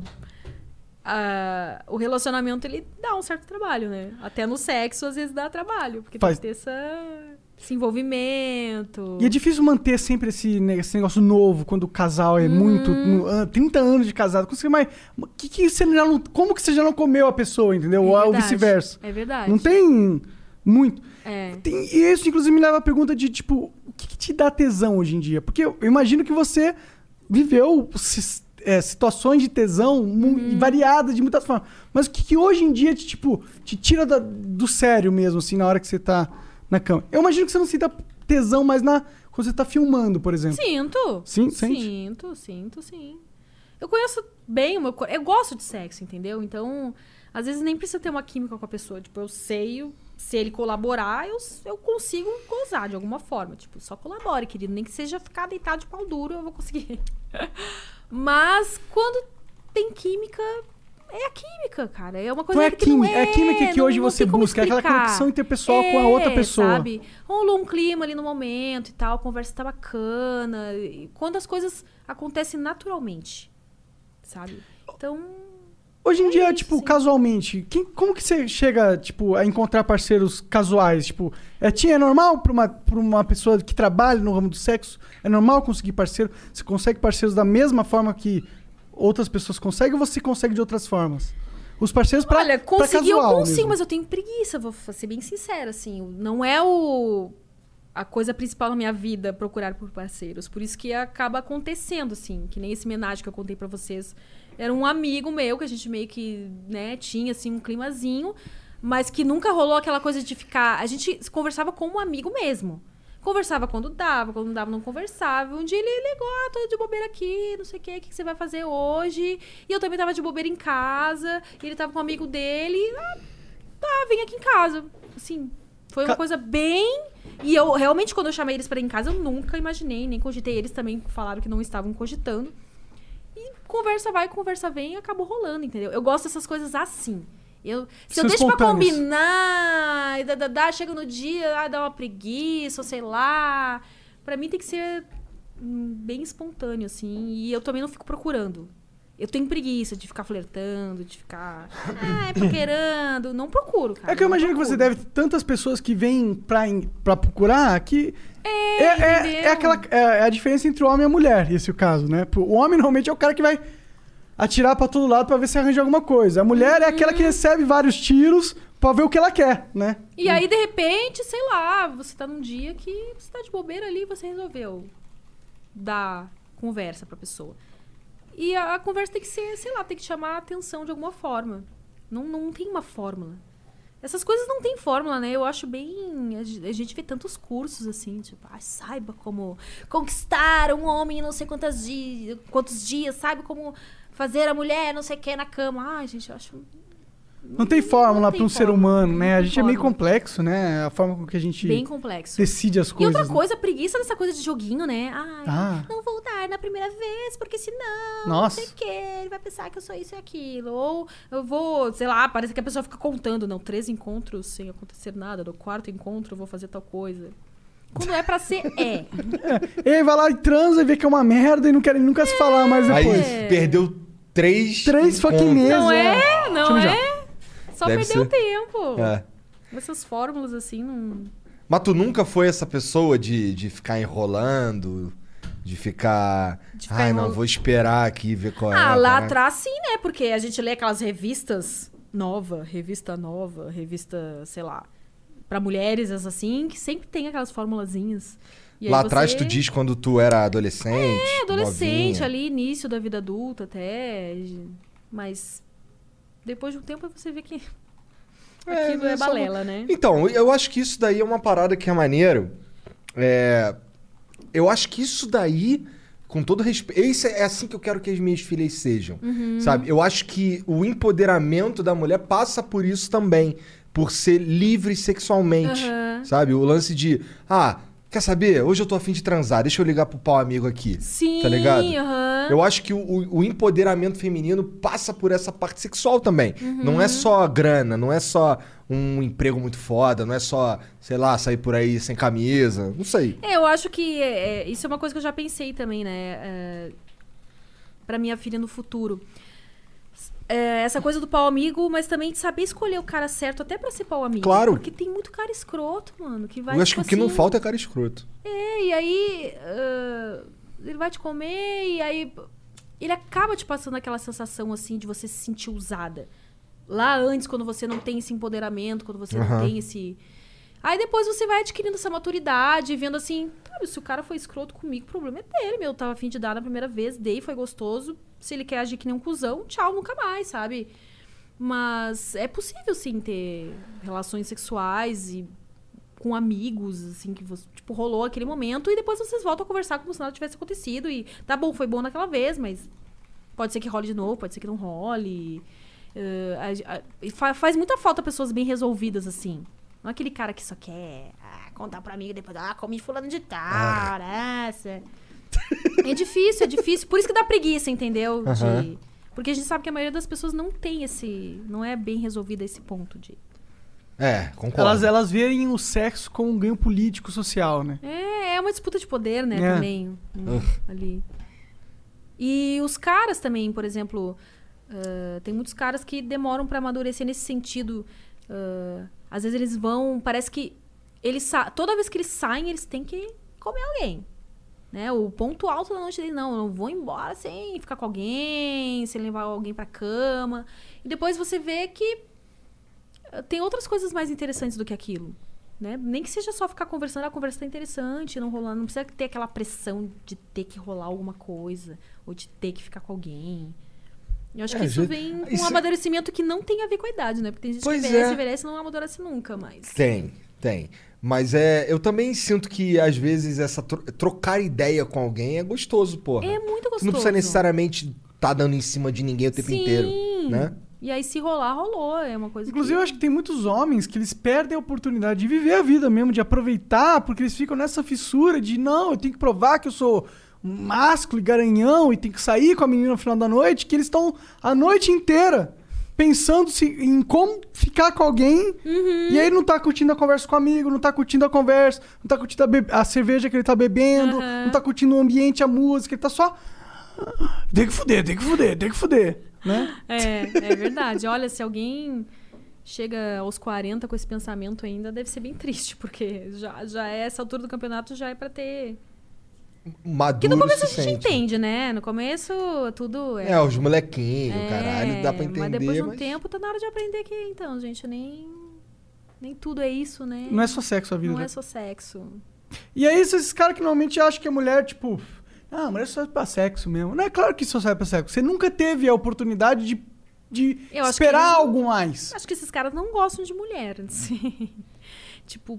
Speaker 4: a, o relacionamento ele dá um certo trabalho, né? Até no sexo às vezes dá trabalho, porque
Speaker 3: Faz...
Speaker 4: tem que ter essa, esse envolvimento.
Speaker 3: E é difícil manter sempre esse, esse negócio novo quando o casal é hum. muito... trinta anos de casado. Como, você, mas, que que você já não, como que você já não comeu a pessoa, entendeu?
Speaker 4: É
Speaker 3: Ou vice-versa.
Speaker 4: É verdade.
Speaker 3: Não tem muito...
Speaker 4: É.
Speaker 3: Tem, e isso, inclusive, me leva à pergunta de, tipo, o que, que te dá tesão hoje em dia? Porque eu, eu imagino que você viveu si, é, situações de tesão uhum. variadas de muitas formas. Mas o que, que hoje em dia te, tipo, te tira da, do sério mesmo, assim, na hora que você tá na cama? Eu imagino que você não sinta tesão mais na, quando você tá filmando, por exemplo.
Speaker 4: Sinto.
Speaker 3: Sim, sente?
Speaker 4: Sinto, sinto, sim. Eu conheço bem o meu corpo. Eu gosto de sexo, entendeu? Então, às vezes nem precisa ter uma química com a pessoa. Tipo, eu sei... Se ele colaborar, eu, eu consigo gozar de alguma forma. Tipo, só colabore, querido. Nem que seja ficar deitado de pau duro, eu vou conseguir. Mas, quando tem química, é a química, cara. É uma coisa
Speaker 3: então é
Speaker 4: que não é...
Speaker 3: É a química que
Speaker 4: não,
Speaker 3: hoje
Speaker 4: não
Speaker 3: você busca. É aquela conexão interpessoal é, com a outra pessoa.
Speaker 4: Sabe? Rolou um clima ali no momento e tal. A conversa tá bacana. E quando as coisas acontecem naturalmente, sabe? Então...
Speaker 3: Hoje em
Speaker 4: é
Speaker 3: dia,
Speaker 4: isso,
Speaker 3: tipo,
Speaker 4: sim.
Speaker 3: casualmente, quem, como que você chega, tipo, a encontrar parceiros casuais? Tipo, é, tia, é normal pra uma, pra uma pessoa que trabalha no ramo do sexo? É normal conseguir parceiro? Você consegue parceiros da mesma forma que outras pessoas conseguem ou você consegue de outras formas? Os parceiros pra
Speaker 4: Olha, conseguir eu consigo,
Speaker 3: mesmo.
Speaker 4: Mas eu tenho preguiça, vou ser bem sincera, assim. Não é o... a coisa principal na minha vida procurar por parceiros. Por isso que acaba acontecendo, assim. Que nem esse homenagem que eu contei pra vocês. Era um amigo meu, que a gente meio que, né, tinha, assim, um climazinho. Mas que nunca rolou aquela coisa de ficar... A gente conversava como um amigo mesmo. Conversava quando dava, quando não dava, não conversava. Um dia ele ligou, ah, tô de bobeira aqui, não sei o quê, o que você vai fazer hoje? E eu também tava de bobeira em casa. E ele tava com um amigo dele. Ah, tá, vem aqui em casa. Assim, foi uma Ca... coisa bem... E eu, realmente, quando eu chamei eles pra ir em casa, eu nunca imaginei, nem cogitei. Eles também falaram que não estavam cogitando. E conversa vai, conversa vem e acabou rolando, entendeu? Eu gosto dessas coisas assim. Eu, se eu deixo pra combinar, e dá, dá, dá, chega no dia, ah, dá uma preguiça, ou sei lá. Pra mim tem que ser hum, bem espontâneo, assim. E eu também não fico procurando. Eu tenho preguiça de ficar flertando, de ficar... Ah, é paquerando. Não procuro, cara.
Speaker 3: É que eu imagino que você deve ter tantas pessoas que vêm pra, pra procurar que... É, é, é, é, aquela, é a diferença entre o homem e a mulher, esse é o caso, né? O homem normalmente é o cara que vai atirar pra todo lado pra ver se arranja alguma coisa. A mulher uhum. é aquela que recebe vários tiros pra ver o que ela quer, né?
Speaker 4: E aí, de repente, sei lá, você tá num dia que você tá de bobeira ali e você resolveu dar conversa pra pessoa. E a, a conversa tem que ser, sei lá, tem que chamar a atenção de alguma forma. Não, não tem uma fórmula. Essas coisas não tem fórmula, né? Eu acho bem... A gente vê tantos cursos, assim, tipo... Ah, saiba como conquistar um homem em não sei quantos dias, quantos dias. Saiba como fazer a mulher não sei o que na cama. Ai, gente, eu acho...
Speaker 3: Não tem fórmula para um ser humano, né? A gente é meio complexo, né? A forma com que a gente
Speaker 4: Bem complexo.
Speaker 3: decide as coisas.
Speaker 4: E outra
Speaker 3: né?
Speaker 4: coisa, preguiça dessa coisa de joguinho, né? Ai,
Speaker 3: ah.
Speaker 4: não vou dar na primeira vez, porque senão,
Speaker 3: Nossa.
Speaker 4: não sei o quê, ele vai pensar que eu sou isso e aquilo. Ou eu vou, sei lá, parece que a pessoa fica contando. Não, três encontros sem acontecer nada. No quarto encontro eu vou fazer tal coisa. Quando é pra ser, é.
Speaker 3: é. E aí vai lá e transa e vê que é uma merda e não quer nunca é. se falar mais depois.
Speaker 2: Aí perdeu três
Speaker 3: Três fucking meses.
Speaker 4: Não é, não é. Só
Speaker 2: Deve
Speaker 4: perdeu
Speaker 2: ser.
Speaker 4: tempo.
Speaker 2: É.
Speaker 4: Essas fórmulas, assim, não...
Speaker 2: Mas tu nunca foi essa pessoa de, de ficar enrolando, de ficar...
Speaker 4: De ficar
Speaker 2: Ai,
Speaker 4: enrol-
Speaker 2: não, vou esperar aqui ver qual é.
Speaker 4: Ah, lá
Speaker 2: caraca."
Speaker 4: atrás sim, né? Porque a gente lê aquelas revistas nova, revista nova, revista, sei lá, pra mulheres, assim, que sempre tem aquelas formulazinhas. E aí
Speaker 2: Lá
Speaker 4: você-
Speaker 2: atrás tu diz quando tu era adolescente,
Speaker 4: É, adolescente,
Speaker 2: novinha.
Speaker 4: ali, início da vida adulta até. Mas depois de um tempo você vê que aquilo é,
Speaker 2: é só-
Speaker 4: balela, né?
Speaker 2: Então, eu acho que isso daí é uma parada que é maneiro. É... Eu acho que isso daí, com todo respeito... Isso é assim que eu quero que as minhas filhas sejam,
Speaker 4: Uhum.
Speaker 2: sabe? Eu acho que o empoderamento da mulher passa por isso também. Por ser livre sexualmente,
Speaker 4: Aham.
Speaker 2: sabe? O lance de... Ah, quer saber? Hoje eu tô afim de transar. Deixa eu ligar pro pau amigo aqui.
Speaker 4: Sim,
Speaker 2: Tá ligado?
Speaker 4: aham.
Speaker 2: Eu acho que o, o- o empoderamento feminino passa por essa parte sexual também.
Speaker 4: Uhum.
Speaker 2: Não é só grana, não é só um emprego muito foda, não é só, sei lá, sair por aí sem camisa. Não sei.
Speaker 4: É, eu acho que é, é, isso é uma coisa que eu já pensei também, né? É, pra minha filha no futuro. É, essa coisa do pau amigo, mas também de saber escolher o cara certo até pra ser pau amigo.
Speaker 2: Claro.
Speaker 4: Porque tem muito cara escroto, mano, que vai,
Speaker 2: eu acho
Speaker 4: tipo
Speaker 2: que o que não
Speaker 4: assim,
Speaker 2: falta é cara escroto.
Speaker 4: É, e aí ah, ele vai te comer e aí ele acaba te passando aquela sensação assim de você se sentir usada. Lá antes, quando você não tem esse empoderamento, quando você
Speaker 2: Aham.
Speaker 4: não tem esse... Aí depois você vai adquirindo essa maturidade, vendo assim, sabe, se o cara foi escroto comigo, o problema é dele, meu. Eu tava a fim de dar na primeira vez, dei, foi gostoso. Se ele quer agir que nem um cuzão, tchau, nunca mais, sabe? Mas é possível, sim, ter relações sexuais e com amigos, assim, que você, tipo, rolou aquele momento e depois vocês voltam a conversar como se nada tivesse acontecido. E tá bom, foi bom naquela vez, mas pode ser que role de novo, pode ser que não role. Uh, a- a- e fa- faz muita falta pessoas bem resolvidas, assim. Não é aquele cara que só quer ah, contar pra amiga depois, ah, comi fulano de tal, essa. É difícil, é difícil. Por isso que dá preguiça, entendeu? De-
Speaker 2: Aham.
Speaker 4: Porque a gente sabe que a maioria das pessoas não tem esse... Não é bem resolvido esse ponto de...
Speaker 2: É, concordo.
Speaker 3: Elas, elas veem o sexo como um ganho político social, né?
Speaker 4: É, é uma disputa de poder, né,
Speaker 3: É.
Speaker 4: também. hum, ali. E os caras também, por exemplo... ah, tem muitos caras que demoram pra amadurecer nesse sentido. ah, às vezes eles vão... Parece que... Eles sa- toda vez que eles saem, eles têm que comer alguém. Né? O ponto alto da noite deles, não, eu não vou embora sem ficar com alguém, sem levar alguém pra cama. E depois você vê que ah, tem outras coisas mais interessantes do que aquilo. Né? Nem que seja só ficar conversando, a conversa tá interessante, não rolando, não precisa ter aquela pressão de ter que rolar alguma coisa, ou de ter que ficar com alguém. Eu acho
Speaker 2: É,
Speaker 4: que isso
Speaker 2: gente,
Speaker 4: vem com
Speaker 2: isso-
Speaker 4: um amadurecimento que não tem a ver com a idade, né? Porque tem gente
Speaker 2: Pois
Speaker 4: que envelhece,
Speaker 2: é.
Speaker 4: envelhece e não amadurece nunca mais.
Speaker 2: Tem, tem. Mas é, eu também sinto que, às vezes, essa tro- trocar ideia com alguém é gostoso, porra.
Speaker 4: É muito gostoso.
Speaker 2: Tu não precisa necessariamente tá dando em cima de ninguém o tempo
Speaker 4: Sim.
Speaker 2: inteiro, né?
Speaker 4: E aí, se rolar, rolou. É uma coisa
Speaker 3: Inclusive,
Speaker 4: que...
Speaker 3: eu acho que tem muitos homens que eles perdem a oportunidade de viver a vida mesmo, de aproveitar, porque eles ficam nessa fissura de, não, eu tenho que provar que eu sou um másculo e garanhão e tenho que sair com a menina no final da noite, que eles estão a noite inteira pensando se, em como ficar com alguém,
Speaker 4: Uhum.
Speaker 3: e aí não tá curtindo a conversa com o amigo, não tá curtindo a conversa, não tá curtindo a, be- a cerveja que ele tá bebendo,
Speaker 4: Uhum.
Speaker 3: não tá curtindo o ambiente, a música, ele tá só... Tem que fuder, tem que fuder, tem que fuder, né?
Speaker 4: É, é verdade. Olha, se alguém chega aos quarenta com esse pensamento ainda, deve ser bem triste, porque já, já é essa altura do campeonato, já é pra ter...
Speaker 2: Maduro
Speaker 4: Que no começo a
Speaker 2: se
Speaker 4: gente
Speaker 2: sente.
Speaker 4: entende, né? No começo tudo é...
Speaker 2: É, os molequinhos,
Speaker 4: É,
Speaker 2: caralho, dá pra entender.
Speaker 4: Mas depois de um
Speaker 2: mas-
Speaker 4: tempo tá na hora de aprender que, então, gente, nem... Nem tudo é isso, né?
Speaker 3: Não é só sexo a vida.
Speaker 4: Não
Speaker 3: né?
Speaker 4: é só sexo.
Speaker 3: E aí, esses caras que normalmente acham que a mulher, tipo, ah, a mulher só serve pra sexo mesmo. Não é claro que só serve pra sexo. Você nunca teve a oportunidade de, de
Speaker 4: Eu acho
Speaker 3: esperar
Speaker 4: que eles-
Speaker 3: algo mais.
Speaker 4: Acho que esses caras não gostam de mulher, assim. Tipo,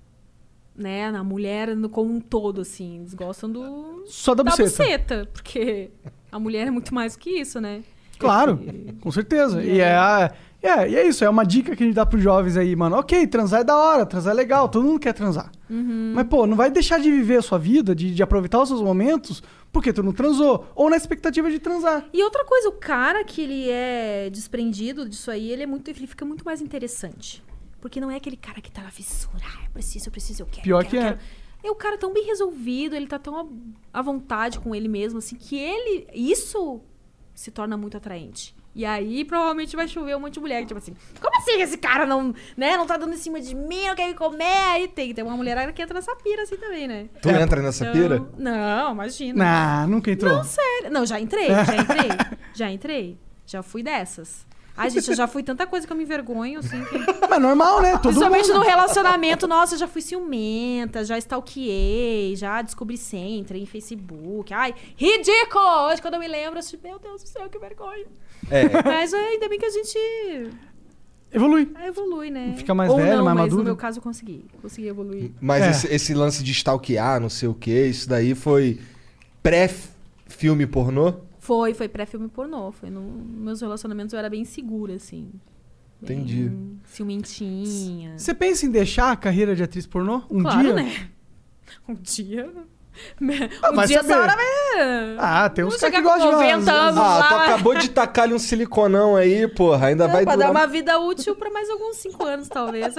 Speaker 4: né, na mulher no- como um todo, assim. Eles gostam do...
Speaker 3: Só da buceta.
Speaker 4: buceta, porque a mulher é muito mais do que isso, né?
Speaker 3: Claro, com certeza. E é, a- é, e é isso, é uma dica que a gente dá pros jovens aí, mano. Ok, transar é da hora, transar é legal, todo mundo quer transar.
Speaker 4: Uhum.
Speaker 3: Mas, pô, não vai deixar de viver a sua vida, de, de aproveitar os seus momentos, porque tu não transou. Ou na expectativa de transar.
Speaker 4: E outra coisa, o cara que ele é desprendido disso aí, ele é muito, ele fica muito mais interessante. Porque não é aquele cara que tá na fissura, ah, eu preciso, eu preciso, eu quero.
Speaker 3: Pior
Speaker 4: eu quero,
Speaker 3: que
Speaker 4: eu
Speaker 3: é.
Speaker 4: quero. É o cara tão bem resolvido, ele tá tão à- à vontade com ele mesmo, assim, que ele... Isso se torna muito atraente. E aí, provavelmente vai chover um monte de mulher, tipo assim, como assim esse cara não, né, não tá dando em cima de mim, não quer me comer? Aí tem, tem uma mulher que entra nessa pira assim também, né?
Speaker 2: Tu é, entra nessa
Speaker 4: então,
Speaker 2: pira?
Speaker 4: Não, imagina.
Speaker 3: Nah, nunca entrou.
Speaker 4: Não, sério. Não, já entrei, já entrei. já entrei. Já fui dessas. Ai, gente, eu já fui tanta coisa que eu me envergonho, assim. Que...
Speaker 3: Mas normal, né? Todo
Speaker 4: Principalmente
Speaker 3: mundo.
Speaker 4: no relacionamento, nossa, eu já fui ciumenta, já stalkeei, já descobri senha, entrei em Facebook. Ai, ridículo! Hoje, quando eu me lembro, eu assim, meu Deus do céu, que vergonha.
Speaker 2: É.
Speaker 4: Mas ainda bem que a gente...
Speaker 3: Evolui.
Speaker 4: Ah, evolui, né?
Speaker 3: Fica mais
Speaker 4: Ou
Speaker 3: velho,
Speaker 4: não,
Speaker 3: mais
Speaker 4: mas
Speaker 3: maduro.
Speaker 4: no meu caso eu consegui. Consegui evoluir.
Speaker 2: Mas
Speaker 3: É.
Speaker 2: esse, esse lance de stalkear, não sei o que, isso daí foi pré-filme pornô?
Speaker 4: Foi, foi pré-filme pornô. Foi no meus relacionamentos eu era bem segura, assim. Bem
Speaker 2: Entendi.
Speaker 4: ciumentinha.
Speaker 3: Você pensa em deixar a carreira de atriz pornô? Um
Speaker 4: claro,
Speaker 3: dia?
Speaker 4: né? Um dia...
Speaker 3: Ah,
Speaker 4: um
Speaker 3: vai
Speaker 4: dia
Speaker 3: saber.
Speaker 4: essa hora vai...
Speaker 3: Ah, tem uns
Speaker 4: Vou
Speaker 3: caras que
Speaker 4: chegar com
Speaker 3: gostam de
Speaker 4: noventa
Speaker 3: umas-
Speaker 4: anos
Speaker 2: Ah,
Speaker 4: lá.
Speaker 2: tu acabou de tacar-lhe um siliconão aí, porra. Ainda
Speaker 4: Não,
Speaker 2: vai
Speaker 4: pra
Speaker 2: durar...
Speaker 4: dar uma vida útil pra mais alguns cinco anos, talvez.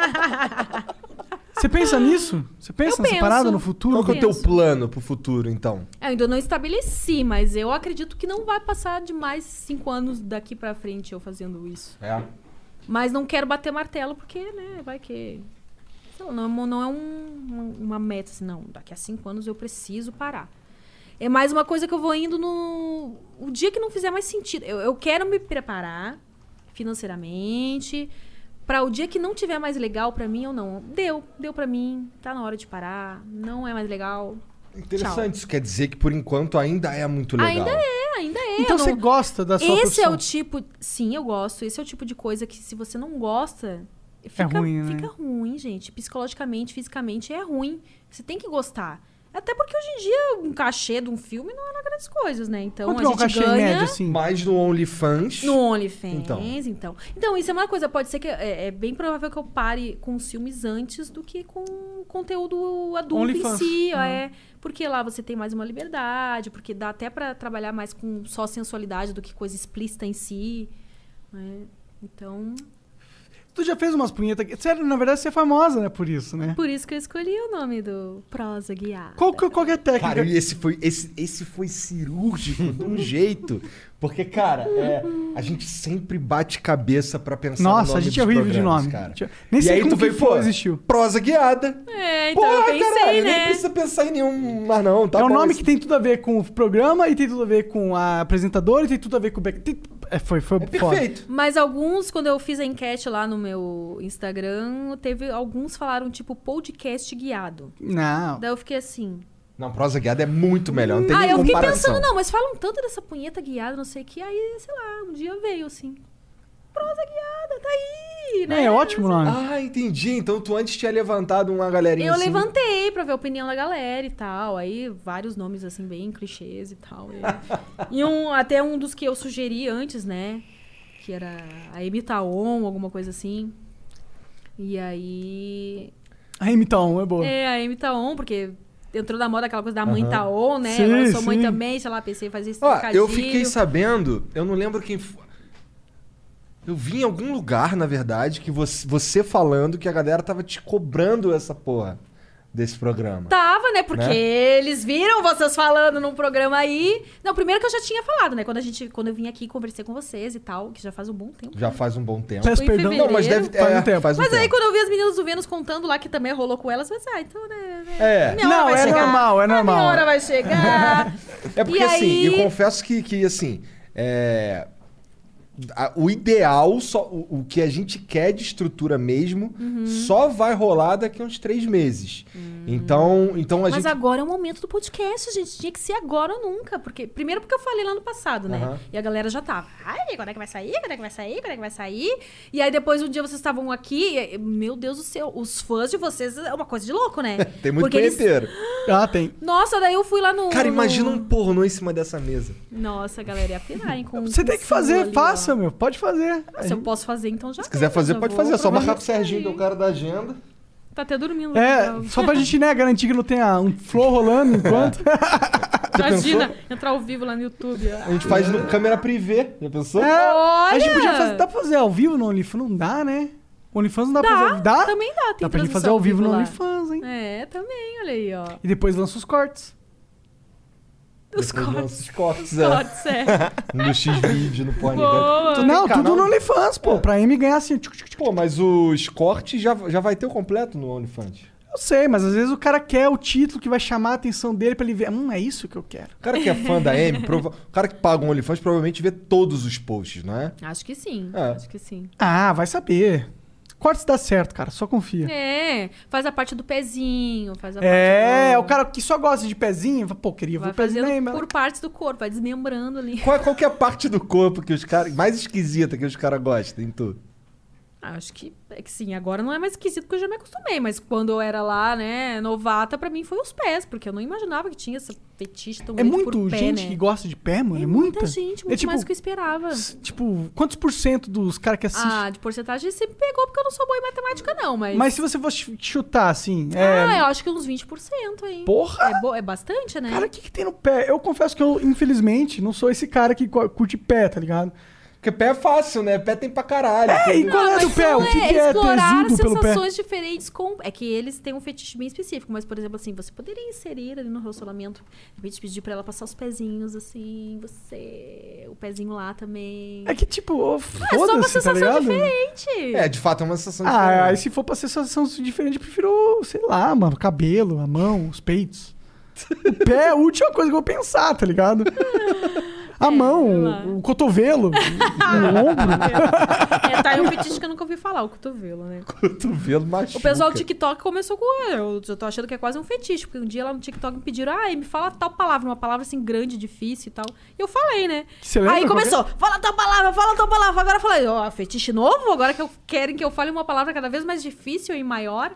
Speaker 3: Você pensa nisso? Você pensa
Speaker 4: Eu
Speaker 3: nessa
Speaker 4: penso.
Speaker 3: parada no futuro?
Speaker 2: Qual que é o teu
Speaker 4: penso.
Speaker 2: plano pro futuro, então?
Speaker 4: Eu ainda não estabeleci, mas eu acredito que não vai passar de mais cinco anos daqui pra frente eu fazendo isso.
Speaker 2: É.
Speaker 4: Mas não quero bater martelo, porque, né, vai que... sei lá, não, não é um, uma meta, assim, não. Daqui a cinco anos eu preciso parar. É mais uma coisa que eu vou indo no... O dia que não fizer mais sentido. Eu, eu quero me preparar financeiramente para o dia que não tiver mais legal pra mim ou não. Deu, deu pra mim. Tá na hora de parar. Não é mais legal.
Speaker 2: Interessante.
Speaker 4: Tchau.
Speaker 2: Isso quer dizer que, por enquanto, ainda é muito legal.
Speaker 4: Ainda é, ainda é.
Speaker 3: Então
Speaker 4: Eu
Speaker 3: você
Speaker 4: não-
Speaker 3: gosta da sua
Speaker 4: Esse
Speaker 3: profissão?
Speaker 4: é o tipo... Sim, eu gosto. Esse é o tipo de coisa que se você não gosta... Fica
Speaker 3: ruim, né?
Speaker 4: Fica ruim, gente. Psicologicamente, fisicamente, é ruim. Você tem que gostar. Até porque hoje em dia um cachê de um filme não é lá grandes coisas, né? Então
Speaker 3: Quanto
Speaker 4: a
Speaker 3: que é um
Speaker 4: gente
Speaker 3: cachê em
Speaker 4: ganha
Speaker 3: média, assim?
Speaker 2: Mais no OnlyFans.
Speaker 4: no OnlyFans,
Speaker 2: Então.
Speaker 4: então. então. isso é uma coisa. Pode ser que... É, é bem provável que eu pare com os filmes antes do que com conteúdo adulto em
Speaker 3: OnlyFans.
Speaker 4: si.
Speaker 3: Uhum.
Speaker 4: É, porque lá você tem mais uma liberdade, porque dá até pra trabalhar mais com só sensualidade do que coisa explícita em si. Né? Então...
Speaker 3: Tu já fez umas punhetas... Sério, na verdade você é famosa, né? Por isso, né?
Speaker 4: Por isso que eu escolhi o nome do Prosa Guiada.
Speaker 3: Qual, que- qual que é a técnica?
Speaker 2: Cara, e esse foi, esse, esse foi cirúrgico de um jeito. Porque, cara, é, a gente sempre bate cabeça pra pensar no
Speaker 3: Nossa,
Speaker 2: nome
Speaker 3: a gente é
Speaker 2: dos
Speaker 3: horrível de
Speaker 2: programas,
Speaker 3: nome.
Speaker 2: cara.
Speaker 3: Tinha- Nem
Speaker 2: E
Speaker 3: sei
Speaker 2: aí
Speaker 3: como
Speaker 2: tu
Speaker 3: que
Speaker 2: veio,
Speaker 3: foi,
Speaker 2: pô,
Speaker 3: existiu.
Speaker 2: Prosa Guiada.
Speaker 4: É, então
Speaker 2: Porra,
Speaker 4: eu pensei,
Speaker 2: caralho, nem
Speaker 4: né?
Speaker 2: precisa pensar em nenhum mais não, tá
Speaker 3: é um
Speaker 2: bom
Speaker 3: nome
Speaker 2: esse-
Speaker 3: que tem tudo a ver com o programa e tem tudo a ver com a apresentadora e tem tudo a ver com o back... tem- É, foi, foi
Speaker 2: É
Speaker 3: foda.
Speaker 2: perfeito.
Speaker 4: Mas alguns, quando eu fiz a enquete lá no meu Instagram, teve alguns falaram tipo podcast guiado.
Speaker 3: Não.
Speaker 4: Daí eu fiquei assim.
Speaker 2: Não, Prosa Guiada é muito melhor, não tem
Speaker 4: Ah,
Speaker 2: nem
Speaker 4: eu fiquei
Speaker 2: comparação.
Speaker 4: pensando, não, mas falam tanto dessa punheta guiada, não sei o que. Aí, sei lá, um dia veio assim. Prosa guiada, tá aí, né?
Speaker 3: É, ótimo nome.
Speaker 2: Ah, entendi. Então tu antes tinha levantado uma galerinha
Speaker 4: Eu
Speaker 2: assim.
Speaker 4: levantei pra ver a opinião da galera e tal. Aí, vários nomes, assim, bem clichês e tal. E, e um, até um dos que eu sugeri antes, né? Que era a Amy Taon, alguma coisa assim. E aí...
Speaker 3: A Amy Taon é boa.
Speaker 4: É, a Amy Taon, porque entrou na moda aquela coisa da mãe
Speaker 2: Aham.
Speaker 4: Taon, né?
Speaker 3: Sim,
Speaker 4: Agora eu sou mãe
Speaker 3: sim.
Speaker 4: também, sei lá, pensei em fazer esse
Speaker 2: Ó,
Speaker 4: trocadilho.
Speaker 2: eu fiquei sabendo, eu não lembro quem foi. Eu vi em algum lugar, na verdade, que você, você falando que a galera tava te cobrando essa porra desse programa.
Speaker 4: Tava, né? Porque
Speaker 2: Né?
Speaker 4: eles viram vocês falando num programa aí. Não, primeiro que eu já tinha falado, né? Quando, a gente, quando eu vim aqui conversei com vocês e tal, que já faz um bom tempo.
Speaker 2: Já faz um bom tempo.
Speaker 3: Peço
Speaker 4: Foi em
Speaker 3: perdão.
Speaker 2: Não, mas deve
Speaker 4: fevereiro.
Speaker 2: é,
Speaker 3: Faz um tempo.
Speaker 2: Faz um
Speaker 4: Mas aí
Speaker 2: tempo.
Speaker 4: quando eu vi as meninas do Vênus contando lá que também rolou com elas, eu pensei, ah, então, né?
Speaker 2: É.
Speaker 4: minha hora
Speaker 3: Não,
Speaker 4: vai
Speaker 3: é
Speaker 4: chegar.
Speaker 3: normal, é
Speaker 4: A minha
Speaker 3: normal.
Speaker 4: hora vai chegar.
Speaker 2: É porque
Speaker 4: E
Speaker 2: assim,
Speaker 4: aí-
Speaker 2: eu confesso que, que assim, é, a- o ideal, só, o, o que a gente quer de estrutura mesmo,
Speaker 4: Uhum.
Speaker 2: só vai rolar daqui a uns três meses. Então, então a
Speaker 4: Mas
Speaker 2: gente...
Speaker 4: agora é o momento do podcast, gente. Tinha que ser agora ou nunca. Porque, primeiro porque eu falei lá no passado, né?
Speaker 2: Aham.
Speaker 4: E a galera já tava. Ai, quando é que vai sair? Quando é que vai sair? Quando é que vai sair? E aí depois um dia vocês estavam aqui. E, meu Deus do céu, os fãs de vocês é uma coisa de louco, né?
Speaker 2: Tem muito
Speaker 4: porque eles...
Speaker 2: punheteiro.
Speaker 3: Ah, tem.
Speaker 4: Nossa, daí eu fui lá no.
Speaker 2: Cara,
Speaker 4: no-
Speaker 2: imagina um pornô em cima dessa mesa.
Speaker 4: Nossa, a galera ia pirar, hein? Com,
Speaker 3: Você
Speaker 4: com
Speaker 3: tem que
Speaker 4: o símbolo
Speaker 3: fazer,
Speaker 4: ali,
Speaker 3: faça,
Speaker 4: ó.
Speaker 3: meu. Pode fazer.
Speaker 4: Se eu posso fazer, então já.
Speaker 2: Se quiser fazer, pode fazer. É só marcar pro Serginho, que é o cara da agenda.
Speaker 4: Tá até dormindo.
Speaker 3: É,
Speaker 4: lá.
Speaker 3: só pra gente, né, garantir que não tenha um flow rolando enquanto.
Speaker 4: Imagina entrar ao vivo lá no YouTube.
Speaker 2: A gente faz no câmera privê, já pensou?
Speaker 3: É,
Speaker 4: Olha!
Speaker 3: a gente podia fazer. Dá pra fazer ao vivo no OnlyFans? Não dá, né? O OnlyFans não dá, pra
Speaker 4: Dá,
Speaker 3: fazer. Dá?
Speaker 4: também dá. Tem
Speaker 3: Dá pra gente
Speaker 4: transmissão
Speaker 3: fazer ao vivo no
Speaker 4: lá.
Speaker 3: OnlyFans, hein?
Speaker 4: É, também, olha aí, ó.
Speaker 3: E depois lança os cortes.
Speaker 4: Os
Speaker 2: Depois
Speaker 4: cortes.
Speaker 2: lança Os cortes,
Speaker 4: Os
Speaker 2: é.
Speaker 4: cortes, é.
Speaker 2: No X-Video, no Pornhub.
Speaker 4: Boa.
Speaker 2: Tu tem
Speaker 3: Não,
Speaker 2: canal?
Speaker 3: tudo no OnlyFans, pô. Pra M ganhar assim. tchuc, tchuc, tchuc.
Speaker 2: Pô, mas os cortes já, já vai ter o completo no OnlyFans.
Speaker 3: Eu sei, mas às vezes o cara quer o título que vai chamar a atenção dele pra ele ver. Hum, é isso que eu quero.
Speaker 2: O cara que é fã da M, prova... o cara que paga um OnlyFans provavelmente vê todos os posts, não é?
Speaker 4: Acho que sim.
Speaker 2: É.
Speaker 4: Acho que sim.
Speaker 3: Ah, vai saber. Cortes dá certo, cara. Só confia.
Speaker 4: É, faz a parte do pezinho, faz a
Speaker 3: É,
Speaker 4: parte do...
Speaker 3: o cara que só gosta de pezinho, fala, pô, queria ver
Speaker 4: Vai
Speaker 3: o pezinho
Speaker 4: fazendo
Speaker 3: da M.
Speaker 4: por partes do corpo, vai desmembrando ali.
Speaker 2: Qual, qual que é a parte do corpo que os caras mais esquisita que os caras gostam em tudo?
Speaker 4: Acho que é que sim, agora não é mais esquisito porque eu já me acostumei, mas quando eu era lá, né, novata, pra mim foi os pés, porque eu não imaginava que tinha essa fetiche tão
Speaker 3: É
Speaker 4: grande
Speaker 3: muito
Speaker 4: por pé,
Speaker 3: gente
Speaker 4: né?
Speaker 3: que gosta de pé, mano. É,
Speaker 4: É
Speaker 3: muita.
Speaker 4: muita gente, muito
Speaker 3: é, tipo,
Speaker 4: mais do que eu esperava.
Speaker 3: s- Tipo, quantos por cento dos caras que assistem?
Speaker 4: Ah, de porcentagem você pegou porque eu não sou boa em matemática não, mas...
Speaker 3: Mas se você fosse ch- chutar, assim. É...
Speaker 4: Ah, eu acho que uns vinte por cento aí.
Speaker 3: Porra!
Speaker 4: É, bo... é bastante, né?
Speaker 3: Cara, o que, que tem no pé? Eu confesso que eu, infelizmente, não sou esse cara que co- curte pé, tá ligado?
Speaker 2: Porque pé é fácil, né? Pé tem pra caralho.
Speaker 3: É, e qual é do
Speaker 4: mas
Speaker 3: pé?
Speaker 4: não
Speaker 3: O que, que é
Speaker 4: explorar
Speaker 3: tesudo pelo pé?
Speaker 4: sensações diferentes com... É que eles têm um fetiche bem específico, mas, por exemplo, assim, você poderia inserir ali no relacionamento, de repente pedir pra ela passar os pezinhos, assim, você... O pezinho lá também.
Speaker 3: É que, tipo, oh,
Speaker 4: É só uma
Speaker 3: foda-se, tá
Speaker 4: sensação
Speaker 3: ligado?
Speaker 4: diferente.
Speaker 2: É, de fato é uma sensação
Speaker 3: Ah,
Speaker 2: diferente.
Speaker 3: aí se for pra sensação diferente, eu prefiro, sei lá, mano, o cabelo, a mão, os peitos. O pé é a última coisa que eu vou pensar, tá ligado? A mão, o cotovelo, o ombro.
Speaker 4: É, tá aí um fetiche que eu nunca ouvi falar, o cotovelo, né?
Speaker 2: Cotovelo machuca.
Speaker 4: O pessoal do TikTok começou com... Eu já tô achando que é quase um fetiche, porque um dia lá no TikTok me pediram, ah, me fala tal palavra, uma palavra assim grande, difícil e tal. E eu falei, né?
Speaker 3: Você lembra
Speaker 4: Aí
Speaker 3: qual que
Speaker 4: começou, fala tal palavra, fala tal palavra. Agora eu falei, ó, fetiche novo? Agora que eu querem que eu fale uma palavra cada vez mais difícil e maior?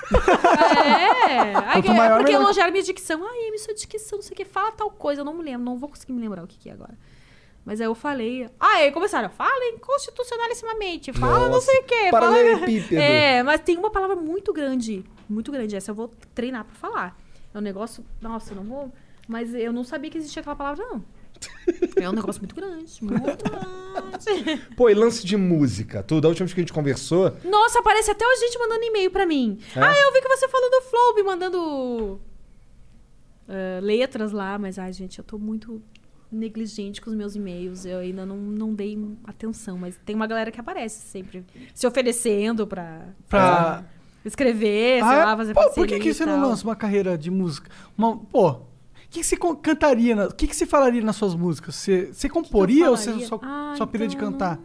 Speaker 4: É. Aí,
Speaker 3: Quanto
Speaker 4: é
Speaker 3: maior,
Speaker 4: porque
Speaker 3: melhor.
Speaker 4: elogiaram minha dicção. Ai, Amy, sua dicção, não sei o que, fala tal coisa. Eu não me lembro, não vou conseguir me lembrar o que, que é agora. Mas aí eu falei. Ah, aí começaram. Fala inconstitucionalissimamente. Fala não
Speaker 2: Nossa,
Speaker 4: sei o quê. Fala...
Speaker 2: paralelepípedo.
Speaker 4: É, mas tem uma palavra muito grande. Muito grande. Essa eu vou treinar pra falar. É um negócio. Nossa, eu não vou. Mas eu não sabia que existia aquela palavra, não. É um negócio muito grande. Muito grande.
Speaker 2: Pô, e lance de música? Tu, da última vez que a gente conversou,
Speaker 4: Nossa, aparece até hoje gente mandando e-mail pra mim.
Speaker 2: É?
Speaker 4: Ah, eu vi que você falou do Flow, me mandando uh, letras lá. Mas, ai, gente, eu tô muito negligente com os meus e-mails. Eu ainda não, não dei atenção. Mas tem uma galera que aparece sempre se oferecendo pra,
Speaker 3: Pra-
Speaker 4: escrever, sei
Speaker 3: Ah,
Speaker 4: lá, fazer
Speaker 3: pô, por
Speaker 4: parceria
Speaker 3: que, que
Speaker 4: e
Speaker 3: você não
Speaker 4: tal.
Speaker 3: lança uma carreira de música? Uma, pô, o que, que você con- cantaria? na- O que, que você falaria nas suas músicas? Você, você comporia ou você
Speaker 4: falaria?
Speaker 3: só,
Speaker 4: Ah,
Speaker 3: só pira de
Speaker 4: então,
Speaker 3: cantar?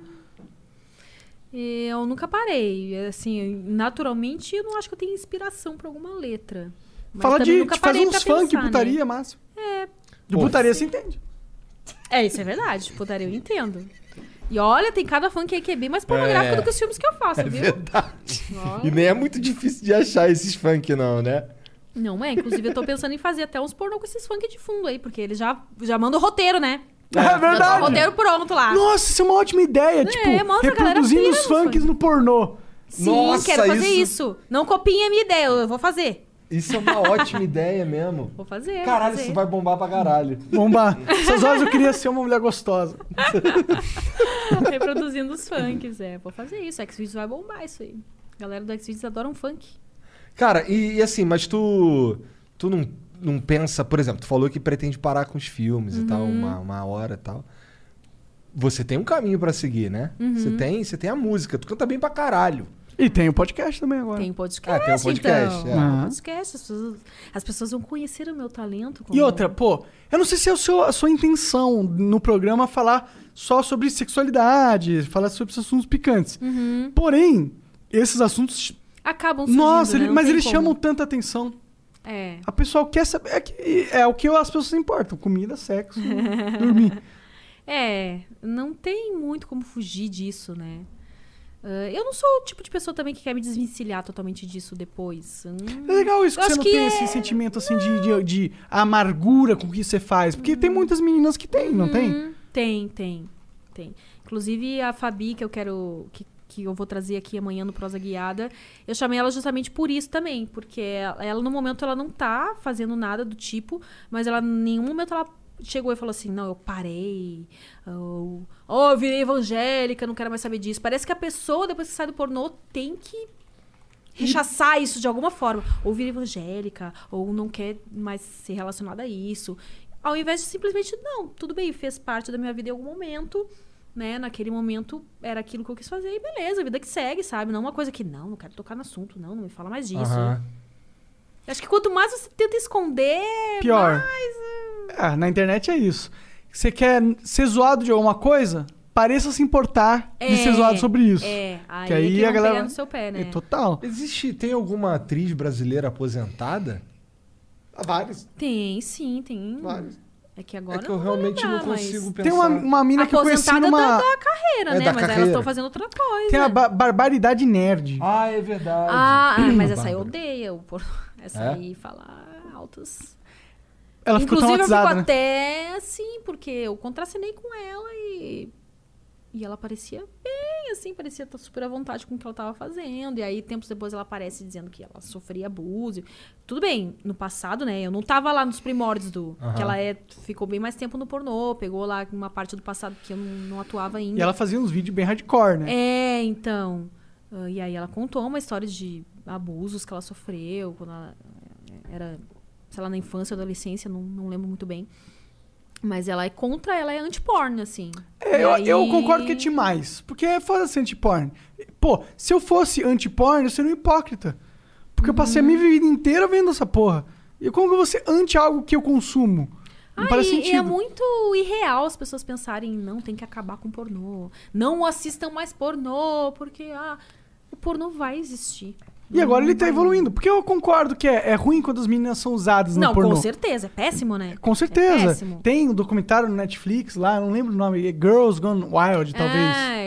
Speaker 4: Eu nunca parei. Assim, naturalmente, eu não acho que eu tenho inspiração pra alguma letra. Mas
Speaker 3: Fala
Speaker 4: também
Speaker 3: de,
Speaker 4: nunca
Speaker 3: de faz
Speaker 4: parei
Speaker 3: uns
Speaker 4: pra
Speaker 3: funk,
Speaker 4: pensar, né?
Speaker 3: putaria, Márcio.
Speaker 4: É.
Speaker 3: De
Speaker 2: Pô,
Speaker 3: putaria
Speaker 4: sim.
Speaker 3: você entende.
Speaker 4: É, isso é verdade. Putaria eu entendo. E olha, tem cada funk aí que é bem mais pornográfico
Speaker 2: É.
Speaker 4: do que os filmes que eu faço,
Speaker 2: é
Speaker 4: viu?
Speaker 2: verdade.
Speaker 4: Olha.
Speaker 2: E nem é muito difícil de achar esses funk, não, né?
Speaker 4: Não é, inclusive eu tô pensando em fazer até uns pornô com esses funk de fundo aí, porque eles já, já mandam o roteiro, né?
Speaker 3: É
Speaker 4: Já tá o
Speaker 3: verdade.
Speaker 4: roteiro pronto lá.
Speaker 3: Nossa, isso é uma ótima ideia. tipo,
Speaker 4: mostra a galera
Speaker 3: reproduzindo
Speaker 4: pira
Speaker 3: os
Speaker 4: nos
Speaker 3: funks
Speaker 4: funk.
Speaker 3: no pornô.
Speaker 4: Sim,
Speaker 2: Nossa,
Speaker 4: quero fazer
Speaker 2: isso-
Speaker 4: isso. Não copiem a minha ideia, eu vou fazer.
Speaker 2: Isso é uma ótima ideia mesmo.
Speaker 4: Vou fazer.
Speaker 2: Caralho,
Speaker 4: vou fazer.
Speaker 2: isso vai bombar pra caralho.
Speaker 3: Bombar. Essas horas eu queria ser uma mulher gostosa.
Speaker 4: Reproduzindo os funks, é. Vou fazer isso. X-Videos vai bombar isso aí. A galera do X-Videos adora um funk.
Speaker 2: Cara, e, e assim, mas tu. Tu não, não pensa, por exemplo, tu falou que pretende parar com os filmes e tal,
Speaker 4: Uhum.
Speaker 2: uma, uma hora e tal. Você tem um caminho pra seguir, né?
Speaker 4: Uhum.
Speaker 2: Você tem, você tem a música, tu canta bem pra caralho.
Speaker 3: E tem o podcast também agora.
Speaker 4: Tem podcast,
Speaker 2: Ah, tem um podcast,
Speaker 4: então.
Speaker 2: é.
Speaker 4: Tem um
Speaker 3: Ah.
Speaker 4: podcast. As pessoas, as pessoas vão conhecer o meu talento. como-
Speaker 3: E outra, pô, eu não sei se é o seu, a sua intenção no programa falar só sobre sexualidade, falar sobre esses assuntos picantes.
Speaker 4: Uhum.
Speaker 3: Porém, esses assuntos.
Speaker 4: Acabam surgindo,
Speaker 3: Nossa,
Speaker 4: né?
Speaker 3: ele-
Speaker 4: Não
Speaker 3: mas
Speaker 4: tem
Speaker 3: eles
Speaker 4: como.
Speaker 3: chamam tanta atenção.
Speaker 4: É.
Speaker 3: A pessoa quer saber. É, que, é o que as pessoas se importam: comida, sexo, dormir.
Speaker 4: É, não tem muito como fugir disso, né? Ah, eu não sou o tipo de pessoa também que quer me desvencilhar totalmente disso depois. Hum,
Speaker 3: É legal isso
Speaker 4: eu
Speaker 3: que você
Speaker 4: acho
Speaker 3: não
Speaker 4: que
Speaker 3: tem
Speaker 4: é-
Speaker 3: esse sentimento assim de, de, de amargura com o que você faz. Porque tem muitas meninas que tem, não tem?
Speaker 4: Uhum. Tem, tem, tem. Inclusive a Fabi, que eu quero... Que, que eu vou trazer aqui amanhã no Prosa Guiada, eu chamei ela justamente por isso também. Porque ela, ela, no momento, ela não tá fazendo nada do tipo, mas ela, em nenhum momento, ela chegou e falou assim, não, eu parei, ou oh, eu virei evangélica, não quero mais saber disso. Parece que a pessoa, depois que sai do pornô, tem que rechaçar isso de alguma forma. Ou vira evangélica, ou não quer mais ser relacionada a isso. Ao invés de simplesmente, não, tudo bem, fez parte da minha vida em algum momento, né? Naquele momento era aquilo que eu quis fazer e beleza, a vida que segue, sabe? Não uma coisa que, não, não quero tocar no assunto, não, não me fala mais disso.
Speaker 2: Aham.
Speaker 4: Acho que quanto mais você tenta esconder,
Speaker 3: Pior.
Speaker 4: mais...
Speaker 3: Ah, na internet é isso. Você quer ser zoado de alguma coisa? Pareça se importar de ser zoado sobre isso.
Speaker 4: É, aí,
Speaker 3: que aí
Speaker 4: é que
Speaker 3: a
Speaker 4: vão
Speaker 3: galera
Speaker 4: pegar no seu pé, né?
Speaker 3: É total.
Speaker 2: Existe, tem alguma atriz brasileira aposentada?
Speaker 5: Há vários.
Speaker 4: Tem, sim, tem.
Speaker 5: Vários.
Speaker 4: É que agora
Speaker 2: É que eu
Speaker 4: não vou
Speaker 2: realmente
Speaker 4: lembrar,
Speaker 2: não consigo
Speaker 4: mas...
Speaker 2: pensar.
Speaker 3: Tem uma, uma mina que eu conheci
Speaker 4: Aposentada
Speaker 3: numa...
Speaker 4: da, da carreira,
Speaker 2: É,
Speaker 4: né?
Speaker 2: da
Speaker 4: Mas
Speaker 2: carreira.
Speaker 4: elas estão fazendo outra coisa.
Speaker 3: Tem a ba- Barbaridade Nerd.
Speaker 2: Ah, é verdade.
Speaker 4: Ah, ah, mas essa aí
Speaker 2: Bárbara.
Speaker 4: odeia. o por- Essa
Speaker 2: É?
Speaker 4: aí fala altos...
Speaker 3: Ela ficou
Speaker 4: Inclusive, eu fico
Speaker 3: traumatizada, né?
Speaker 4: até assim, porque eu contracenei com ela e... E ela parecia bem, assim, parecia estar super à vontade com o que ela estava fazendo. E aí, tempos depois, ela aparece dizendo que ela sofria abuso. Tudo bem, no passado, né? Eu não tava lá nos primórdios do...
Speaker 2: Aham.
Speaker 4: Que ela é, ficou bem mais tempo no pornô. Pegou lá uma parte do passado que eu não, não atuava ainda.
Speaker 3: E ela fazia uns vídeos bem hardcore, né?
Speaker 4: É, então... ah, e aí, ela contou uma história de abusos que ela sofreu quando ela era, sei lá, na infância ou adolescência. Não, não lembro muito bem. Mas ela é contra, ela é anti-porn, assim.
Speaker 3: É,
Speaker 4: E
Speaker 3: eu,
Speaker 4: aí-
Speaker 3: eu concordo que é demais. Porque é foda ser anti-porn. Pô, se eu fosse anti-porn, eu seria um hipócrita. Porque eu passei a minha vida inteira vendo essa porra. E como que eu vou ser anti algo que eu consumo? Não
Speaker 4: Ah,
Speaker 3: parece
Speaker 4: e, e
Speaker 3: sentido.
Speaker 4: é muito irreal as pessoas pensarem, não, tem que acabar com pornô. Não assistam mais pornô, porque ah, o pornô vai existir.
Speaker 3: E agora
Speaker 4: Não
Speaker 3: ele tá
Speaker 4: vai-
Speaker 3: evoluindo. Porque eu concordo que é, é ruim quando as meninas são usadas
Speaker 4: Não,
Speaker 3: no pornô.
Speaker 4: com certeza. É péssimo, né?
Speaker 3: Com certeza.
Speaker 4: É péssimo.
Speaker 3: Tem um documentário no Netflix lá, não lembro o nome, é Girls Gone Wild, talvez.
Speaker 4: É,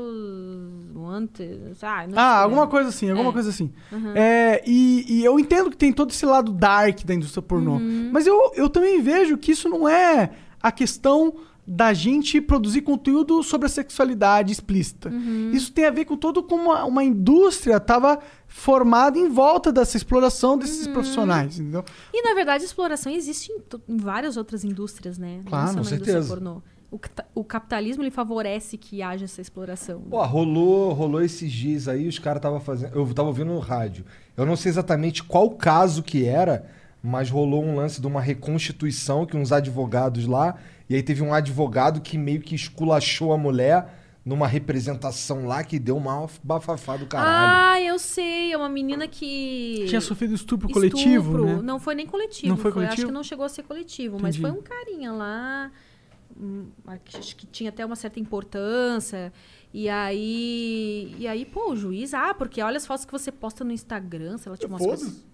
Speaker 4: Girls Wanted. Ah, não
Speaker 3: Ah,
Speaker 4: sei.
Speaker 3: alguma coisa assim, alguma
Speaker 4: É.
Speaker 3: coisa assim.
Speaker 4: Uhum.
Speaker 3: É, e, e eu entendo que tem todo esse lado dark da indústria pornô.
Speaker 4: Uhum.
Speaker 3: Mas eu, eu também vejo que isso não é a questão da gente produzir conteúdo sobre a sexualidade explícita.
Speaker 4: Uhum.
Speaker 3: Isso tem a ver com todo como uma, uma indústria estava formada em volta dessa exploração desses
Speaker 4: Uhum.
Speaker 3: profissionais, entendeu?
Speaker 4: E, na verdade, a exploração existe em, to- em várias outras indústrias, né?
Speaker 3: Claro,
Speaker 4: Não só
Speaker 2: com
Speaker 4: na indústria
Speaker 2: certeza.
Speaker 4: pornô. O, cata- o capitalismo, ele favorece que haja essa exploração.
Speaker 2: Pô, rolou, rolou esses dias aí, os caras estavam fazendo. Eu tava ouvindo no rádio. Eu não sei exatamente qual caso que era, mas rolou um lance de uma reconstituição que uns advogados lá. E aí teve um advogado que meio que esculachou a mulher numa representação lá que deu uma bafafá do caralho.
Speaker 4: Ah, eu sei. É uma menina que...
Speaker 3: Tinha sofrido estupro coletivo,
Speaker 4: Estupro.
Speaker 3: né?
Speaker 4: Não foi nem coletivo.
Speaker 3: Não foi coletivo?
Speaker 4: Acho que não chegou a ser coletivo. Mas
Speaker 3: Entendi.
Speaker 4: foi um carinha lá... hum, Acho que tinha até uma certa importância. E aí... E aí, pô, o juiz... Ah, porque olha as fotos que você posta no Instagram. Se ela te mostra...
Speaker 5: Foda-se.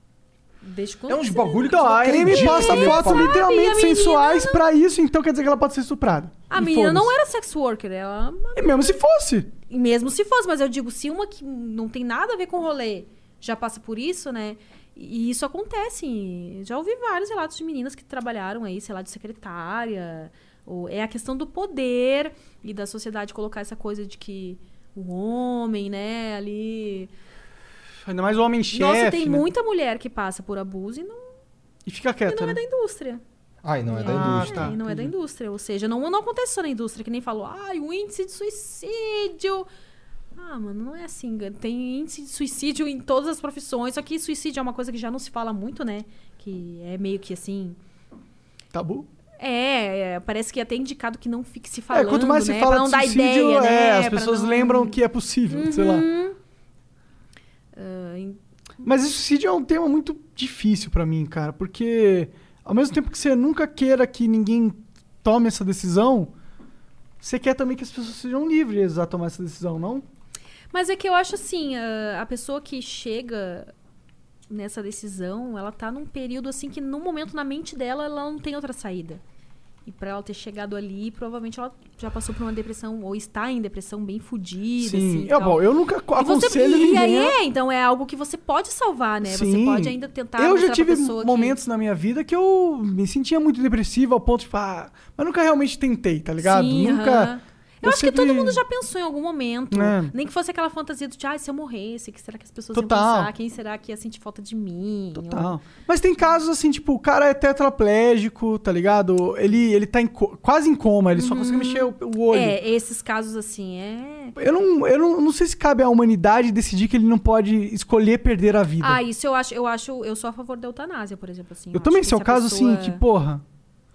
Speaker 4: Desde quando
Speaker 2: É uns
Speaker 4: você-
Speaker 2: bagulho que
Speaker 3: Então,
Speaker 2: você não
Speaker 3: a Amy
Speaker 2: acredita,
Speaker 3: posta
Speaker 2: né,
Speaker 3: fotos
Speaker 2: fala-
Speaker 3: literalmente
Speaker 4: E a menina
Speaker 3: sensuais
Speaker 4: não-
Speaker 3: pra isso, então quer dizer que ela pode ser estuprada.
Speaker 4: A
Speaker 3: E
Speaker 4: menina não
Speaker 3: foda-se.
Speaker 4: era sex worker. Ela...
Speaker 3: E mesmo se fosse.
Speaker 4: Mesmo se fosse. Mas eu digo, se uma que não tem nada a ver com o rolê já passa por isso, né? E isso acontece. Já ouvi vários relatos de meninas que trabalharam aí, sei lá, de secretária. Ou é a questão do poder e da sociedade colocar essa coisa de que o homem, né, ali...
Speaker 3: Ainda mais o homem chefe.
Speaker 4: Nossa, tem
Speaker 3: né?
Speaker 4: muita mulher que passa por abuso e não,
Speaker 3: E fica
Speaker 4: e
Speaker 3: quieta,
Speaker 4: não
Speaker 3: né?
Speaker 4: é da indústria.
Speaker 2: Ai, não é da
Speaker 3: Ah,
Speaker 2: indústria.
Speaker 3: tá.
Speaker 4: É, e não é da
Speaker 3: entendi.
Speaker 4: indústria. Ou seja, não, não acontece só na indústria, que nem falou, ai, o índice de suicídio. Ah, mano, não é assim. Tem índice de suicídio em todas as profissões, só que suicídio é uma coisa que já não se fala muito, né? Que é meio que assim.
Speaker 3: Tabu?
Speaker 4: É, é, parece que é até indicado que não fique se falando.
Speaker 3: É, quanto mais
Speaker 4: né?
Speaker 3: se fala
Speaker 4: pra não
Speaker 3: de
Speaker 4: dar
Speaker 3: suicídio,
Speaker 4: ideia,
Speaker 3: é,
Speaker 4: né?
Speaker 3: as
Speaker 4: Pra
Speaker 3: pessoas
Speaker 4: não-
Speaker 3: lembram que é possível, sei lá.
Speaker 4: Uhum. Ah, em-
Speaker 3: Mas esse suicídio é um tema muito difícil pra mim, cara, porque ao mesmo tempo que você nunca queira que ninguém tome essa decisão, você quer também que as pessoas sejam livres a tomar essa decisão, não?
Speaker 4: Mas é que eu acho assim, a, a pessoa que chega nessa decisão, ela tá num período assim que no momento na mente dela ela não tem outra saída. E pra ela ter chegado ali, provavelmente ela já passou por uma depressão ou está em depressão bem fodida,
Speaker 3: Sim.
Speaker 4: assim. e
Speaker 3: Eu,
Speaker 4: tal.
Speaker 3: bom, eu nunca
Speaker 4: E você-
Speaker 3: aconselho
Speaker 4: e
Speaker 3: ninguém.
Speaker 4: aí
Speaker 3: a-
Speaker 4: é, então é algo que você pode salvar, né? Você
Speaker 3: Sim.
Speaker 4: pode ainda tentar
Speaker 3: Eu já
Speaker 4: mostrar pra
Speaker 3: tive
Speaker 4: pessoa que-
Speaker 3: momentos na minha vida que eu me sentia muito depressivo ao ponto de falar, ah, mas nunca realmente tentei, tá ligado?
Speaker 4: Sim,
Speaker 3: nunca.
Speaker 4: aham. Eu, acho que
Speaker 3: sempre-
Speaker 4: todo mundo já pensou em algum momento.
Speaker 3: É.
Speaker 4: Nem que fosse aquela fantasia do, ah, se eu morresse, o que será que as pessoas
Speaker 3: Total.
Speaker 4: iam pensar? Quem será que ia sentir falta de mim?
Speaker 3: Total. Mas tem casos assim, tipo, o cara é tetraplégico, tá ligado? Ele, ele tá em co- quase em coma, ele só consegue mexer o, o olho.
Speaker 4: É, esses casos assim, é...
Speaker 3: Eu, não, eu não, não sei se cabe à humanidade decidir que ele não pode escolher perder a vida.
Speaker 4: Ah, isso eu acho, eu acho, eu sou a favor da eutanásia, por exemplo, assim.
Speaker 3: eu também,
Speaker 4: acho
Speaker 3: se é o
Speaker 4: a
Speaker 3: caso
Speaker 4: pessoa-
Speaker 3: assim, que, porra,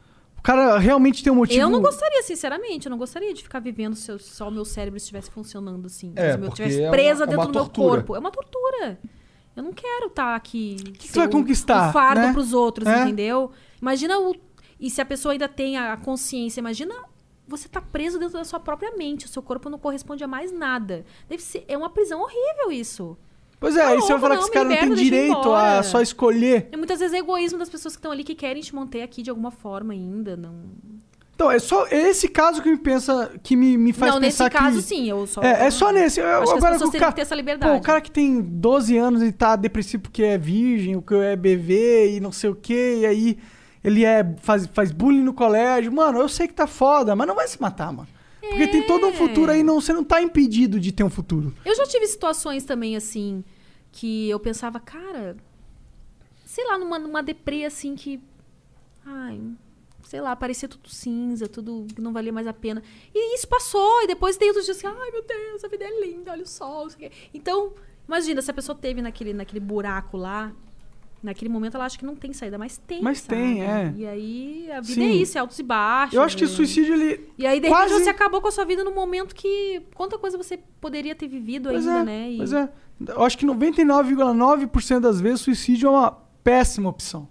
Speaker 3: cara realmente tem um motivo...
Speaker 4: Eu não gostaria, sinceramente, eu não gostaria de ficar vivendo se eu- só o meu cérebro estivesse funcionando assim.
Speaker 2: É,
Speaker 4: se eu
Speaker 2: porque
Speaker 4: estivesse
Speaker 2: é uma-
Speaker 4: presa
Speaker 2: é
Speaker 4: dentro
Speaker 2: uma
Speaker 4: do meu
Speaker 2: tortura.
Speaker 4: corpo. É uma tortura. Eu não quero estar aqui. O
Speaker 3: que você vai conquistar,
Speaker 4: Um fardo
Speaker 3: né?
Speaker 4: pros outros,
Speaker 3: É.
Speaker 4: entendeu? Imagina o. E se a pessoa ainda tem a consciência, imagina você tá preso dentro da sua própria mente. O seu corpo não corresponde a mais nada. Deve ser. É uma prisão horrível isso.
Speaker 3: Pois é,
Speaker 4: Tá
Speaker 3: aí você vai
Speaker 4: louco,
Speaker 3: falar
Speaker 4: não,
Speaker 3: que esse
Speaker 4: me
Speaker 3: cara não tem
Speaker 4: liberta, deixa eu ir
Speaker 3: direito a
Speaker 4: embora.
Speaker 3: só escolher.
Speaker 4: E muitas vezes é egoísmo das pessoas que estão ali que querem te manter aqui de alguma forma ainda. Não.
Speaker 3: Então, é só esse caso que me pensa, que me, me faz
Speaker 4: Não, nesse
Speaker 3: pensar que...
Speaker 4: caso, sim, eu só-
Speaker 3: É, é só nesse. Eu,
Speaker 4: Acho que as
Speaker 3: agora,
Speaker 4: pessoas
Speaker 3: o
Speaker 4: teriam
Speaker 3: cara,
Speaker 4: que ter essa liberdade.
Speaker 3: Pô, o cara que tem doze anos e tá depressivo porque é virgem, o que é B V e não sei o quê, e aí ele é, faz, faz bullying no colégio. Mano, eu sei que tá foda, mas não vai se matar, mano. Porque tem todo um futuro aí, não, você não tá impedido de ter um futuro.
Speaker 4: Eu já tive situações também, assim, que eu pensava, cara, sei lá, numa, numa deprê, assim, que, ai, sei lá, parecia tudo cinza, tudo que não valia mais a pena. E isso passou, e depois tem outros dias assim, ai, meu Deus, a vida é linda, olha o sol, não sei o quê. Então, imagina, se a pessoa teve naquele, naquele buraco lá, naquele momento ela acha que não tem saída, mas tem,
Speaker 3: Mas
Speaker 4: sabe?
Speaker 3: tem, é.
Speaker 4: E aí, a vida
Speaker 3: Sim.
Speaker 4: é isso, é altos e baixos.
Speaker 3: Eu acho que o
Speaker 4: é.
Speaker 3: suicídio, ele...
Speaker 4: E aí, de
Speaker 3: quase...
Speaker 4: repente, você acabou com a sua vida no momento que... Quanta coisa você poderia ter vivido
Speaker 3: Pois
Speaker 4: ainda,
Speaker 3: é,
Speaker 4: né? E-
Speaker 3: pois é. Eu acho que noventa e nove vírgula nove por cento das vezes suicídio é uma péssima opção.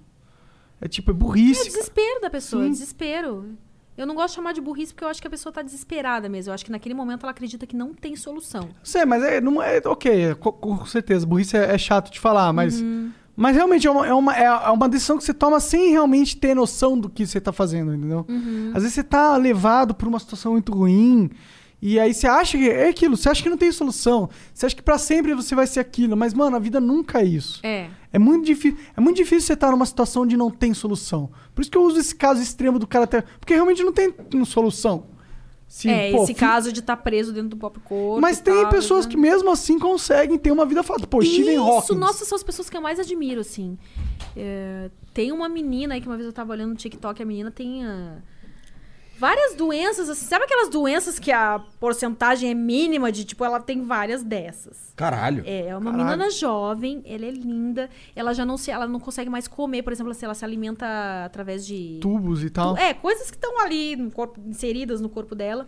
Speaker 3: É tipo, é burrice.
Speaker 4: É desespero da pessoa, é
Speaker 3: Sim.
Speaker 4: desespero. Eu não gosto de chamar de burrice porque eu acho que a pessoa tá desesperada mesmo. Eu acho que naquele momento ela acredita que não tem solução.
Speaker 3: Sei, mas é, não é ok, com, com certeza. Burrice é, é chato de falar, mas,
Speaker 4: Uhum.
Speaker 3: mas realmente é uma, é, uma, é uma decisão que você toma sem realmente ter noção do que você tá fazendo, entendeu?
Speaker 4: Uhum.
Speaker 3: Às vezes você tá levado por uma situação muito ruim e aí você acha que é aquilo, você acha que não tem solução, você acha que pra sempre você vai ser aquilo, mas, mano, a vida nunca é isso.
Speaker 4: É.
Speaker 3: É muito, difícil, é muito difícil você estar numa situação onde não tem solução. Por isso que eu uso esse caso extremo do cara até. Porque realmente não tem solução. Se,
Speaker 4: é,
Speaker 3: pô,
Speaker 4: esse
Speaker 3: fi-
Speaker 4: caso de estar preso dentro do próprio corpo.
Speaker 3: Mas
Speaker 4: e
Speaker 3: tem
Speaker 4: tal,
Speaker 3: pessoas
Speaker 4: né?
Speaker 3: que mesmo assim conseguem ter uma vida fácil. Pô, Stephen
Speaker 4: Isso,
Speaker 3: Hawking.
Speaker 4: nossa, são as pessoas que eu mais admiro, assim. É, tem uma menina aí que uma vez eu tava olhando no TikTok, a menina tem ah, várias doenças, assim. Sabe aquelas doenças que a porcentagem é mínima de, tipo, ela tem várias dessas.
Speaker 2: Caralho.
Speaker 4: É, é uma
Speaker 3: Caralho.
Speaker 4: menina jovem, ela é linda, ela já não se, ela não consegue mais comer, por exemplo, se ela se alimenta através de
Speaker 3: Tubos e tal.
Speaker 4: É, coisas que estão ali no corpo, inseridas no corpo dela.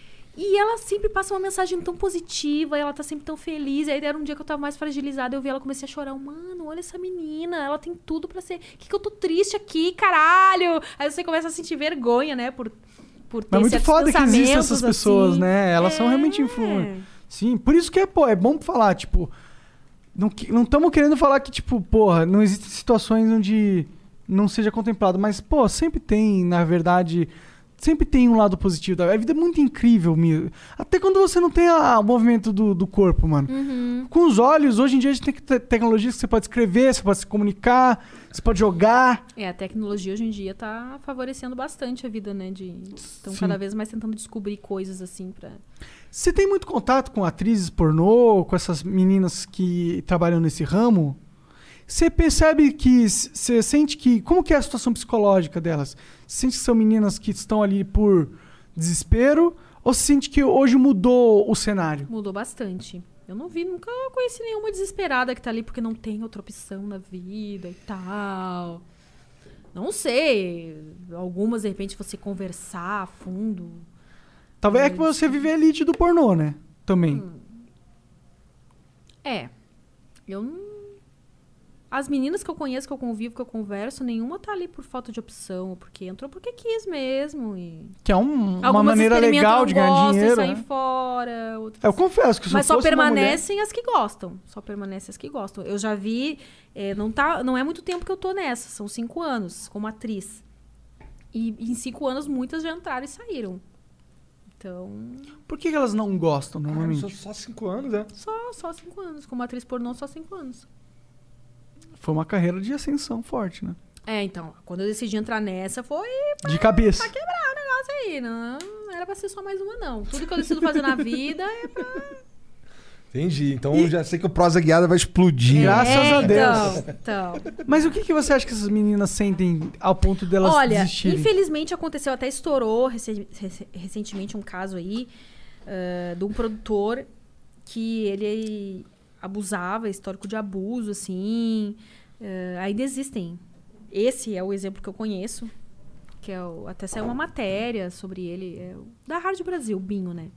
Speaker 4: E ela sempre passa uma mensagem tão positiva, ela tá sempre tão feliz. E aí era um dia que eu tava mais fragilizada, eu vi ela, comecei a chorar. Mano, olha essa menina, ela tem tudo pra ser... Que que eu tô triste aqui, caralho? Aí você começa a sentir vergonha, né, por, por ter
Speaker 3: Mas é muito
Speaker 4: certos
Speaker 3: foda que existem
Speaker 4: pensamentos,
Speaker 3: essas pessoas,
Speaker 4: assim.
Speaker 3: né? Elas são
Speaker 4: É.
Speaker 3: realmente influentes. Sim, por isso que é, pô, é bom falar, tipo... Não estamos querendo falar que, tipo, porra, não existem situações onde não seja contemplado. Mas, pô, sempre tem, na verdade... Sempre tem um lado positivo. A vida é muito incrível, mesmo. Até quando você não tem a- o movimento do, do corpo, mano.
Speaker 4: Uhum.
Speaker 3: Com os olhos, hoje em dia a gente tem que ter tecnologias que você pode escrever, você pode se comunicar, você pode jogar.
Speaker 4: É, a tecnologia hoje em dia tá favorecendo bastante a vida, né? De... Estão
Speaker 3: Sim.
Speaker 4: cada vez mais tentando descobrir coisas assim pra...
Speaker 3: Você tem muito contato com atrizes pornô, com essas meninas que trabalham nesse ramo? Você percebe que... Você sente que... Como que é a situação psicológica delas? Você sente que são meninas que estão ali por desespero? Ou você sente que hoje mudou o cenário?
Speaker 4: Mudou bastante. Eu não vi, nunca conheci nenhuma desesperada que tá ali porque não tem outra opção na vida e tal. Não sei. Algumas, de repente, você conversar a fundo.
Speaker 3: Talvez é que você vive a elite do pornô, né? Também.
Speaker 4: Hum. É. Eu não... As meninas que eu conheço, que eu convivo, que eu converso, nenhuma tá ali por falta de opção, porque entrou porque quis mesmo. E...
Speaker 3: Que é um- uma
Speaker 4: Algumas
Speaker 3: maneira
Speaker 4: experimentam,
Speaker 3: legal
Speaker 4: não
Speaker 3: de ganhar
Speaker 4: gostam e
Speaker 3: dinheiro,
Speaker 4: saem
Speaker 3: né?
Speaker 4: fora. Outras...
Speaker 3: Eu confesso que se
Speaker 4: Mas
Speaker 3: eu
Speaker 4: só
Speaker 3: fosse uma mulher-
Speaker 4: permanecem as que gostam. Só permanecem as que gostam. Eu já vi... é, não, tá, não é muito tempo que eu tô nessa. São cinco anos como atriz. E em cinco anos, muitas já entraram e saíram. Então...
Speaker 3: Por que que elas não gostam, normalmente?
Speaker 2: só, só cinco anos, né?
Speaker 4: Só, só cinco anos. Como atriz pornô, só cinco anos.
Speaker 3: Foi uma carreira de ascensão forte, né?
Speaker 4: É, então, quando eu decidi entrar nessa, foi pra,
Speaker 3: De cabeça.
Speaker 4: pra quebrar o negócio aí. Não, não era pra ser só mais uma, não. Tudo que eu decido fazer na vida é pra...
Speaker 2: Entendi. Então eu já sei que o Prosa Guiada vai explodir.
Speaker 3: Graças
Speaker 4: É,
Speaker 3: a Deus.
Speaker 4: Então, então.
Speaker 3: Mas o que, que você acha que essas meninas sentem ao ponto delas
Speaker 4: Olha,
Speaker 3: desistirem?
Speaker 4: infelizmente aconteceu, até estourou rece- rece- recentemente um caso aí ah, de um produtor que ele abusava, histórico de abuso, assim. Ah, ainda existem. Esse é o exemplo que eu conheço. que é o, até saiu uma matéria sobre ele, é, o- da Rádio Brasil, Binho, né?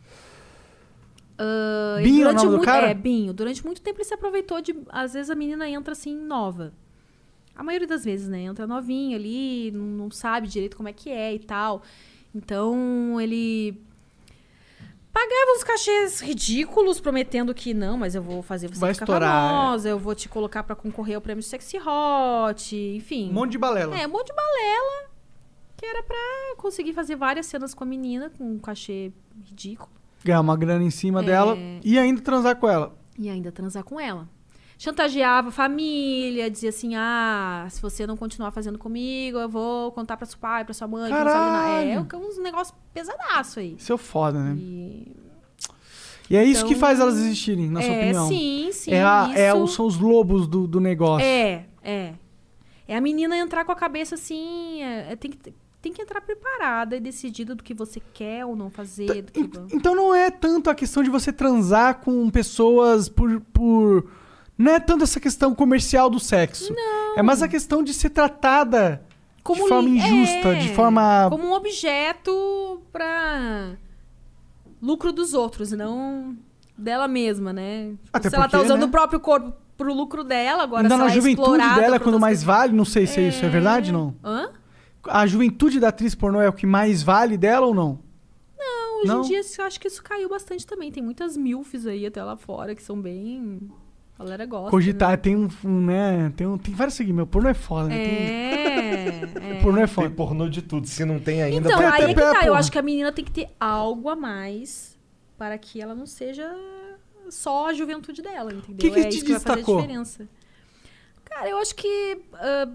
Speaker 4: Ah, e
Speaker 3: Binho é o
Speaker 4: durante
Speaker 3: nome do
Speaker 4: muito,
Speaker 3: cara?
Speaker 4: É, Binho. Durante muito tempo ele se aproveitou de... Às vezes a menina entra assim, nova. A maioria das vezes, né? Entra novinha ali, não, não sabe direito como é que é e tal. Então, ele... Pagava uns cachês ridículos, prometendo que não, mas eu vou fazer você
Speaker 3: Vai
Speaker 4: ficar
Speaker 3: estourar,
Speaker 4: famosa, eu vou te colocar pra concorrer ao prêmio Sexy Hot, enfim.
Speaker 3: Um monte de balela.
Speaker 4: É, um monte de balela, que era pra conseguir fazer várias cenas com a menina, com um cachê ridículo,
Speaker 3: Ganhar uma grana em cima
Speaker 4: É.
Speaker 3: dela e ainda transar com ela.
Speaker 4: e ainda transar com ela. Chantageava a família, dizia assim, ah, se você não continuar fazendo comigo, eu vou contar pra seu pai, pra sua mãe. que não sabe nada. É,
Speaker 3: Caralho!
Speaker 4: é uns negócios pesadaço aí.
Speaker 3: Isso é foda, né?
Speaker 4: E...
Speaker 3: E é isso
Speaker 4: Então,
Speaker 3: que faz elas existirem, na sua
Speaker 4: é,
Speaker 3: opinião.
Speaker 4: sim, sim,
Speaker 3: É, a- é
Speaker 4: isso-
Speaker 3: o- são os lobos do, do negócio.
Speaker 4: É, é. É a menina entrar com a cabeça assim, é, é- tem, que, tem que entrar preparada e decidida do que você quer ou não fazer. Do que...
Speaker 3: Então não é tanto a questão de você transar com pessoas por... por... Não é tanto essa questão comercial do sexo.
Speaker 4: Não.
Speaker 3: É mais a questão de ser tratada
Speaker 4: Como
Speaker 3: de forma
Speaker 4: li-
Speaker 3: injusta,
Speaker 4: é,
Speaker 3: de forma...
Speaker 4: Como um objeto pra lucro dos outros, não dela mesma, né? Tipo,
Speaker 3: Até
Speaker 4: se ela tá
Speaker 3: porque,
Speaker 4: usando
Speaker 3: né?
Speaker 4: o próprio corpo pro lucro dela, agora
Speaker 3: Ainda
Speaker 4: se
Speaker 3: na
Speaker 4: ela é
Speaker 3: juventude
Speaker 4: explorada
Speaker 3: dela,
Speaker 4: por
Speaker 3: quando
Speaker 4: outras
Speaker 3: mais vale, não sei se é isso, é
Speaker 4: É.
Speaker 3: verdade não?
Speaker 4: Hã?
Speaker 3: A juventude da atriz pornô é o que mais vale dela ou não?
Speaker 4: Não, hoje
Speaker 3: Não?
Speaker 4: em dia eu acho que isso caiu bastante também. Tem muitas milfs aí até lá fora que são bem... A galera gosta.
Speaker 3: Cogitar, tem um, um, né, tem, um, tem vários segmentos. Pornô é foda, né?
Speaker 4: Né?
Speaker 3: Tem-
Speaker 4: É, é.
Speaker 3: Pornô é
Speaker 2: Tem
Speaker 3: foda.
Speaker 2: pornô de tudo. Se não tem ainda,
Speaker 4: Então,
Speaker 2: vai
Speaker 4: aí é
Speaker 2: ter.
Speaker 4: que tá. Eu
Speaker 3: porra.
Speaker 4: acho que a menina tem que ter algo a mais para que ela não seja só a juventude dela, entendeu?
Speaker 3: Que que
Speaker 4: é
Speaker 3: te
Speaker 4: isso que vai fazer a
Speaker 3: destacou?
Speaker 4: diferença. Cara, eu acho que ah,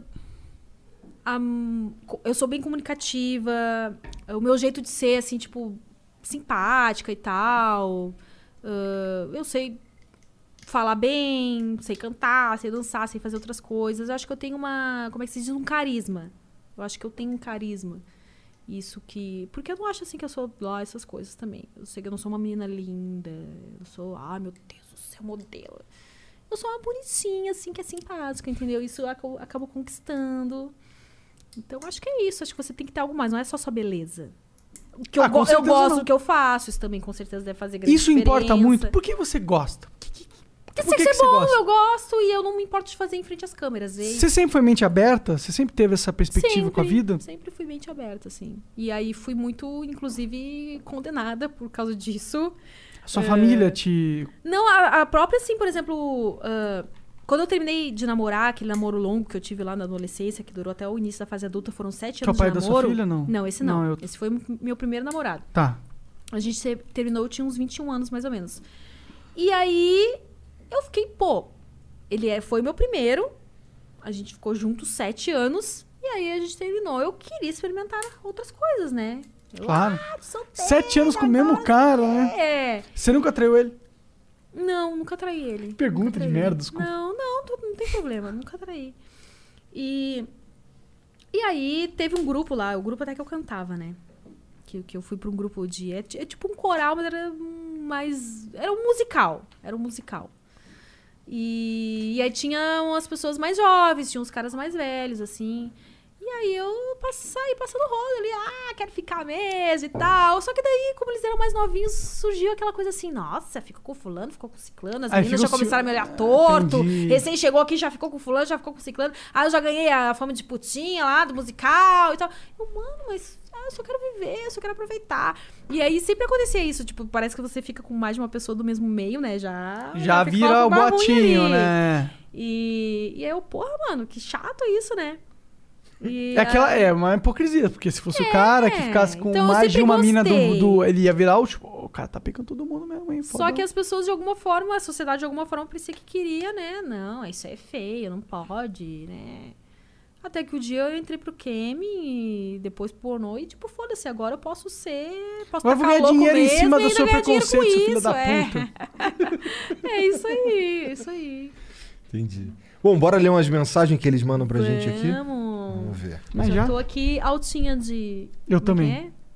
Speaker 4: a- eu sou bem comunicativa, o meu jeito de ser, assim, tipo, simpática e tal. ah, eu sei falar bem, sei cantar, sei dançar, sei fazer outras coisas. Eu acho que eu tenho uma, como é que se diz, um carisma. Eu acho que eu tenho um carisma. Isso que... Porque eu não acho assim que eu sou lá essas coisas também. Eu sei que eu não sou uma menina linda. Eu sou, ah, meu Deus do céu, modelo. Eu sou uma bonitinha, assim, que é simpática, entendeu? Isso eu acabo, acabo conquistando. Então, acho que é isso. Acho que você tem que ter algo mais. Não é só sua beleza. O que
Speaker 3: Ah,
Speaker 4: eu,
Speaker 3: com
Speaker 4: go- eu
Speaker 3: certeza
Speaker 4: gosto
Speaker 3: não.
Speaker 4: do que eu faço. Isso também, com certeza, deve fazer grande
Speaker 3: Isso importa
Speaker 4: diferença.
Speaker 3: muito. Por que você gosta?
Speaker 4: Porque
Speaker 3: Por que
Speaker 4: sexo
Speaker 3: que
Speaker 4: é
Speaker 3: você
Speaker 4: bom,
Speaker 3: gosta?
Speaker 4: eu gosto. E eu não me importo de fazer em frente às câmeras. E...
Speaker 3: Você sempre foi mente aberta? Você sempre teve essa perspectiva
Speaker 4: sempre,
Speaker 3: com a vida?
Speaker 4: Sempre fui mente aberta, assim. E aí fui muito, inclusive, condenada por causa disso.
Speaker 3: Sua
Speaker 4: É.
Speaker 3: família te...
Speaker 4: Não, a, a própria, assim, por exemplo... ah, quando eu terminei de namorar, aquele namoro longo que eu tive lá na adolescência, que durou até o início da fase adulta, foram sete
Speaker 3: Que é o
Speaker 4: anos
Speaker 3: pai
Speaker 4: de
Speaker 3: da sua
Speaker 4: namoro.
Speaker 3: filha, não?
Speaker 4: Não, esse não.
Speaker 3: Não, eu-
Speaker 4: Esse foi o meu primeiro namorado.
Speaker 3: Tá.
Speaker 4: A gente se- terminou, eu tinha uns vinte e um anos, mais ou menos. E aí, eu fiquei, pô... Ele é, foi meu primeiro. A gente ficou juntos sete anos. E aí, a gente terminou. Eu queria experimentar outras coisas, né? Eu,
Speaker 3: Claro.
Speaker 4: ah, solteira,
Speaker 3: Sete anos com o mesmo cara, né?
Speaker 4: É.
Speaker 3: Você nunca traiu ele?
Speaker 4: Não, nunca traí ele.
Speaker 3: Pergunta
Speaker 4: Nunca
Speaker 3: de
Speaker 4: traí.
Speaker 3: merda, desculpa.
Speaker 4: Não, não, tu- não tem problema. Nunca traí. E... E aí, teve um grupo lá. O grupo até que eu cantava, né? Que, que eu fui pra um grupo de... É, ti- é tipo um coral, mas era um mais... Era um musical. Era um musical. E, e aí tinha umas pessoas mais jovens, tinha uns caras mais velhos, assim. E aí eu pass- saí passando rodo ali, ah, quero ficar mesmo e tal. Só que daí, como eles eram mais novinhos, surgiu aquela coisa assim, nossa, ficou com fulano, ficou com ciclano, as
Speaker 3: Aí
Speaker 4: meninas já
Speaker 3: ficou
Speaker 4: começaram a me
Speaker 3: ci-
Speaker 4: olhar torto.
Speaker 3: Entendi.
Speaker 4: Recém chegou aqui, já ficou com fulano, já ficou com ciclano. Aí eu já ganhei a fama de putinha lá, do musical e tal. Eu, mano, mas ah, eu só quero viver, eu só quero aproveitar. E aí sempre acontecia isso, tipo, parece que você fica com mais de uma pessoa do mesmo meio, né? Já,
Speaker 3: Já
Speaker 4: fica
Speaker 3: vira o
Speaker 4: uma ruim
Speaker 3: botinho,
Speaker 4: ali.
Speaker 3: né?
Speaker 4: E, e aí eu, porra, mano, que chato isso, né? E
Speaker 3: É aquela,
Speaker 4: a-
Speaker 3: é uma hipocrisia, porque se fosse o cara que ficasse com
Speaker 4: então eu
Speaker 3: mais de
Speaker 4: sempre
Speaker 3: uma mina do,
Speaker 4: gostei.
Speaker 3: do... Ele ia virar o tipo, o cara tá pegando todo mundo mesmo, hein?
Speaker 4: Só
Speaker 3: fodão.
Speaker 4: que as pessoas, de alguma forma, a sociedade, de alguma forma, parecia que queria, né? Não, isso é feio, não pode, né? Até que o dia eu entrei pro Kemi e depois pro pornô e, tipo, foda-se, agora eu posso ser... Posso
Speaker 3: Agora eu vou
Speaker 4: tacar
Speaker 3: ganhar
Speaker 4: louco
Speaker 3: dinheiro em
Speaker 4: mesmo
Speaker 3: cima
Speaker 4: e
Speaker 3: do
Speaker 4: ainda
Speaker 3: seu
Speaker 4: ganhar dinheiro com
Speaker 3: preconceito, seu filho
Speaker 4: isso,
Speaker 3: da
Speaker 4: é.
Speaker 3: puta.
Speaker 4: É isso aí, isso aí.
Speaker 2: Entendi. Bom, bora ler umas mensagens que eles mandam pra gente aqui.
Speaker 4: Vamos.
Speaker 2: Vamos ver.
Speaker 3: Mas
Speaker 4: já,
Speaker 3: já?
Speaker 4: tô aqui altinha de...
Speaker 3: Eu
Speaker 4: como é
Speaker 3: também.
Speaker 4: que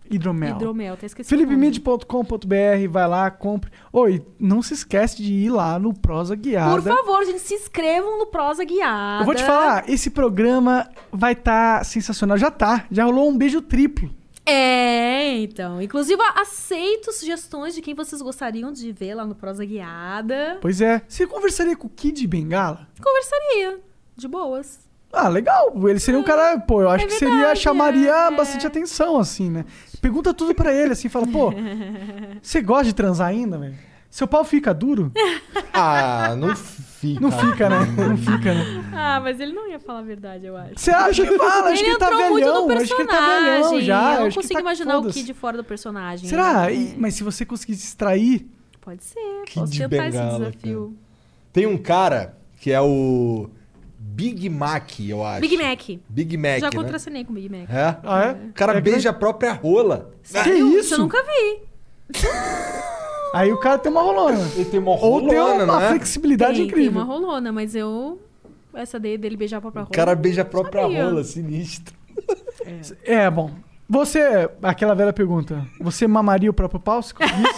Speaker 3: Hidromel.
Speaker 4: Hidromel, tá esquecido.
Speaker 3: felipe mid ponto com ponto b r, vai lá, compre. Oi, não se esquece de ir lá no Prosa Guiada.
Speaker 4: Por favor, gente, se inscrevam no Prosa Guiada.
Speaker 3: Eu vou te falar, esse programa vai estar tá sensacional. Já tá, já rolou um beijo triplo.
Speaker 4: É, então. Inclusive, aceito sugestões de quem vocês gostariam de ver lá no Prosa Guiada.
Speaker 3: Pois é. Você conversaria com o Kid Bengala?
Speaker 4: Conversaria. De boas.
Speaker 3: Ah, legal. Ele seria um cara, pô, eu acho
Speaker 4: é
Speaker 3: que seria,
Speaker 4: verdade,
Speaker 3: chamaria
Speaker 4: é.
Speaker 3: bastante atenção, assim, né? Pergunta tudo pra ele, assim, fala, pô, você gosta de transar ainda, velho? Seu pau fica duro?
Speaker 2: Ah, não fica.
Speaker 3: Não fica, né? Não fica, né?
Speaker 4: Ah, mas ele não ia falar a verdade, eu acho.
Speaker 3: Você acha que fala? Acho
Speaker 4: ele
Speaker 3: que ele tá
Speaker 4: entrou muito
Speaker 3: velhão.
Speaker 4: no
Speaker 3: Acho que ele tá
Speaker 4: personagem.
Speaker 3: velhão já.
Speaker 4: Eu não
Speaker 3: acho que
Speaker 4: consigo
Speaker 3: tá,
Speaker 4: imaginar
Speaker 3: foda-se.
Speaker 4: o Kid fora do personagem.
Speaker 3: Será?
Speaker 4: né?
Speaker 3: E- mas se você conseguir se extrair...
Speaker 4: Pode ser.
Speaker 2: Kid
Speaker 4: Posso tentar esse
Speaker 2: Bengala,
Speaker 4: desafio.
Speaker 2: Tem um cara que é o Big Mac, eu acho.
Speaker 4: Big Mac.
Speaker 2: Big Mac,
Speaker 4: Já
Speaker 2: né?
Speaker 4: contracenei com o Big Mac.
Speaker 2: É?
Speaker 3: Ah, é?
Speaker 2: O cara
Speaker 3: É que-
Speaker 2: beija a própria rola.
Speaker 4: Sério?
Speaker 3: isso?
Speaker 4: Eu nunca vi.
Speaker 3: Aí o cara tem uma rolona.
Speaker 2: Ele tem uma
Speaker 3: Ou tem
Speaker 2: rolona,
Speaker 3: uma
Speaker 2: né?
Speaker 3: flexibilidade
Speaker 4: Tem, tem
Speaker 3: incrível.
Speaker 4: uma rolona, mas eu... Essa daí dele beijar a própria rola.
Speaker 2: O cara beija a própria
Speaker 4: sabia.
Speaker 2: rola, sinistro.
Speaker 3: É, bom. Você... Aquela velha pergunta. Você mamaria o próprio pau se conseguisse?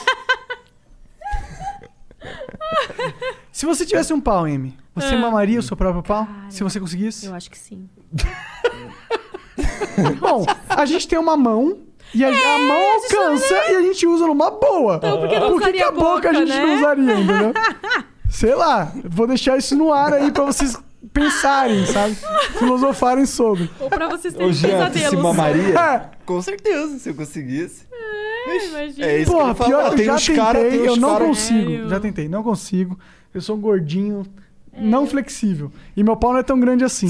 Speaker 3: Se você tivesse um pau, Amy, você
Speaker 4: Ah.
Speaker 3: mamaria o seu próprio pau?
Speaker 4: Cara,
Speaker 3: se você conseguisse?
Speaker 4: Eu acho que sim.
Speaker 3: Bom, a gente tem uma mão e a, a mão alcança e a gente usa numa boa.
Speaker 4: Então, por que não
Speaker 3: Por que,
Speaker 4: usaria
Speaker 3: que a
Speaker 4: a
Speaker 3: boca
Speaker 4: boca,
Speaker 3: a gente
Speaker 4: né?
Speaker 3: não usaria, entendeu? Sei lá. Vou deixar isso no ar aí pra vocês pensarem, sabe? Filosofarem sobre.
Speaker 4: Ou pra vocês terem
Speaker 2: Ô, Jean, tu se
Speaker 4: pesadelos.
Speaker 2: mamaria?
Speaker 3: É.
Speaker 5: Com certeza, se eu conseguisse.
Speaker 4: É, imagina.
Speaker 5: É isso
Speaker 3: Porra,
Speaker 5: que ele
Speaker 3: pior
Speaker 5: falou.
Speaker 3: que eu
Speaker 2: Tem
Speaker 3: já
Speaker 2: uns
Speaker 3: tentei,
Speaker 2: cara- tem
Speaker 3: eu
Speaker 2: uns
Speaker 3: não
Speaker 2: cara-
Speaker 3: consigo.
Speaker 4: Sério?
Speaker 3: Já tentei, não consigo. Eu sou um gordinho, não flexível. E meu pau não é tão grande assim.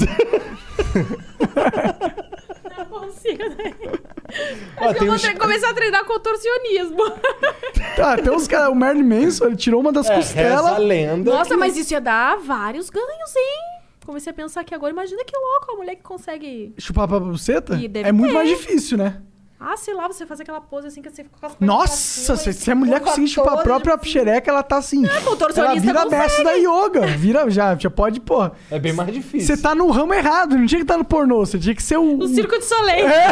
Speaker 4: Não consigo, né?
Speaker 2: Ó,
Speaker 4: Acho que
Speaker 2: tem
Speaker 4: eu vou
Speaker 2: uns-
Speaker 4: ter que começar a treinar contorcionismo.
Speaker 3: Tá, tem uns caras, o Marilyn Manson, ele tirou uma das
Speaker 2: É, reza a
Speaker 3: costelas.
Speaker 2: lenda.
Speaker 4: Nossa,
Speaker 2: que-
Speaker 4: mas isso ia dar vários ganhos, hein? Comecei a pensar aqui agora. Imagina que louco, a mulher que consegue...
Speaker 3: Chupar pra buceta?
Speaker 4: E deve
Speaker 3: É muito
Speaker 4: ter.
Speaker 3: mais difícil, né?
Speaker 4: Ah, sei lá, você faz aquela pose assim que você fica com as pernas pra
Speaker 3: Nossa,
Speaker 4: cima
Speaker 3: se,
Speaker 4: e
Speaker 3: se a mulher
Speaker 4: curva
Speaker 3: conseguir chupar a
Speaker 4: toda,
Speaker 3: própria
Speaker 4: tipo,
Speaker 3: xereca, ela tá assim.
Speaker 4: contorcionista
Speaker 3: ela vira
Speaker 4: consegue.
Speaker 3: mestre da yoga. Vira, já, já pode, pô.
Speaker 2: É bem mais difícil.
Speaker 3: Você tá no ramo errado, não tinha que estar no pornô, você tinha que ser o.
Speaker 4: O Circo de Soleil.
Speaker 3: É.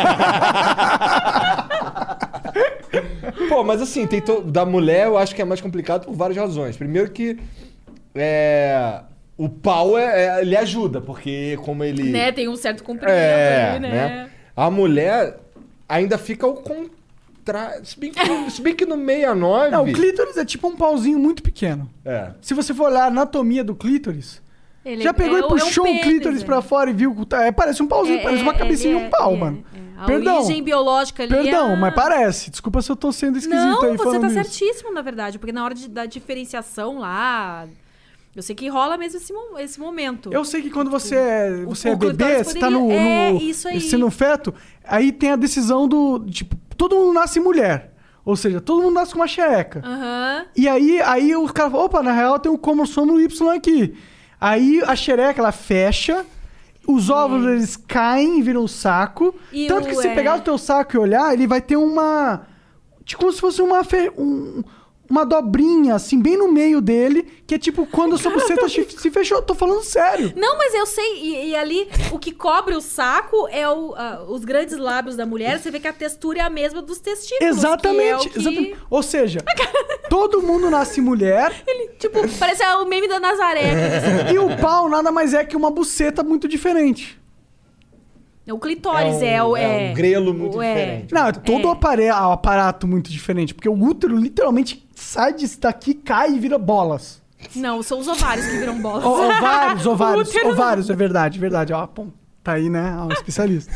Speaker 2: Pô, mas assim, tem to- da mulher eu acho que é mais complicado por várias razões. Primeiro que é, o pau é, é- ele ajuda, porque como ele...
Speaker 4: Né, tem um certo comprimento
Speaker 2: É,
Speaker 4: ali, né?
Speaker 2: né? A mulher ainda fica ao contrário. Se bem que, se bem que no sessenta e nove...
Speaker 3: Não, o clítoris é tipo um pauzinho muito pequeno.
Speaker 2: É.
Speaker 3: Se você for olhar a anatomia do clítoris,
Speaker 4: Ele
Speaker 3: já pegou
Speaker 4: é-
Speaker 3: e
Speaker 4: é um
Speaker 3: puxou o
Speaker 4: pênis,
Speaker 3: clítoris
Speaker 4: é.
Speaker 3: pra fora e viu. É, parece um pauzinho,
Speaker 4: É,
Speaker 3: parece uma
Speaker 4: é,
Speaker 3: cabecinha e
Speaker 4: ele
Speaker 3: um pau,
Speaker 4: é,
Speaker 3: mano.
Speaker 4: é. A
Speaker 3: Perdão.
Speaker 4: origem biológica ali
Speaker 3: Perdão,
Speaker 4: é...
Speaker 3: mas parece. Desculpa se eu tô sendo esquisito
Speaker 4: Não,
Speaker 3: aí
Speaker 4: você
Speaker 3: falando
Speaker 4: tá
Speaker 3: isso.
Speaker 4: certíssimo, na verdade. Porque na hora de, da diferenciação lá... Eu sei que rola mesmo esse, mo- esse momento.
Speaker 3: Eu sei que quando você é, você
Speaker 4: o
Speaker 3: é bebê,
Speaker 4: clitóris
Speaker 3: você tá no,
Speaker 4: poderia- é,
Speaker 3: no
Speaker 4: isso aí.
Speaker 3: sendo um feto, aí tem a decisão do, tipo, todo mundo nasce mulher. Ou seja, todo mundo nasce com uma xereca.
Speaker 4: Aham.
Speaker 3: E aí, aí os caras falam, opa, na real tem um cromossomo Y aqui. Aí a xereca, ela fecha, os óvulos, eles caem e viram um saco.
Speaker 4: E
Speaker 3: Tanto
Speaker 4: o-
Speaker 3: que se
Speaker 4: é.
Speaker 3: pegar o teu saco e olhar, ele vai ter uma... Tipo como se fosse uma... fe- um- uma dobrinha, assim, bem no meio dele, que é tipo quando a sua buceta se se fechou. Tô falando sério.
Speaker 4: Não, mas eu sei. E, e ali, o que cobre o saco é o, ah, os grandes lábios da mulher. Você vê que a textura é a mesma dos testículos.
Speaker 3: Exatamente,
Speaker 4: que é o que...
Speaker 3: exatamente. Ou seja, todo mundo nasce mulher
Speaker 4: Ele, tipo, parece o meme da Nazaré.
Speaker 3: e o pau nada mais é que uma buceta muito diferente.
Speaker 4: O clitóris é, o...
Speaker 2: é um grelo muito
Speaker 4: o- é.
Speaker 2: diferente.
Speaker 3: Não, é todo
Speaker 4: É.
Speaker 3: o apare- o aparato muito diferente, porque o útero literalmente sai disso daqui, cai e vira bolas.
Speaker 4: Não, são os ovários que viram bolas.
Speaker 3: O- ovários, ovários,
Speaker 4: O útero não.
Speaker 3: ovários, é verdade, verdade. Ó, pum, tá aí, né? Ó, um especialista.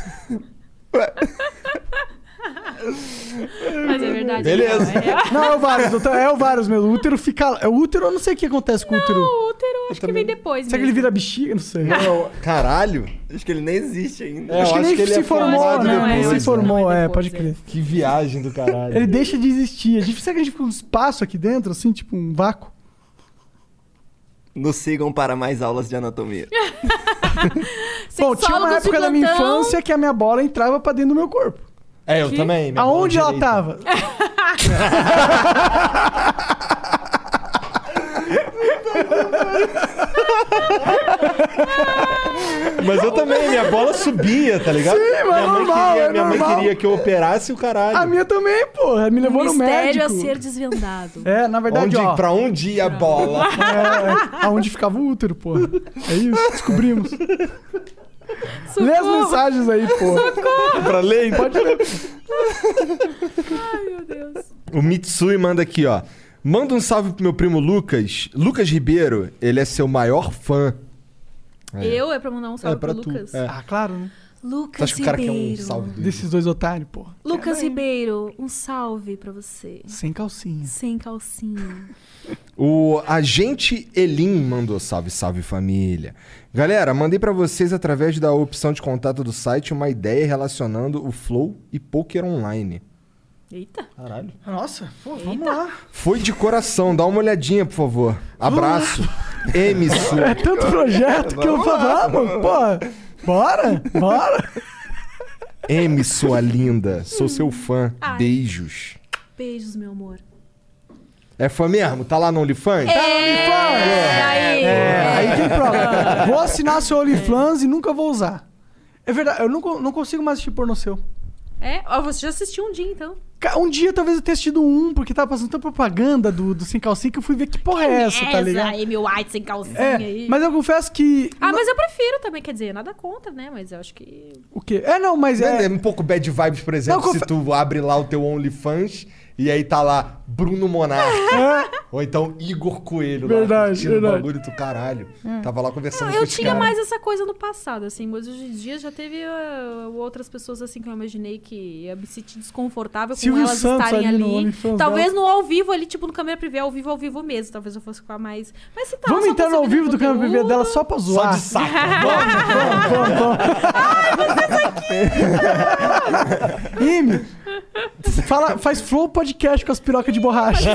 Speaker 4: Mas é verdade.
Speaker 2: Beleza.
Speaker 4: Não, é...
Speaker 3: Não, é ovários, doutor, é ovários mesmo. O útero fica... É o útero, eu não sei o que acontece com o útero.
Speaker 4: O útero acho que vem depois
Speaker 3: Será que ele
Speaker 4: mesmo.
Speaker 3: vira bexiga? Não sei.
Speaker 2: Não, caralho.
Speaker 5: Acho que ele nem existe ainda.
Speaker 2: É,
Speaker 3: acho
Speaker 2: eu
Speaker 3: que
Speaker 2: acho
Speaker 3: nem
Speaker 2: que ele
Speaker 3: se
Speaker 2: é
Speaker 3: formou,
Speaker 2: formado
Speaker 3: né?
Speaker 4: depois,
Speaker 3: Nem se
Speaker 4: né?
Speaker 3: formou,
Speaker 4: Não, é
Speaker 3: é,
Speaker 4: depois,
Speaker 3: pode
Speaker 4: é.
Speaker 3: crer.
Speaker 2: Que viagem do caralho.
Speaker 3: Ele deixa de existir. A gente, será que a gente fica um espaço aqui dentro, assim, tipo um vácuo?
Speaker 5: Nos sigam para mais aulas de anatomia.
Speaker 3: Bom, tinha uma
Speaker 4: Sexólogos de
Speaker 3: época da minha
Speaker 4: plantão.
Speaker 3: infância que a minha bola entrava pra dentro do meu corpo.
Speaker 2: É, eu também. minha
Speaker 3: Aonde
Speaker 2: bola
Speaker 3: ela
Speaker 2: direita.
Speaker 3: tava?
Speaker 2: Mas eu também, minha bola subia, tá ligado?
Speaker 3: Sim, mas
Speaker 2: minha
Speaker 3: é
Speaker 2: mãe
Speaker 3: normal,
Speaker 2: queria,
Speaker 3: é
Speaker 2: Minha mãe
Speaker 3: normal.
Speaker 2: queria que eu operasse o caralho.
Speaker 3: A minha também, porra. Me levou no
Speaker 4: Mistério
Speaker 3: médico.
Speaker 4: a ser desvendado.
Speaker 3: É, na verdade,
Speaker 2: Onde,
Speaker 3: ó.
Speaker 2: pra onde ia a bola?
Speaker 3: É, aonde ficava o útero, porra. É isso, descobrimos. Lê as mensagens aí, porra.
Speaker 2: Pra ler?
Speaker 3: Pode ler.
Speaker 4: Ai, meu Deus.
Speaker 2: O Mitsui manda aqui, ó. Manda um salve pro meu primo Lucas. Lucas Ribeiro, ele é seu maior fã. É.
Speaker 4: Eu é pra mandar um salve
Speaker 2: É, pra
Speaker 4: pro
Speaker 2: tu,
Speaker 4: Lucas.
Speaker 2: é.
Speaker 3: Ah, claro, né?
Speaker 4: Lucas
Speaker 2: Você acha que o cara quer um
Speaker 4: Ribeiro.
Speaker 2: salve dele?
Speaker 3: Desses dois otários, porra.
Speaker 4: Lucas Ribeiro, um salve pra você.
Speaker 3: Sem calcinha.
Speaker 4: Sem calcinha.
Speaker 2: O agente Elim mandou salve, salve família. Galera, mandei pra vocês através da opção de contato do site uma ideia relacionando o Flow e Poker Online.
Speaker 4: Eita.
Speaker 2: Caralho.
Speaker 3: Nossa, pô, vamos lá.
Speaker 2: Foi de coração, dá uma olhadinha, por favor. Abraço. Emissu.
Speaker 3: É tanto projeto que eu falo, vamos, pô. Bora, bora.
Speaker 2: M, sua linda. Sou seu fã.
Speaker 4: Ai.
Speaker 2: Beijos.
Speaker 4: Beijos, meu amor.
Speaker 2: É fã mesmo? Tá lá no OnlyFans?
Speaker 4: É, aí.
Speaker 3: É, aí tem prova. Vou assinar seu OnlyFans e nunca vou usar. É verdade, eu não, co- não consigo mais assistir pornô seu.
Speaker 4: É? Ó, você já assistiu um dia, então?
Speaker 3: Ca- Um dia talvez eu tenha assistido um, porque tava passando tanta propaganda do, do Sem Calcinha que eu fui ver que porra é essa, tá ligado?
Speaker 4: Aí, meu white sem calcinha
Speaker 3: É,
Speaker 4: aí.
Speaker 3: mas eu confesso que...
Speaker 4: Ah, mas eu prefiro também, quer dizer, nada contra, né? Mas eu acho que...
Speaker 3: O quê? É, não, mas
Speaker 2: É,
Speaker 3: é...
Speaker 2: um pouco bad vibes, por exemplo,
Speaker 3: Não,
Speaker 2: se
Speaker 3: confe-
Speaker 2: tu abre lá o teu OnlyFans e aí tá lá Bruno Monarca. Ou então Igor Coelho lá.
Speaker 3: Verdade,
Speaker 2: curtindo o
Speaker 3: verdade.
Speaker 2: bagulho do caralho. Tava lá conversando
Speaker 4: Não,
Speaker 2: com
Speaker 4: eu
Speaker 2: os
Speaker 4: tinha
Speaker 2: caras.
Speaker 4: mais essa coisa no passado, assim, mas hoje em dia já teve uh, outras pessoas, assim, que eu imaginei que ia me sentir desconfortável com
Speaker 3: Silvio
Speaker 4: elas
Speaker 3: Santos
Speaker 4: estarem
Speaker 3: ali no
Speaker 4: ali.
Speaker 3: OnlyFans
Speaker 4: Talvez
Speaker 3: dela.
Speaker 4: no ao vivo ali, tipo, no câmera privê, ao vivo, ao vivo mesmo. Talvez eu fosse ficar mais... Mas se tá
Speaker 3: Vamos
Speaker 4: só
Speaker 3: entrar no ao
Speaker 4: consumindo
Speaker 3: vivo do canal
Speaker 4: conteúdo-
Speaker 3: P V dela só pra
Speaker 2: Só
Speaker 3: zoar.
Speaker 2: de saco.
Speaker 3: Vamos, vamos, vamos. Ime, fala, faz flow podcast com as pirocas de borracha.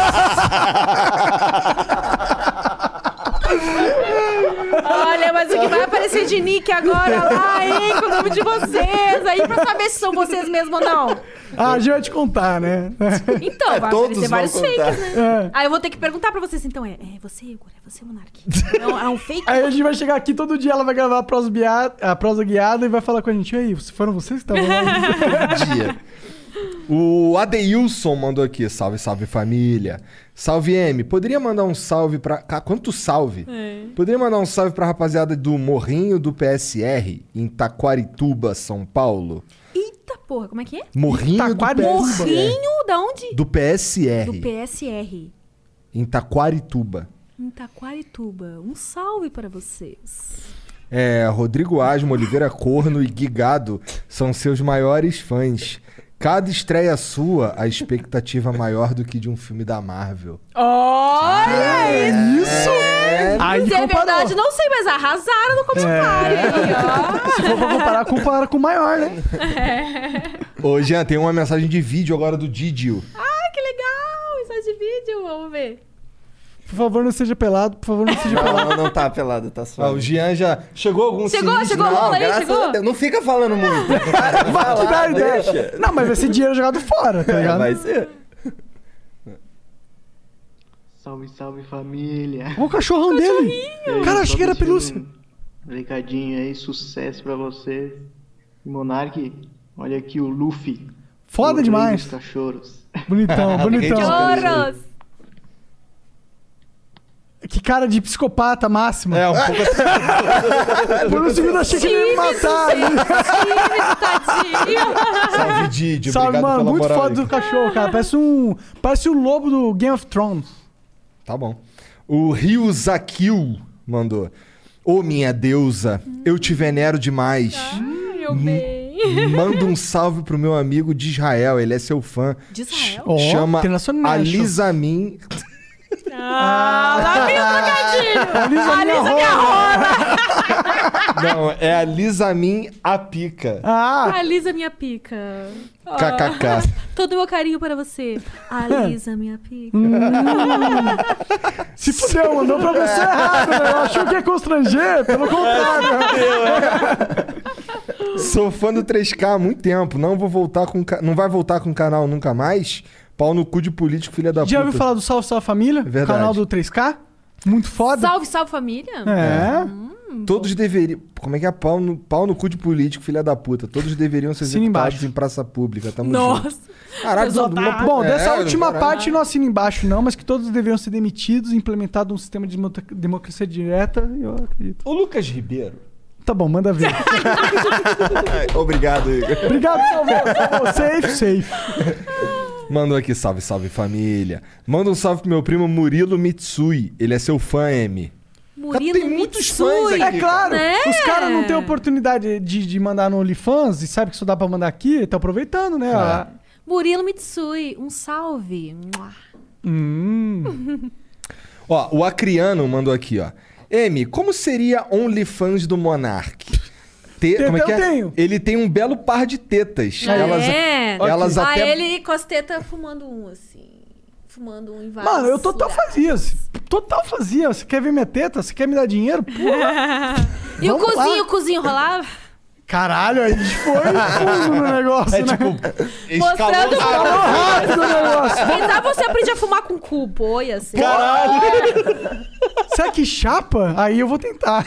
Speaker 4: Olha, mas o que vai aparecer de nick agora lá, hein, com o nome de vocês, aí pra saber se são vocês mesmo ou não.
Speaker 3: Ah, a gente vai te contar, né?
Speaker 4: Então,
Speaker 5: É,
Speaker 4: vai
Speaker 5: todos
Speaker 4: aparecer
Speaker 5: vão
Speaker 4: vários
Speaker 5: contar.
Speaker 4: fakes, né?
Speaker 3: É.
Speaker 4: Aí eu vou ter que perguntar pra vocês, então, é, é você, Igor? É você, Monark? É um, é um fake?
Speaker 3: Aí a gente vai chegar aqui todo dia, ela vai gravar a prosa, guiada, a prosa guiada e vai falar com a gente. E aí, foram vocês que estavam lá?
Speaker 2: Dia. O Adeilson mandou aqui, salve, salve família. Salve M, poderia mandar um salve pra... Ca- Quanto salve?
Speaker 4: É.
Speaker 2: Poderia mandar um salve pra rapaziada do Morrinho do P S R, em Taquarituba, São Paulo?
Speaker 4: Eita porra, como é que é?
Speaker 2: Morrinho do P
Speaker 3: Taquarituba.
Speaker 2: S R.
Speaker 4: Morrinho da onde?
Speaker 2: Do P S R,
Speaker 4: Do P S R.
Speaker 2: em Taquarituba.
Speaker 4: Em Taquarituba. Um salve para vocês.
Speaker 2: É, Rodrigo Asmo, Oliveira Corno e Guigado são seus maiores fãs. Cada estreia sua, a expectativa maior do que de um filme da Marvel.
Speaker 4: Olha
Speaker 3: Isso! Aí
Speaker 4: Se é
Speaker 3: comparou.
Speaker 4: verdade, não sei, mas arrasaram no comentário aí,
Speaker 3: Se for pra comparar, compara com o maior, né?
Speaker 2: Ô, Jean, tem uma mensagem de vídeo agora do Didio.
Speaker 4: ó. Ai, que legal! Isso é de vídeo, vamos ver.
Speaker 3: Por favor, não seja pelado. Por favor, não seja
Speaker 5: Não,
Speaker 3: pelado.
Speaker 5: não, não tá pelado, tá
Speaker 2: Ah,
Speaker 5: suave.
Speaker 2: o Jean já... Chegou algum
Speaker 4: Chegou,
Speaker 2: sinistro?
Speaker 4: chegou,
Speaker 2: Não,
Speaker 4: rola aí,
Speaker 5: Graças
Speaker 4: chegou?
Speaker 5: a Deus. Não fica falando muito. Para de
Speaker 3: Vai te dar
Speaker 5: falar,
Speaker 3: ideia.
Speaker 5: deixa.
Speaker 3: Não, mas vai ser dinheiro jogado fora, tá ligado?
Speaker 5: Vai ser.
Speaker 12: Salve, salve família.
Speaker 3: Olha o cachorrão dele.
Speaker 12: E aí,
Speaker 3: Cara,
Speaker 12: só
Speaker 3: achei que era
Speaker 12: deixando
Speaker 3: pelúcia.
Speaker 12: Um recadinho aí, sucesso pra você. Monark, olha aqui o Luffy.
Speaker 3: Foda
Speaker 12: o rei
Speaker 3: demais.
Speaker 12: dos cachorros.
Speaker 3: Bonitão, bonitão.
Speaker 4: Choros!
Speaker 3: Que cara de psicopata máxima.
Speaker 2: É, um pouco até...
Speaker 3: Por um segundo eu achei que ele ia me matar.
Speaker 4: Tímido, tadinho.
Speaker 2: Salve, Didio.
Speaker 3: Salve,
Speaker 2: Obrigado
Speaker 3: mano.
Speaker 2: pela
Speaker 3: Muito
Speaker 2: moral
Speaker 3: foda
Speaker 2: aí.
Speaker 3: do cachorro, cara. Parece um. Parece o lobo do Game of Thrones.
Speaker 2: Tá bom. O Rio Zakil mandou. Ô, minha deusa, eu te venero demais.
Speaker 4: Meu bem.
Speaker 2: Manda um salve pro meu amigo de Israel, ele é seu fã.
Speaker 4: De Israel?
Speaker 3: Ó,
Speaker 2: Chama
Speaker 3: internacional.
Speaker 2: Alizamin.
Speaker 4: Ah, lá vem o trocadilho.
Speaker 3: Alisa minha
Speaker 4: Alisa minha rola.
Speaker 2: Não, é Alizamin Apica.
Speaker 3: Ah,
Speaker 4: Alisa minha pica. Ah,
Speaker 2: Kkk.
Speaker 4: todo o meu carinho para você. Alisa minha pica.
Speaker 3: se fudeu, mandou pra você errado, né? Eu achei que ia constranger, pelo contrário.
Speaker 2: Sou fã do três K há muito tempo. Não vou voltar com ca- não vai voltar com o canal nunca mais? Pau no cu de político, filha da
Speaker 3: Já
Speaker 2: puta.
Speaker 3: ouviu falar do Salve Salve Família?
Speaker 2: Verdade.
Speaker 3: Canal do três K? Muito foda.
Speaker 4: Salve, salve família.
Speaker 3: É.
Speaker 4: Hum,
Speaker 2: Todos deveriam... Como é que é? Pau no, pau no cu de político, filha da puta. Todos deveriam ser
Speaker 3: Assina
Speaker 2: executados
Speaker 3: embaixo.
Speaker 2: em praça pública. Tamo
Speaker 4: Nossa.
Speaker 2: junto. Caralho,
Speaker 4: Pessoal
Speaker 2: não-
Speaker 4: tá-
Speaker 2: não-
Speaker 3: Bom,
Speaker 2: é,
Speaker 3: dessa última
Speaker 2: caralho.
Speaker 3: parte não assina embaixo, não, mas que todos deveriam ser demitidos e implementado um sistema de demo- democracia direta, eu acredito.
Speaker 2: O Lucas Ribeiro.
Speaker 3: Tá bom, manda ver.
Speaker 5: Obrigado, Igor.
Speaker 3: Obrigado, salvou, salvou. Safe, safe.
Speaker 2: Mandou aqui, salve, salve família. Manda um salve pro meu primo Murilo Mitsui. Ele é seu fã, M.
Speaker 4: Murilo
Speaker 2: tem muitos
Speaker 4: Mitsui.
Speaker 2: fãs aqui.
Speaker 3: É claro,
Speaker 4: Né?
Speaker 3: os caras não têm oportunidade de, de mandar no OnlyFans e sabe que só dá pra mandar aqui, tá aproveitando, né? Ah.
Speaker 4: Murilo Mitsui, um salve. Mua.
Speaker 3: Hum.
Speaker 2: Ó, o Acriano mandou aqui, ó. M, como seria OnlyFans do Monark? Te-
Speaker 3: Teta
Speaker 2: como é que
Speaker 3: eu
Speaker 2: é?
Speaker 3: tenho.
Speaker 2: Ele tem um belo par de tetas.
Speaker 4: Ah,
Speaker 2: Elas,
Speaker 4: é?
Speaker 2: elas
Speaker 4: Ah,
Speaker 2: até...
Speaker 4: ele com as tetas fumando um, assim. Fumando um em vários
Speaker 3: Mano, eu total
Speaker 4: lugares.
Speaker 3: fazia. Total fazia. Você quer ver minha teta? Você quer me dar dinheiro? Porra.
Speaker 4: E o
Speaker 3: Vamos lá.
Speaker 4: cozinho, o cozinho rolava?
Speaker 3: Caralho, a gente foi fundo no negócio,
Speaker 2: É
Speaker 3: né?
Speaker 2: tipo...
Speaker 4: Mostrando
Speaker 3: Escalou rápido o negócio.
Speaker 4: Quem sabe você aprende a fumar com cu, pô, ia ser.
Speaker 2: Caralho!
Speaker 3: Será que chapa? Aí eu vou tentar.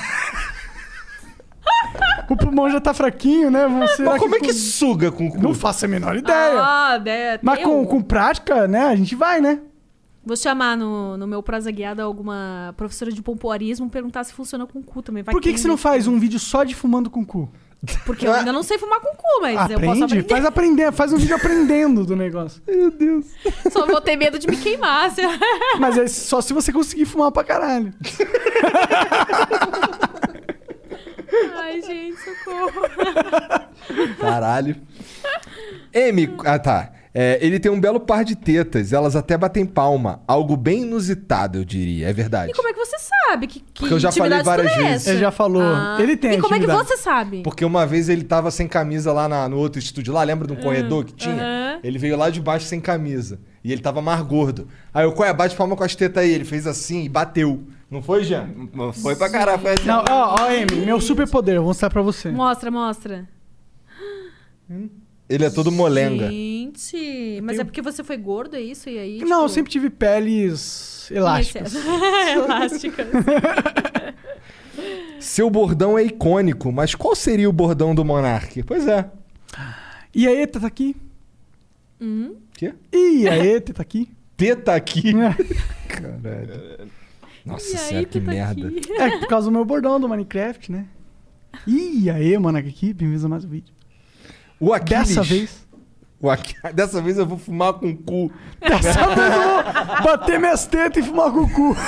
Speaker 3: O pulmão já tá fraquinho, né? Vamos ser
Speaker 2: Mas como é que suga com o cu?
Speaker 3: Não faço a menor ideia.
Speaker 4: Ah, né,
Speaker 3: Mas
Speaker 4: tem
Speaker 3: com,
Speaker 4: um-
Speaker 3: com prática, né? A gente vai, né?
Speaker 4: Vou chamar no, no meu prosa guiada alguma professora de pompoarismo perguntar se funciona com cu também. Vai
Speaker 3: Por que,
Speaker 4: ter
Speaker 3: que você não
Speaker 4: um-
Speaker 3: faz um vídeo só de fumando com cu?
Speaker 4: Porque eu ainda não sei fumar com cu, mas eu posso
Speaker 3: Aprende?
Speaker 4: aprender.
Speaker 3: Faz aprender, faz um vídeo aprendendo do negócio. Meu Deus.
Speaker 4: Só vou ter medo de me queimar. Se...
Speaker 3: Mas é só se você conseguir fumar pra caralho.
Speaker 4: Ai, gente, socorro.
Speaker 2: Caralho. M... Ah, tá. É, ele tem um belo par de tetas. Elas até batem palma. Algo bem inusitado, eu diria. É verdade.
Speaker 4: E como é que você sabe? Que, que
Speaker 2: Porque eu já falei
Speaker 4: intimidade
Speaker 2: várias
Speaker 4: toda é
Speaker 2: vezes.
Speaker 4: essa?
Speaker 3: Ele já falou.
Speaker 4: Ah.
Speaker 3: Ele tem
Speaker 4: E como é que
Speaker 3: intimidade.
Speaker 4: você sabe?
Speaker 2: Porque uma vez ele tava sem camisa lá na- no outro estúdio lá, lembra de um corredor que tinha?
Speaker 4: aham.
Speaker 2: Ele veio lá de baixo sem camisa. E ele tava mais gordo. Aí eu, qual é? Bate palma com as tetas aí. Ele fez assim e bateu. Não foi, Jean?
Speaker 5: Foi pra caralho, foi assim.
Speaker 3: Não, ó, ó, Amy, meu superpoder, eu vou mostrar pra você.
Speaker 4: Mostra, mostra.
Speaker 2: Ele é todo molenga.
Speaker 4: Gente, mas é porque você foi gordo, é isso? E aí,
Speaker 3: Não, eu
Speaker 4: tipo,
Speaker 3: sempre tive peles elásticas.
Speaker 4: Elásticas.
Speaker 2: Seu bordão é icônico, mas qual seria o bordão do Monark? Pois é.
Speaker 3: E aí, tá aqui?
Speaker 4: Hum?
Speaker 2: Quê?
Speaker 3: E aí, tá aqui?
Speaker 2: Teta aqui.
Speaker 3: É.
Speaker 2: Caralho. Nossa
Speaker 4: E aí,
Speaker 2: senhora, que
Speaker 4: tá
Speaker 2: merda.
Speaker 4: aqui?
Speaker 3: É por causa do meu bordão do Minecraft, né? E aí, mano, aqui, bem-vindos a mais um vídeo.
Speaker 2: O Aquiles...
Speaker 3: Dessa vez.
Speaker 2: O Aqui- Dessa vez eu vou fumar com o cu.
Speaker 3: Dessa vez eu vou bater minhas tetas e fumar com o cu.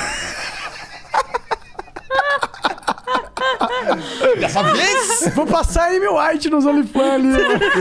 Speaker 2: Dessa vez?
Speaker 3: Vou passar Amy White nos OnlyFans ali.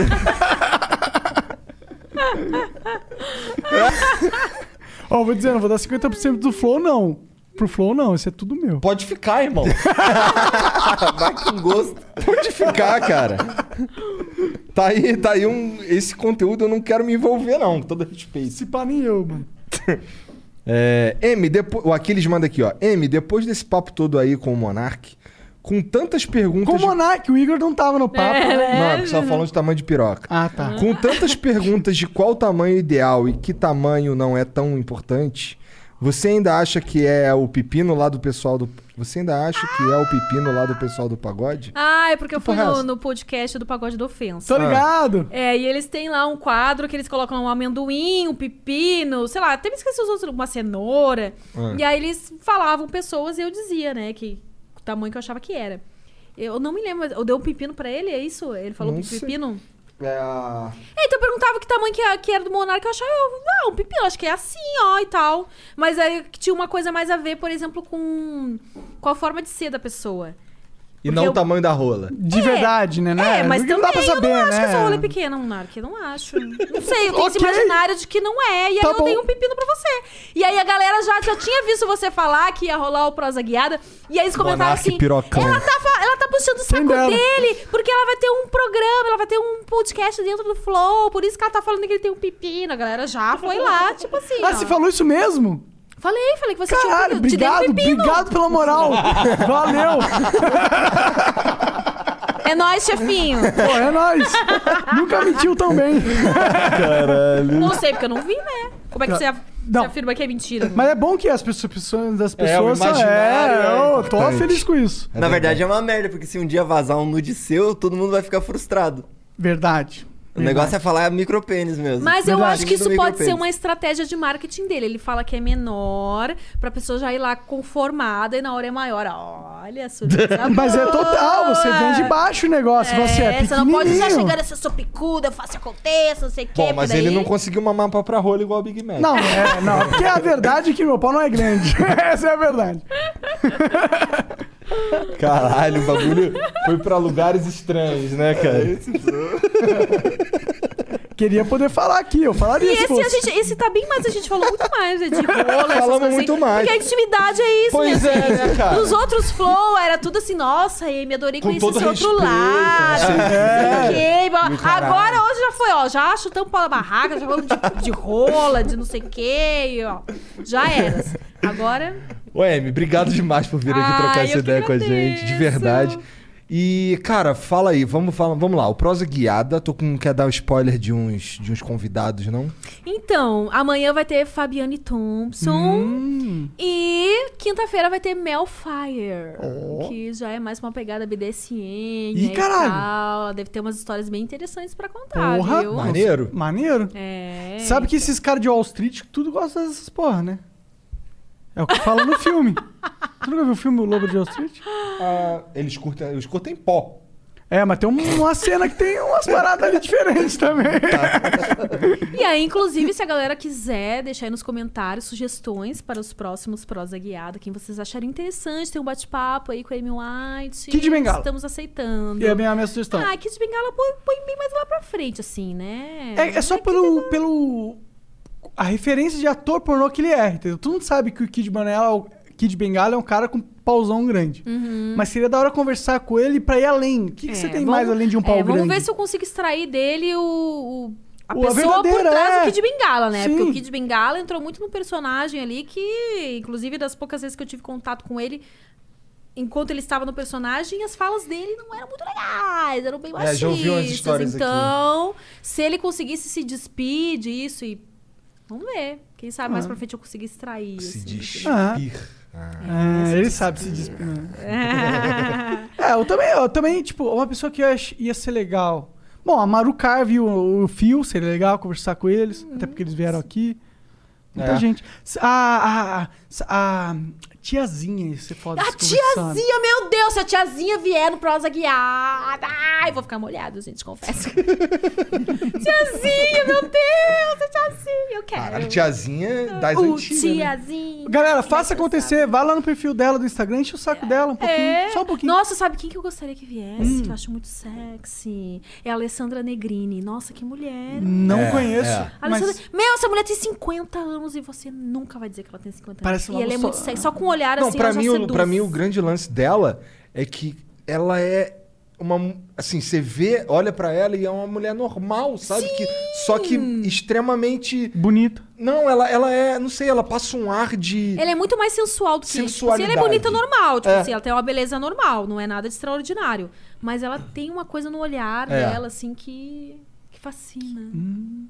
Speaker 3: Ó, vou dizer, não vou dar cinquenta por cento do Flow, não. Pro Flow, não. Isso é tudo meu.
Speaker 2: Pode ficar, irmão.
Speaker 5: Vai com gosto.
Speaker 2: Pode ficar, cara. Tá aí, tá aí um... Esse conteúdo eu não quero me envolver, não. Com todo respeito.
Speaker 3: Se pá, nem eu, mano.
Speaker 2: É, M, depois... O Aquiles manda aqui, ó. M, depois desse papo todo aí com o Monark, com tantas perguntas...
Speaker 3: Com o
Speaker 2: de-
Speaker 3: Monark, o Igor não tava no papo.
Speaker 4: É,
Speaker 3: né?
Speaker 2: Não, é porque você tava falando de tamanho de piroca.
Speaker 3: Ah, tá.
Speaker 2: Com tantas perguntas de qual tamanho ideal e que tamanho não é tão importante, você ainda acha que é o pepino lá do pessoal do... Você ainda acha que é o pepino lá do pessoal do pagode?
Speaker 4: Ah, é porque eu fui
Speaker 2: porra é
Speaker 4: no,
Speaker 2: essa?
Speaker 4: no podcast do Pagode da Ofensa.
Speaker 3: Tô ligado.
Speaker 4: É, e eles têm lá um quadro que eles colocam um amendoim, um pepino, sei lá, até me esqueci os outros, uma cenoura.
Speaker 2: Ah.
Speaker 4: E aí eles falavam pessoas e eu dizia, né, que o tamanho que eu achava que era. Eu não me lembro, mas eu dei um pepino pra ele, é isso? Ele falou
Speaker 2: Não
Speaker 4: que
Speaker 2: sei.
Speaker 4: pepino?
Speaker 2: É a...
Speaker 4: É, então eu perguntava que tamanho que, que era do Monarca, eu achava, eu, ah, um pepino, acho que é assim, ó, e tal. Mas aí tinha uma coisa mais a ver, por exemplo, com, com a forma de ser da pessoa.
Speaker 2: E
Speaker 4: Porque
Speaker 2: não
Speaker 4: eu-
Speaker 2: o tamanho da rola.
Speaker 3: De
Speaker 4: É.
Speaker 3: verdade, né? né?
Speaker 4: É, mas
Speaker 3: Não
Speaker 4: também
Speaker 3: dá pra saber,
Speaker 4: eu não acho
Speaker 3: né?
Speaker 4: que essa rola é pequena, Monark. Eu não acho. Não sei, eu tenho esse
Speaker 3: Ok.
Speaker 4: imaginário de que não é. E aí
Speaker 3: Tá
Speaker 4: eu
Speaker 3: bom.
Speaker 4: dei um pepino pra você. E aí a galera já, já tinha visto você falar que ia rolar o prosa guiada. E aí eles comentavam
Speaker 2: Monark
Speaker 4: assim:
Speaker 2: pirocão.
Speaker 4: ela tá, fa- ela tá puxando o
Speaker 3: Sem
Speaker 4: saco
Speaker 3: dela.
Speaker 4: dele, porque ela vai ter um programa, ela vai ter um podcast dentro do Flow. Por isso que ela tá falando que ele tem um pepino. A galera já foi lá, tipo assim.
Speaker 3: Ah,
Speaker 4: ó.
Speaker 3: você falou isso mesmo?
Speaker 4: Falei, falei que você
Speaker 3: Caralho,
Speaker 4: tinha um pepino. Te dei um
Speaker 3: obrigado,
Speaker 4: pepino.
Speaker 3: obrigado pela moral. Valeu.
Speaker 4: É nóis, chefinho.
Speaker 3: Pô, é nóis. Nunca mentiu tão bem.
Speaker 2: Caralho.
Speaker 4: Não sei, porque eu não vi, né? Como é que você ia
Speaker 3: Não.
Speaker 4: Você afirma que é mentira.
Speaker 3: Mas é bom que as pessoas, pessoas das
Speaker 2: É, o
Speaker 3: pessoas... são-
Speaker 2: imaginário
Speaker 3: é,
Speaker 2: é
Speaker 3: eu tô
Speaker 2: importante.
Speaker 3: feliz com isso.
Speaker 5: Na verdade é uma merda, porque se um dia vazar um nude seu, todo mundo vai ficar frustrado.
Speaker 3: Verdade.
Speaker 5: O negócio é falar micropênis mesmo.
Speaker 4: Mas eu
Speaker 3: Verdade.
Speaker 4: acho que isso
Speaker 5: Do
Speaker 4: pode ser
Speaker 5: micropênis.
Speaker 4: uma estratégia de marketing dele. Ele fala que é menor, pra pessoa já ir lá conformada e na hora é maior. Olha, surpresa.
Speaker 3: Mas é
Speaker 4: boa.
Speaker 3: total, você vende baixo o negócio, você é
Speaker 4: Você não pode já
Speaker 3: pequenininho.
Speaker 4: chegar nessa sou picuda, eu faço aconteça, não sei o quê.
Speaker 2: Bom, mas
Speaker 4: porque
Speaker 2: ele
Speaker 4: daí-
Speaker 2: não conseguiu uma mapa pra rola igual o Big Mac.
Speaker 3: Não, é, não, porque a verdade é que meu pau não é grande. Essa é a verdade.
Speaker 2: Caralho, o bagulho foi pra lugares estranhos, né, cara?
Speaker 3: Queria poder falar aqui, eu falaria
Speaker 4: E
Speaker 3: se
Speaker 4: esse,
Speaker 3: fosse.
Speaker 4: a gente, esse tá bem mais, a gente falou muito mais, né? De rola, essas
Speaker 2: Falamos
Speaker 4: coisas
Speaker 2: muito
Speaker 4: assim.
Speaker 2: mais.
Speaker 4: Porque a intimidade é isso,
Speaker 2: Pois
Speaker 4: né,
Speaker 2: é,
Speaker 4: gente?
Speaker 2: né, cara?
Speaker 4: Nos outros flow era tudo assim, nossa, Amy, adorei
Speaker 2: Com
Speaker 4: conhecer
Speaker 2: todo
Speaker 4: esse outro
Speaker 2: respeito,
Speaker 4: lado.
Speaker 2: é.
Speaker 4: Ok,
Speaker 2: E o caralho.
Speaker 4: agora hoje já foi, ó, já chutamos pau na barraca, já falamos de, de rola, de não sei o quê, e, ó, já era. Agora...
Speaker 2: Ô, Amy, obrigado demais por vir aqui
Speaker 4: Ai,
Speaker 2: trocar
Speaker 4: eu
Speaker 2: essa
Speaker 4: que
Speaker 2: ideia com a gente, de verdade. E, cara, fala aí, vamos, falar, vamos lá, o Prosa Guiada, tô com, quer dar o spoiler de uns, de uns convidados, não?
Speaker 4: Então, amanhã vai ter Fabiane Thompson
Speaker 3: Hum.
Speaker 4: e quinta-feira vai ter Mel Fire,
Speaker 3: Oh.
Speaker 4: que já é mais uma pegada B D S M
Speaker 3: Ih,
Speaker 4: e
Speaker 3: caralho.
Speaker 4: tal. Ela deve ter umas histórias bem interessantes pra contar,
Speaker 3: Porra,
Speaker 4: viu?
Speaker 2: Maneiro?
Speaker 3: Maneiro.
Speaker 4: É.
Speaker 3: Sabe que esses caras de Wall Street tudo gostam dessas porra, né? É o que fala no filme. Tu nunca viu o filme O Lobo de Wall Street?
Speaker 2: Ah, eles, curtem, eles curtem pó.
Speaker 3: É, mas tem um- uma cena que tem umas paradas ali diferentes também.
Speaker 4: E aí, inclusive, se a galera quiser deixar aí nos comentários sugestões para os próximos Prosa Guiada, quem vocês acharem interessante, tem um bate-papo aí com a Amy White.
Speaker 3: Kid Bengala.
Speaker 4: Estamos aceitando.
Speaker 3: E é a minha, a minha sugestão.
Speaker 4: Ah, Kid Bengala põe, põe bem mais lá pra frente, assim, né?
Speaker 3: É, é só pelo, pelo... A referência de ator pornô que ele é, entendeu? Tu não sabe que o Kid Bengala, o Kid Bengala é um cara com pauzão grande.
Speaker 4: Uhum.
Speaker 3: Mas seria da hora conversar com ele pra ir além. O que, que
Speaker 4: É,
Speaker 3: você tem
Speaker 4: vamos-
Speaker 3: mais além de um pau
Speaker 4: é,
Speaker 3: grande?
Speaker 4: Vamos ver se eu consigo extrair dele o, o- a
Speaker 3: O- a
Speaker 4: pessoa por
Speaker 3: verdadeira,
Speaker 4: trás
Speaker 3: é.
Speaker 4: do Kid Bengala, né?
Speaker 3: Sim.
Speaker 4: Porque o Kid Bengala entrou muito no personagem ali que, inclusive, das poucas vezes que eu tive contato com ele, enquanto ele estava no personagem, as falas dele não eram muito legais, eram bem
Speaker 2: É,
Speaker 4: machistas.
Speaker 2: já ouvi umas histórias aqui.
Speaker 4: Então, se ele conseguisse se despir disso e... Vamos ver. Quem sabe mais
Speaker 3: Ah.
Speaker 4: pra frente eu conseguir extrair.
Speaker 2: Se
Speaker 4: assim,
Speaker 2: despir.
Speaker 3: Ah.
Speaker 2: Ah.
Speaker 3: Ah, ele sabe se despir. É, eu também, eu também, tipo, uma pessoa que eu ach- ia ser legal. Bom, a Maru Carve e o, o Phil, seria legal conversar com eles, até porque eles vieram aqui. Muita
Speaker 2: É.
Speaker 3: gente. A, a, a, a tiazinha, você pode
Speaker 4: A tiazinha, meu Deus, se a tiazinha vier no Prosa Guiada. Ai, vou ficar molhado, gente, confesso. Tiazinha, meu Deus, a tiazinha, eu quero.
Speaker 2: Caralho, tiazinha das
Speaker 4: O
Speaker 2: antigas, né?
Speaker 4: tiazinha.
Speaker 3: Galera, faça acontecer. Vai lá no perfil dela do Instagram, enche o saco dela um pouquinho.
Speaker 4: É.
Speaker 3: Só um pouquinho.
Speaker 4: Nossa, sabe quem que eu gostaria que viesse?
Speaker 3: Hum.
Speaker 4: Que eu acho muito sexy. É a Alessandra Negrini. Nossa, que mulher.
Speaker 3: Não
Speaker 2: É,
Speaker 3: conheço.
Speaker 2: é.
Speaker 4: Alessandra...
Speaker 3: Mas
Speaker 4: Meu, essa mulher tem cinquenta anos e você nunca vai dizer que ela tem cinquenta
Speaker 3: Parece
Speaker 4: anos. E
Speaker 3: uma
Speaker 4: ela é
Speaker 3: só-
Speaker 4: muito sexy. Só com o olhar
Speaker 2: Não,
Speaker 4: assim,
Speaker 2: pra
Speaker 4: ela já
Speaker 2: mim, o,
Speaker 4: seduz.
Speaker 2: pra mim o grande lance dela é que ela é uma... Assim, você vê, olha pra ela e é uma mulher normal, sabe? Que, só que extremamente...
Speaker 3: bonita.
Speaker 2: Não, ela, ela é... Não sei, ela passa um ar de...
Speaker 4: Ela é muito mais sensual do que... Tipo, assim,
Speaker 2: Sensualidade.
Speaker 4: ela é bonita normal. Tipo
Speaker 2: É.
Speaker 4: assim, ela tem uma beleza normal. Não é nada de extraordinário. Mas ela tem uma coisa no olhar
Speaker 2: É.
Speaker 4: dela, assim, que... Que fascina. Hum.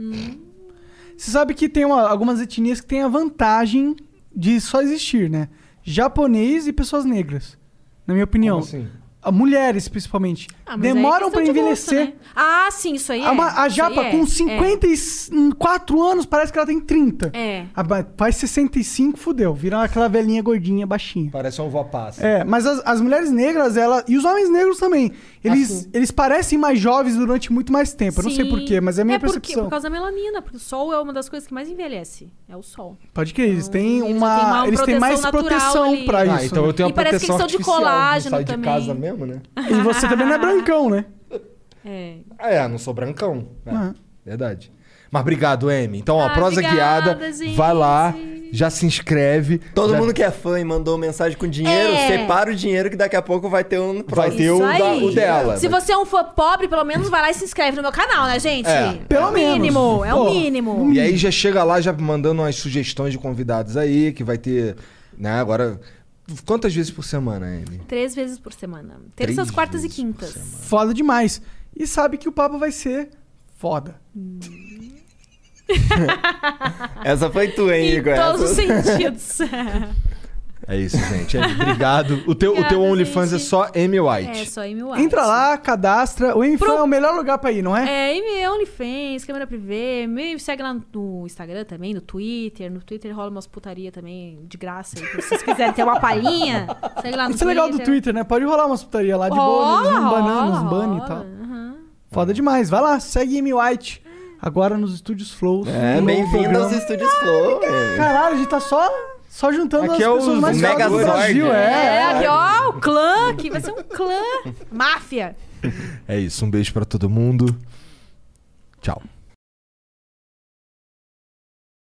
Speaker 3: Você sabe que tem uma- algumas etnias que têm a vantagem de só existir, né? Japonês e pessoas negras. Na minha opinião.
Speaker 2: Como assim?
Speaker 3: A mulheres, principalmente.
Speaker 4: Ah, mas aí é
Speaker 3: Demoram
Speaker 4: questão
Speaker 3: pra
Speaker 4: de
Speaker 3: envelhecer.
Speaker 4: gosto, né? Ah, sim, isso aí é.
Speaker 3: A, ma- a
Speaker 4: Isso
Speaker 3: japa,
Speaker 4: aí é.
Speaker 3: com cinquenta e quatro anos, parece que ela tem trinta.
Speaker 4: É.
Speaker 3: A ba- faz sessenta e cinco, fudeu. Vira aquela velhinha gordinha, baixinha.
Speaker 2: Parece uma uva passa.
Speaker 3: É, mas as, as mulheres negras, ela e os homens negros também, eles, eles parecem mais jovens durante muito mais tempo. Eu não sei
Speaker 4: Sim.
Speaker 3: porquê, mas é a minha
Speaker 4: é porque,
Speaker 3: percepção.
Speaker 4: por causa da melanina, porque o sol é uma das coisas que mais envelhece. É o sol.
Speaker 3: Pode crer, eles têm
Speaker 4: eles já
Speaker 3: uma.
Speaker 4: têm uma
Speaker 3: Eles têm mais
Speaker 4: proteção natural
Speaker 3: proteção
Speaker 4: ali.
Speaker 3: pra
Speaker 2: Ah,
Speaker 3: isso.
Speaker 2: então
Speaker 3: né?
Speaker 2: eu tenho uma
Speaker 4: E parece que
Speaker 2: proteção
Speaker 4: eles são de
Speaker 2: artificial,
Speaker 4: colágeno
Speaker 2: não sai de
Speaker 4: também.
Speaker 2: casa mesmo, né?
Speaker 3: E você também não é brancão, né?
Speaker 4: É.
Speaker 2: É, não sou brancão. É,
Speaker 3: Ah.
Speaker 2: verdade. Mas obrigado, Amy. Então, ó,
Speaker 4: Ah,
Speaker 2: Prosa
Speaker 4: obrigada,
Speaker 2: Guiada,
Speaker 4: gente.
Speaker 2: vai lá, já se inscreve.
Speaker 5: Todo
Speaker 2: já
Speaker 5: mundo que é fã e mandou mensagem com dinheiro,
Speaker 4: É.
Speaker 5: separa o dinheiro que daqui a pouco vai ter um no
Speaker 2: vai
Speaker 5: próximo.
Speaker 2: ter o,
Speaker 4: Isso
Speaker 2: da-
Speaker 4: aí.
Speaker 2: o dela.
Speaker 4: Se você é um fã pobre, pelo menos vai lá e se inscreve no meu canal, né, gente?
Speaker 2: É.
Speaker 3: Pelo
Speaker 4: é o
Speaker 3: menos.
Speaker 4: mínimo, é o
Speaker 3: Pô.
Speaker 4: mínimo.
Speaker 2: E aí já chega lá já mandando umas sugestões de convidados aí, que vai ter, né, agora... Quantas vezes por semana, Amy?
Speaker 4: Três vezes por semana.
Speaker 2: Três
Speaker 4: Terças, quartas e
Speaker 2: vezes por
Speaker 4: quintas.
Speaker 3: Foda demais. E sabe que o papo vai ser foda.
Speaker 5: Essa foi tu, hein,
Speaker 4: Em
Speaker 5: Igor?
Speaker 4: todos os
Speaker 5: Essa-
Speaker 4: sentidos.
Speaker 2: É isso, gente. É, obrigado. O teu, o teu
Speaker 4: Obrigada,
Speaker 2: OnlyFans
Speaker 4: gente.
Speaker 2: é só Amy White.
Speaker 4: É, só Amy White.
Speaker 3: Entra lá, cadastra. O Infan
Speaker 4: Pro-
Speaker 3: é o melhor lugar pra ir, não é?
Speaker 4: É, Amy OnlyFans, câmera privê. Me segue lá no Instagram também, no Twitter. No Twitter rola umas putaria também, de graça. Aí, se vocês quiserem ter uma palhinha, segue lá no
Speaker 3: Isso é legal do Twitter, né? Pode rolar umas putaria lá de boa,
Speaker 4: Rola,
Speaker 3: uns bananas, uns
Speaker 4: rola,
Speaker 3: ban e
Speaker 4: rola.
Speaker 3: tal.
Speaker 4: Uhum.
Speaker 3: Foda demais. Vai lá, segue Amy White. Agora nos Estúdios Flow.
Speaker 5: É,
Speaker 3: Um novo
Speaker 5: bem-vindo aos
Speaker 3: programa.
Speaker 5: Estúdios Flow. é.
Speaker 3: Caralho, a gente tá só, só juntando
Speaker 2: Aqui
Speaker 3: as
Speaker 2: é o
Speaker 3: pessoas mais fodas do
Speaker 5: Megazord,
Speaker 3: Brasil.
Speaker 5: né?
Speaker 3: É,
Speaker 4: É, aqui, ó, o clã, que vai ser um clã. Máfia.
Speaker 2: É isso. Um beijo pra todo mundo. Tchau.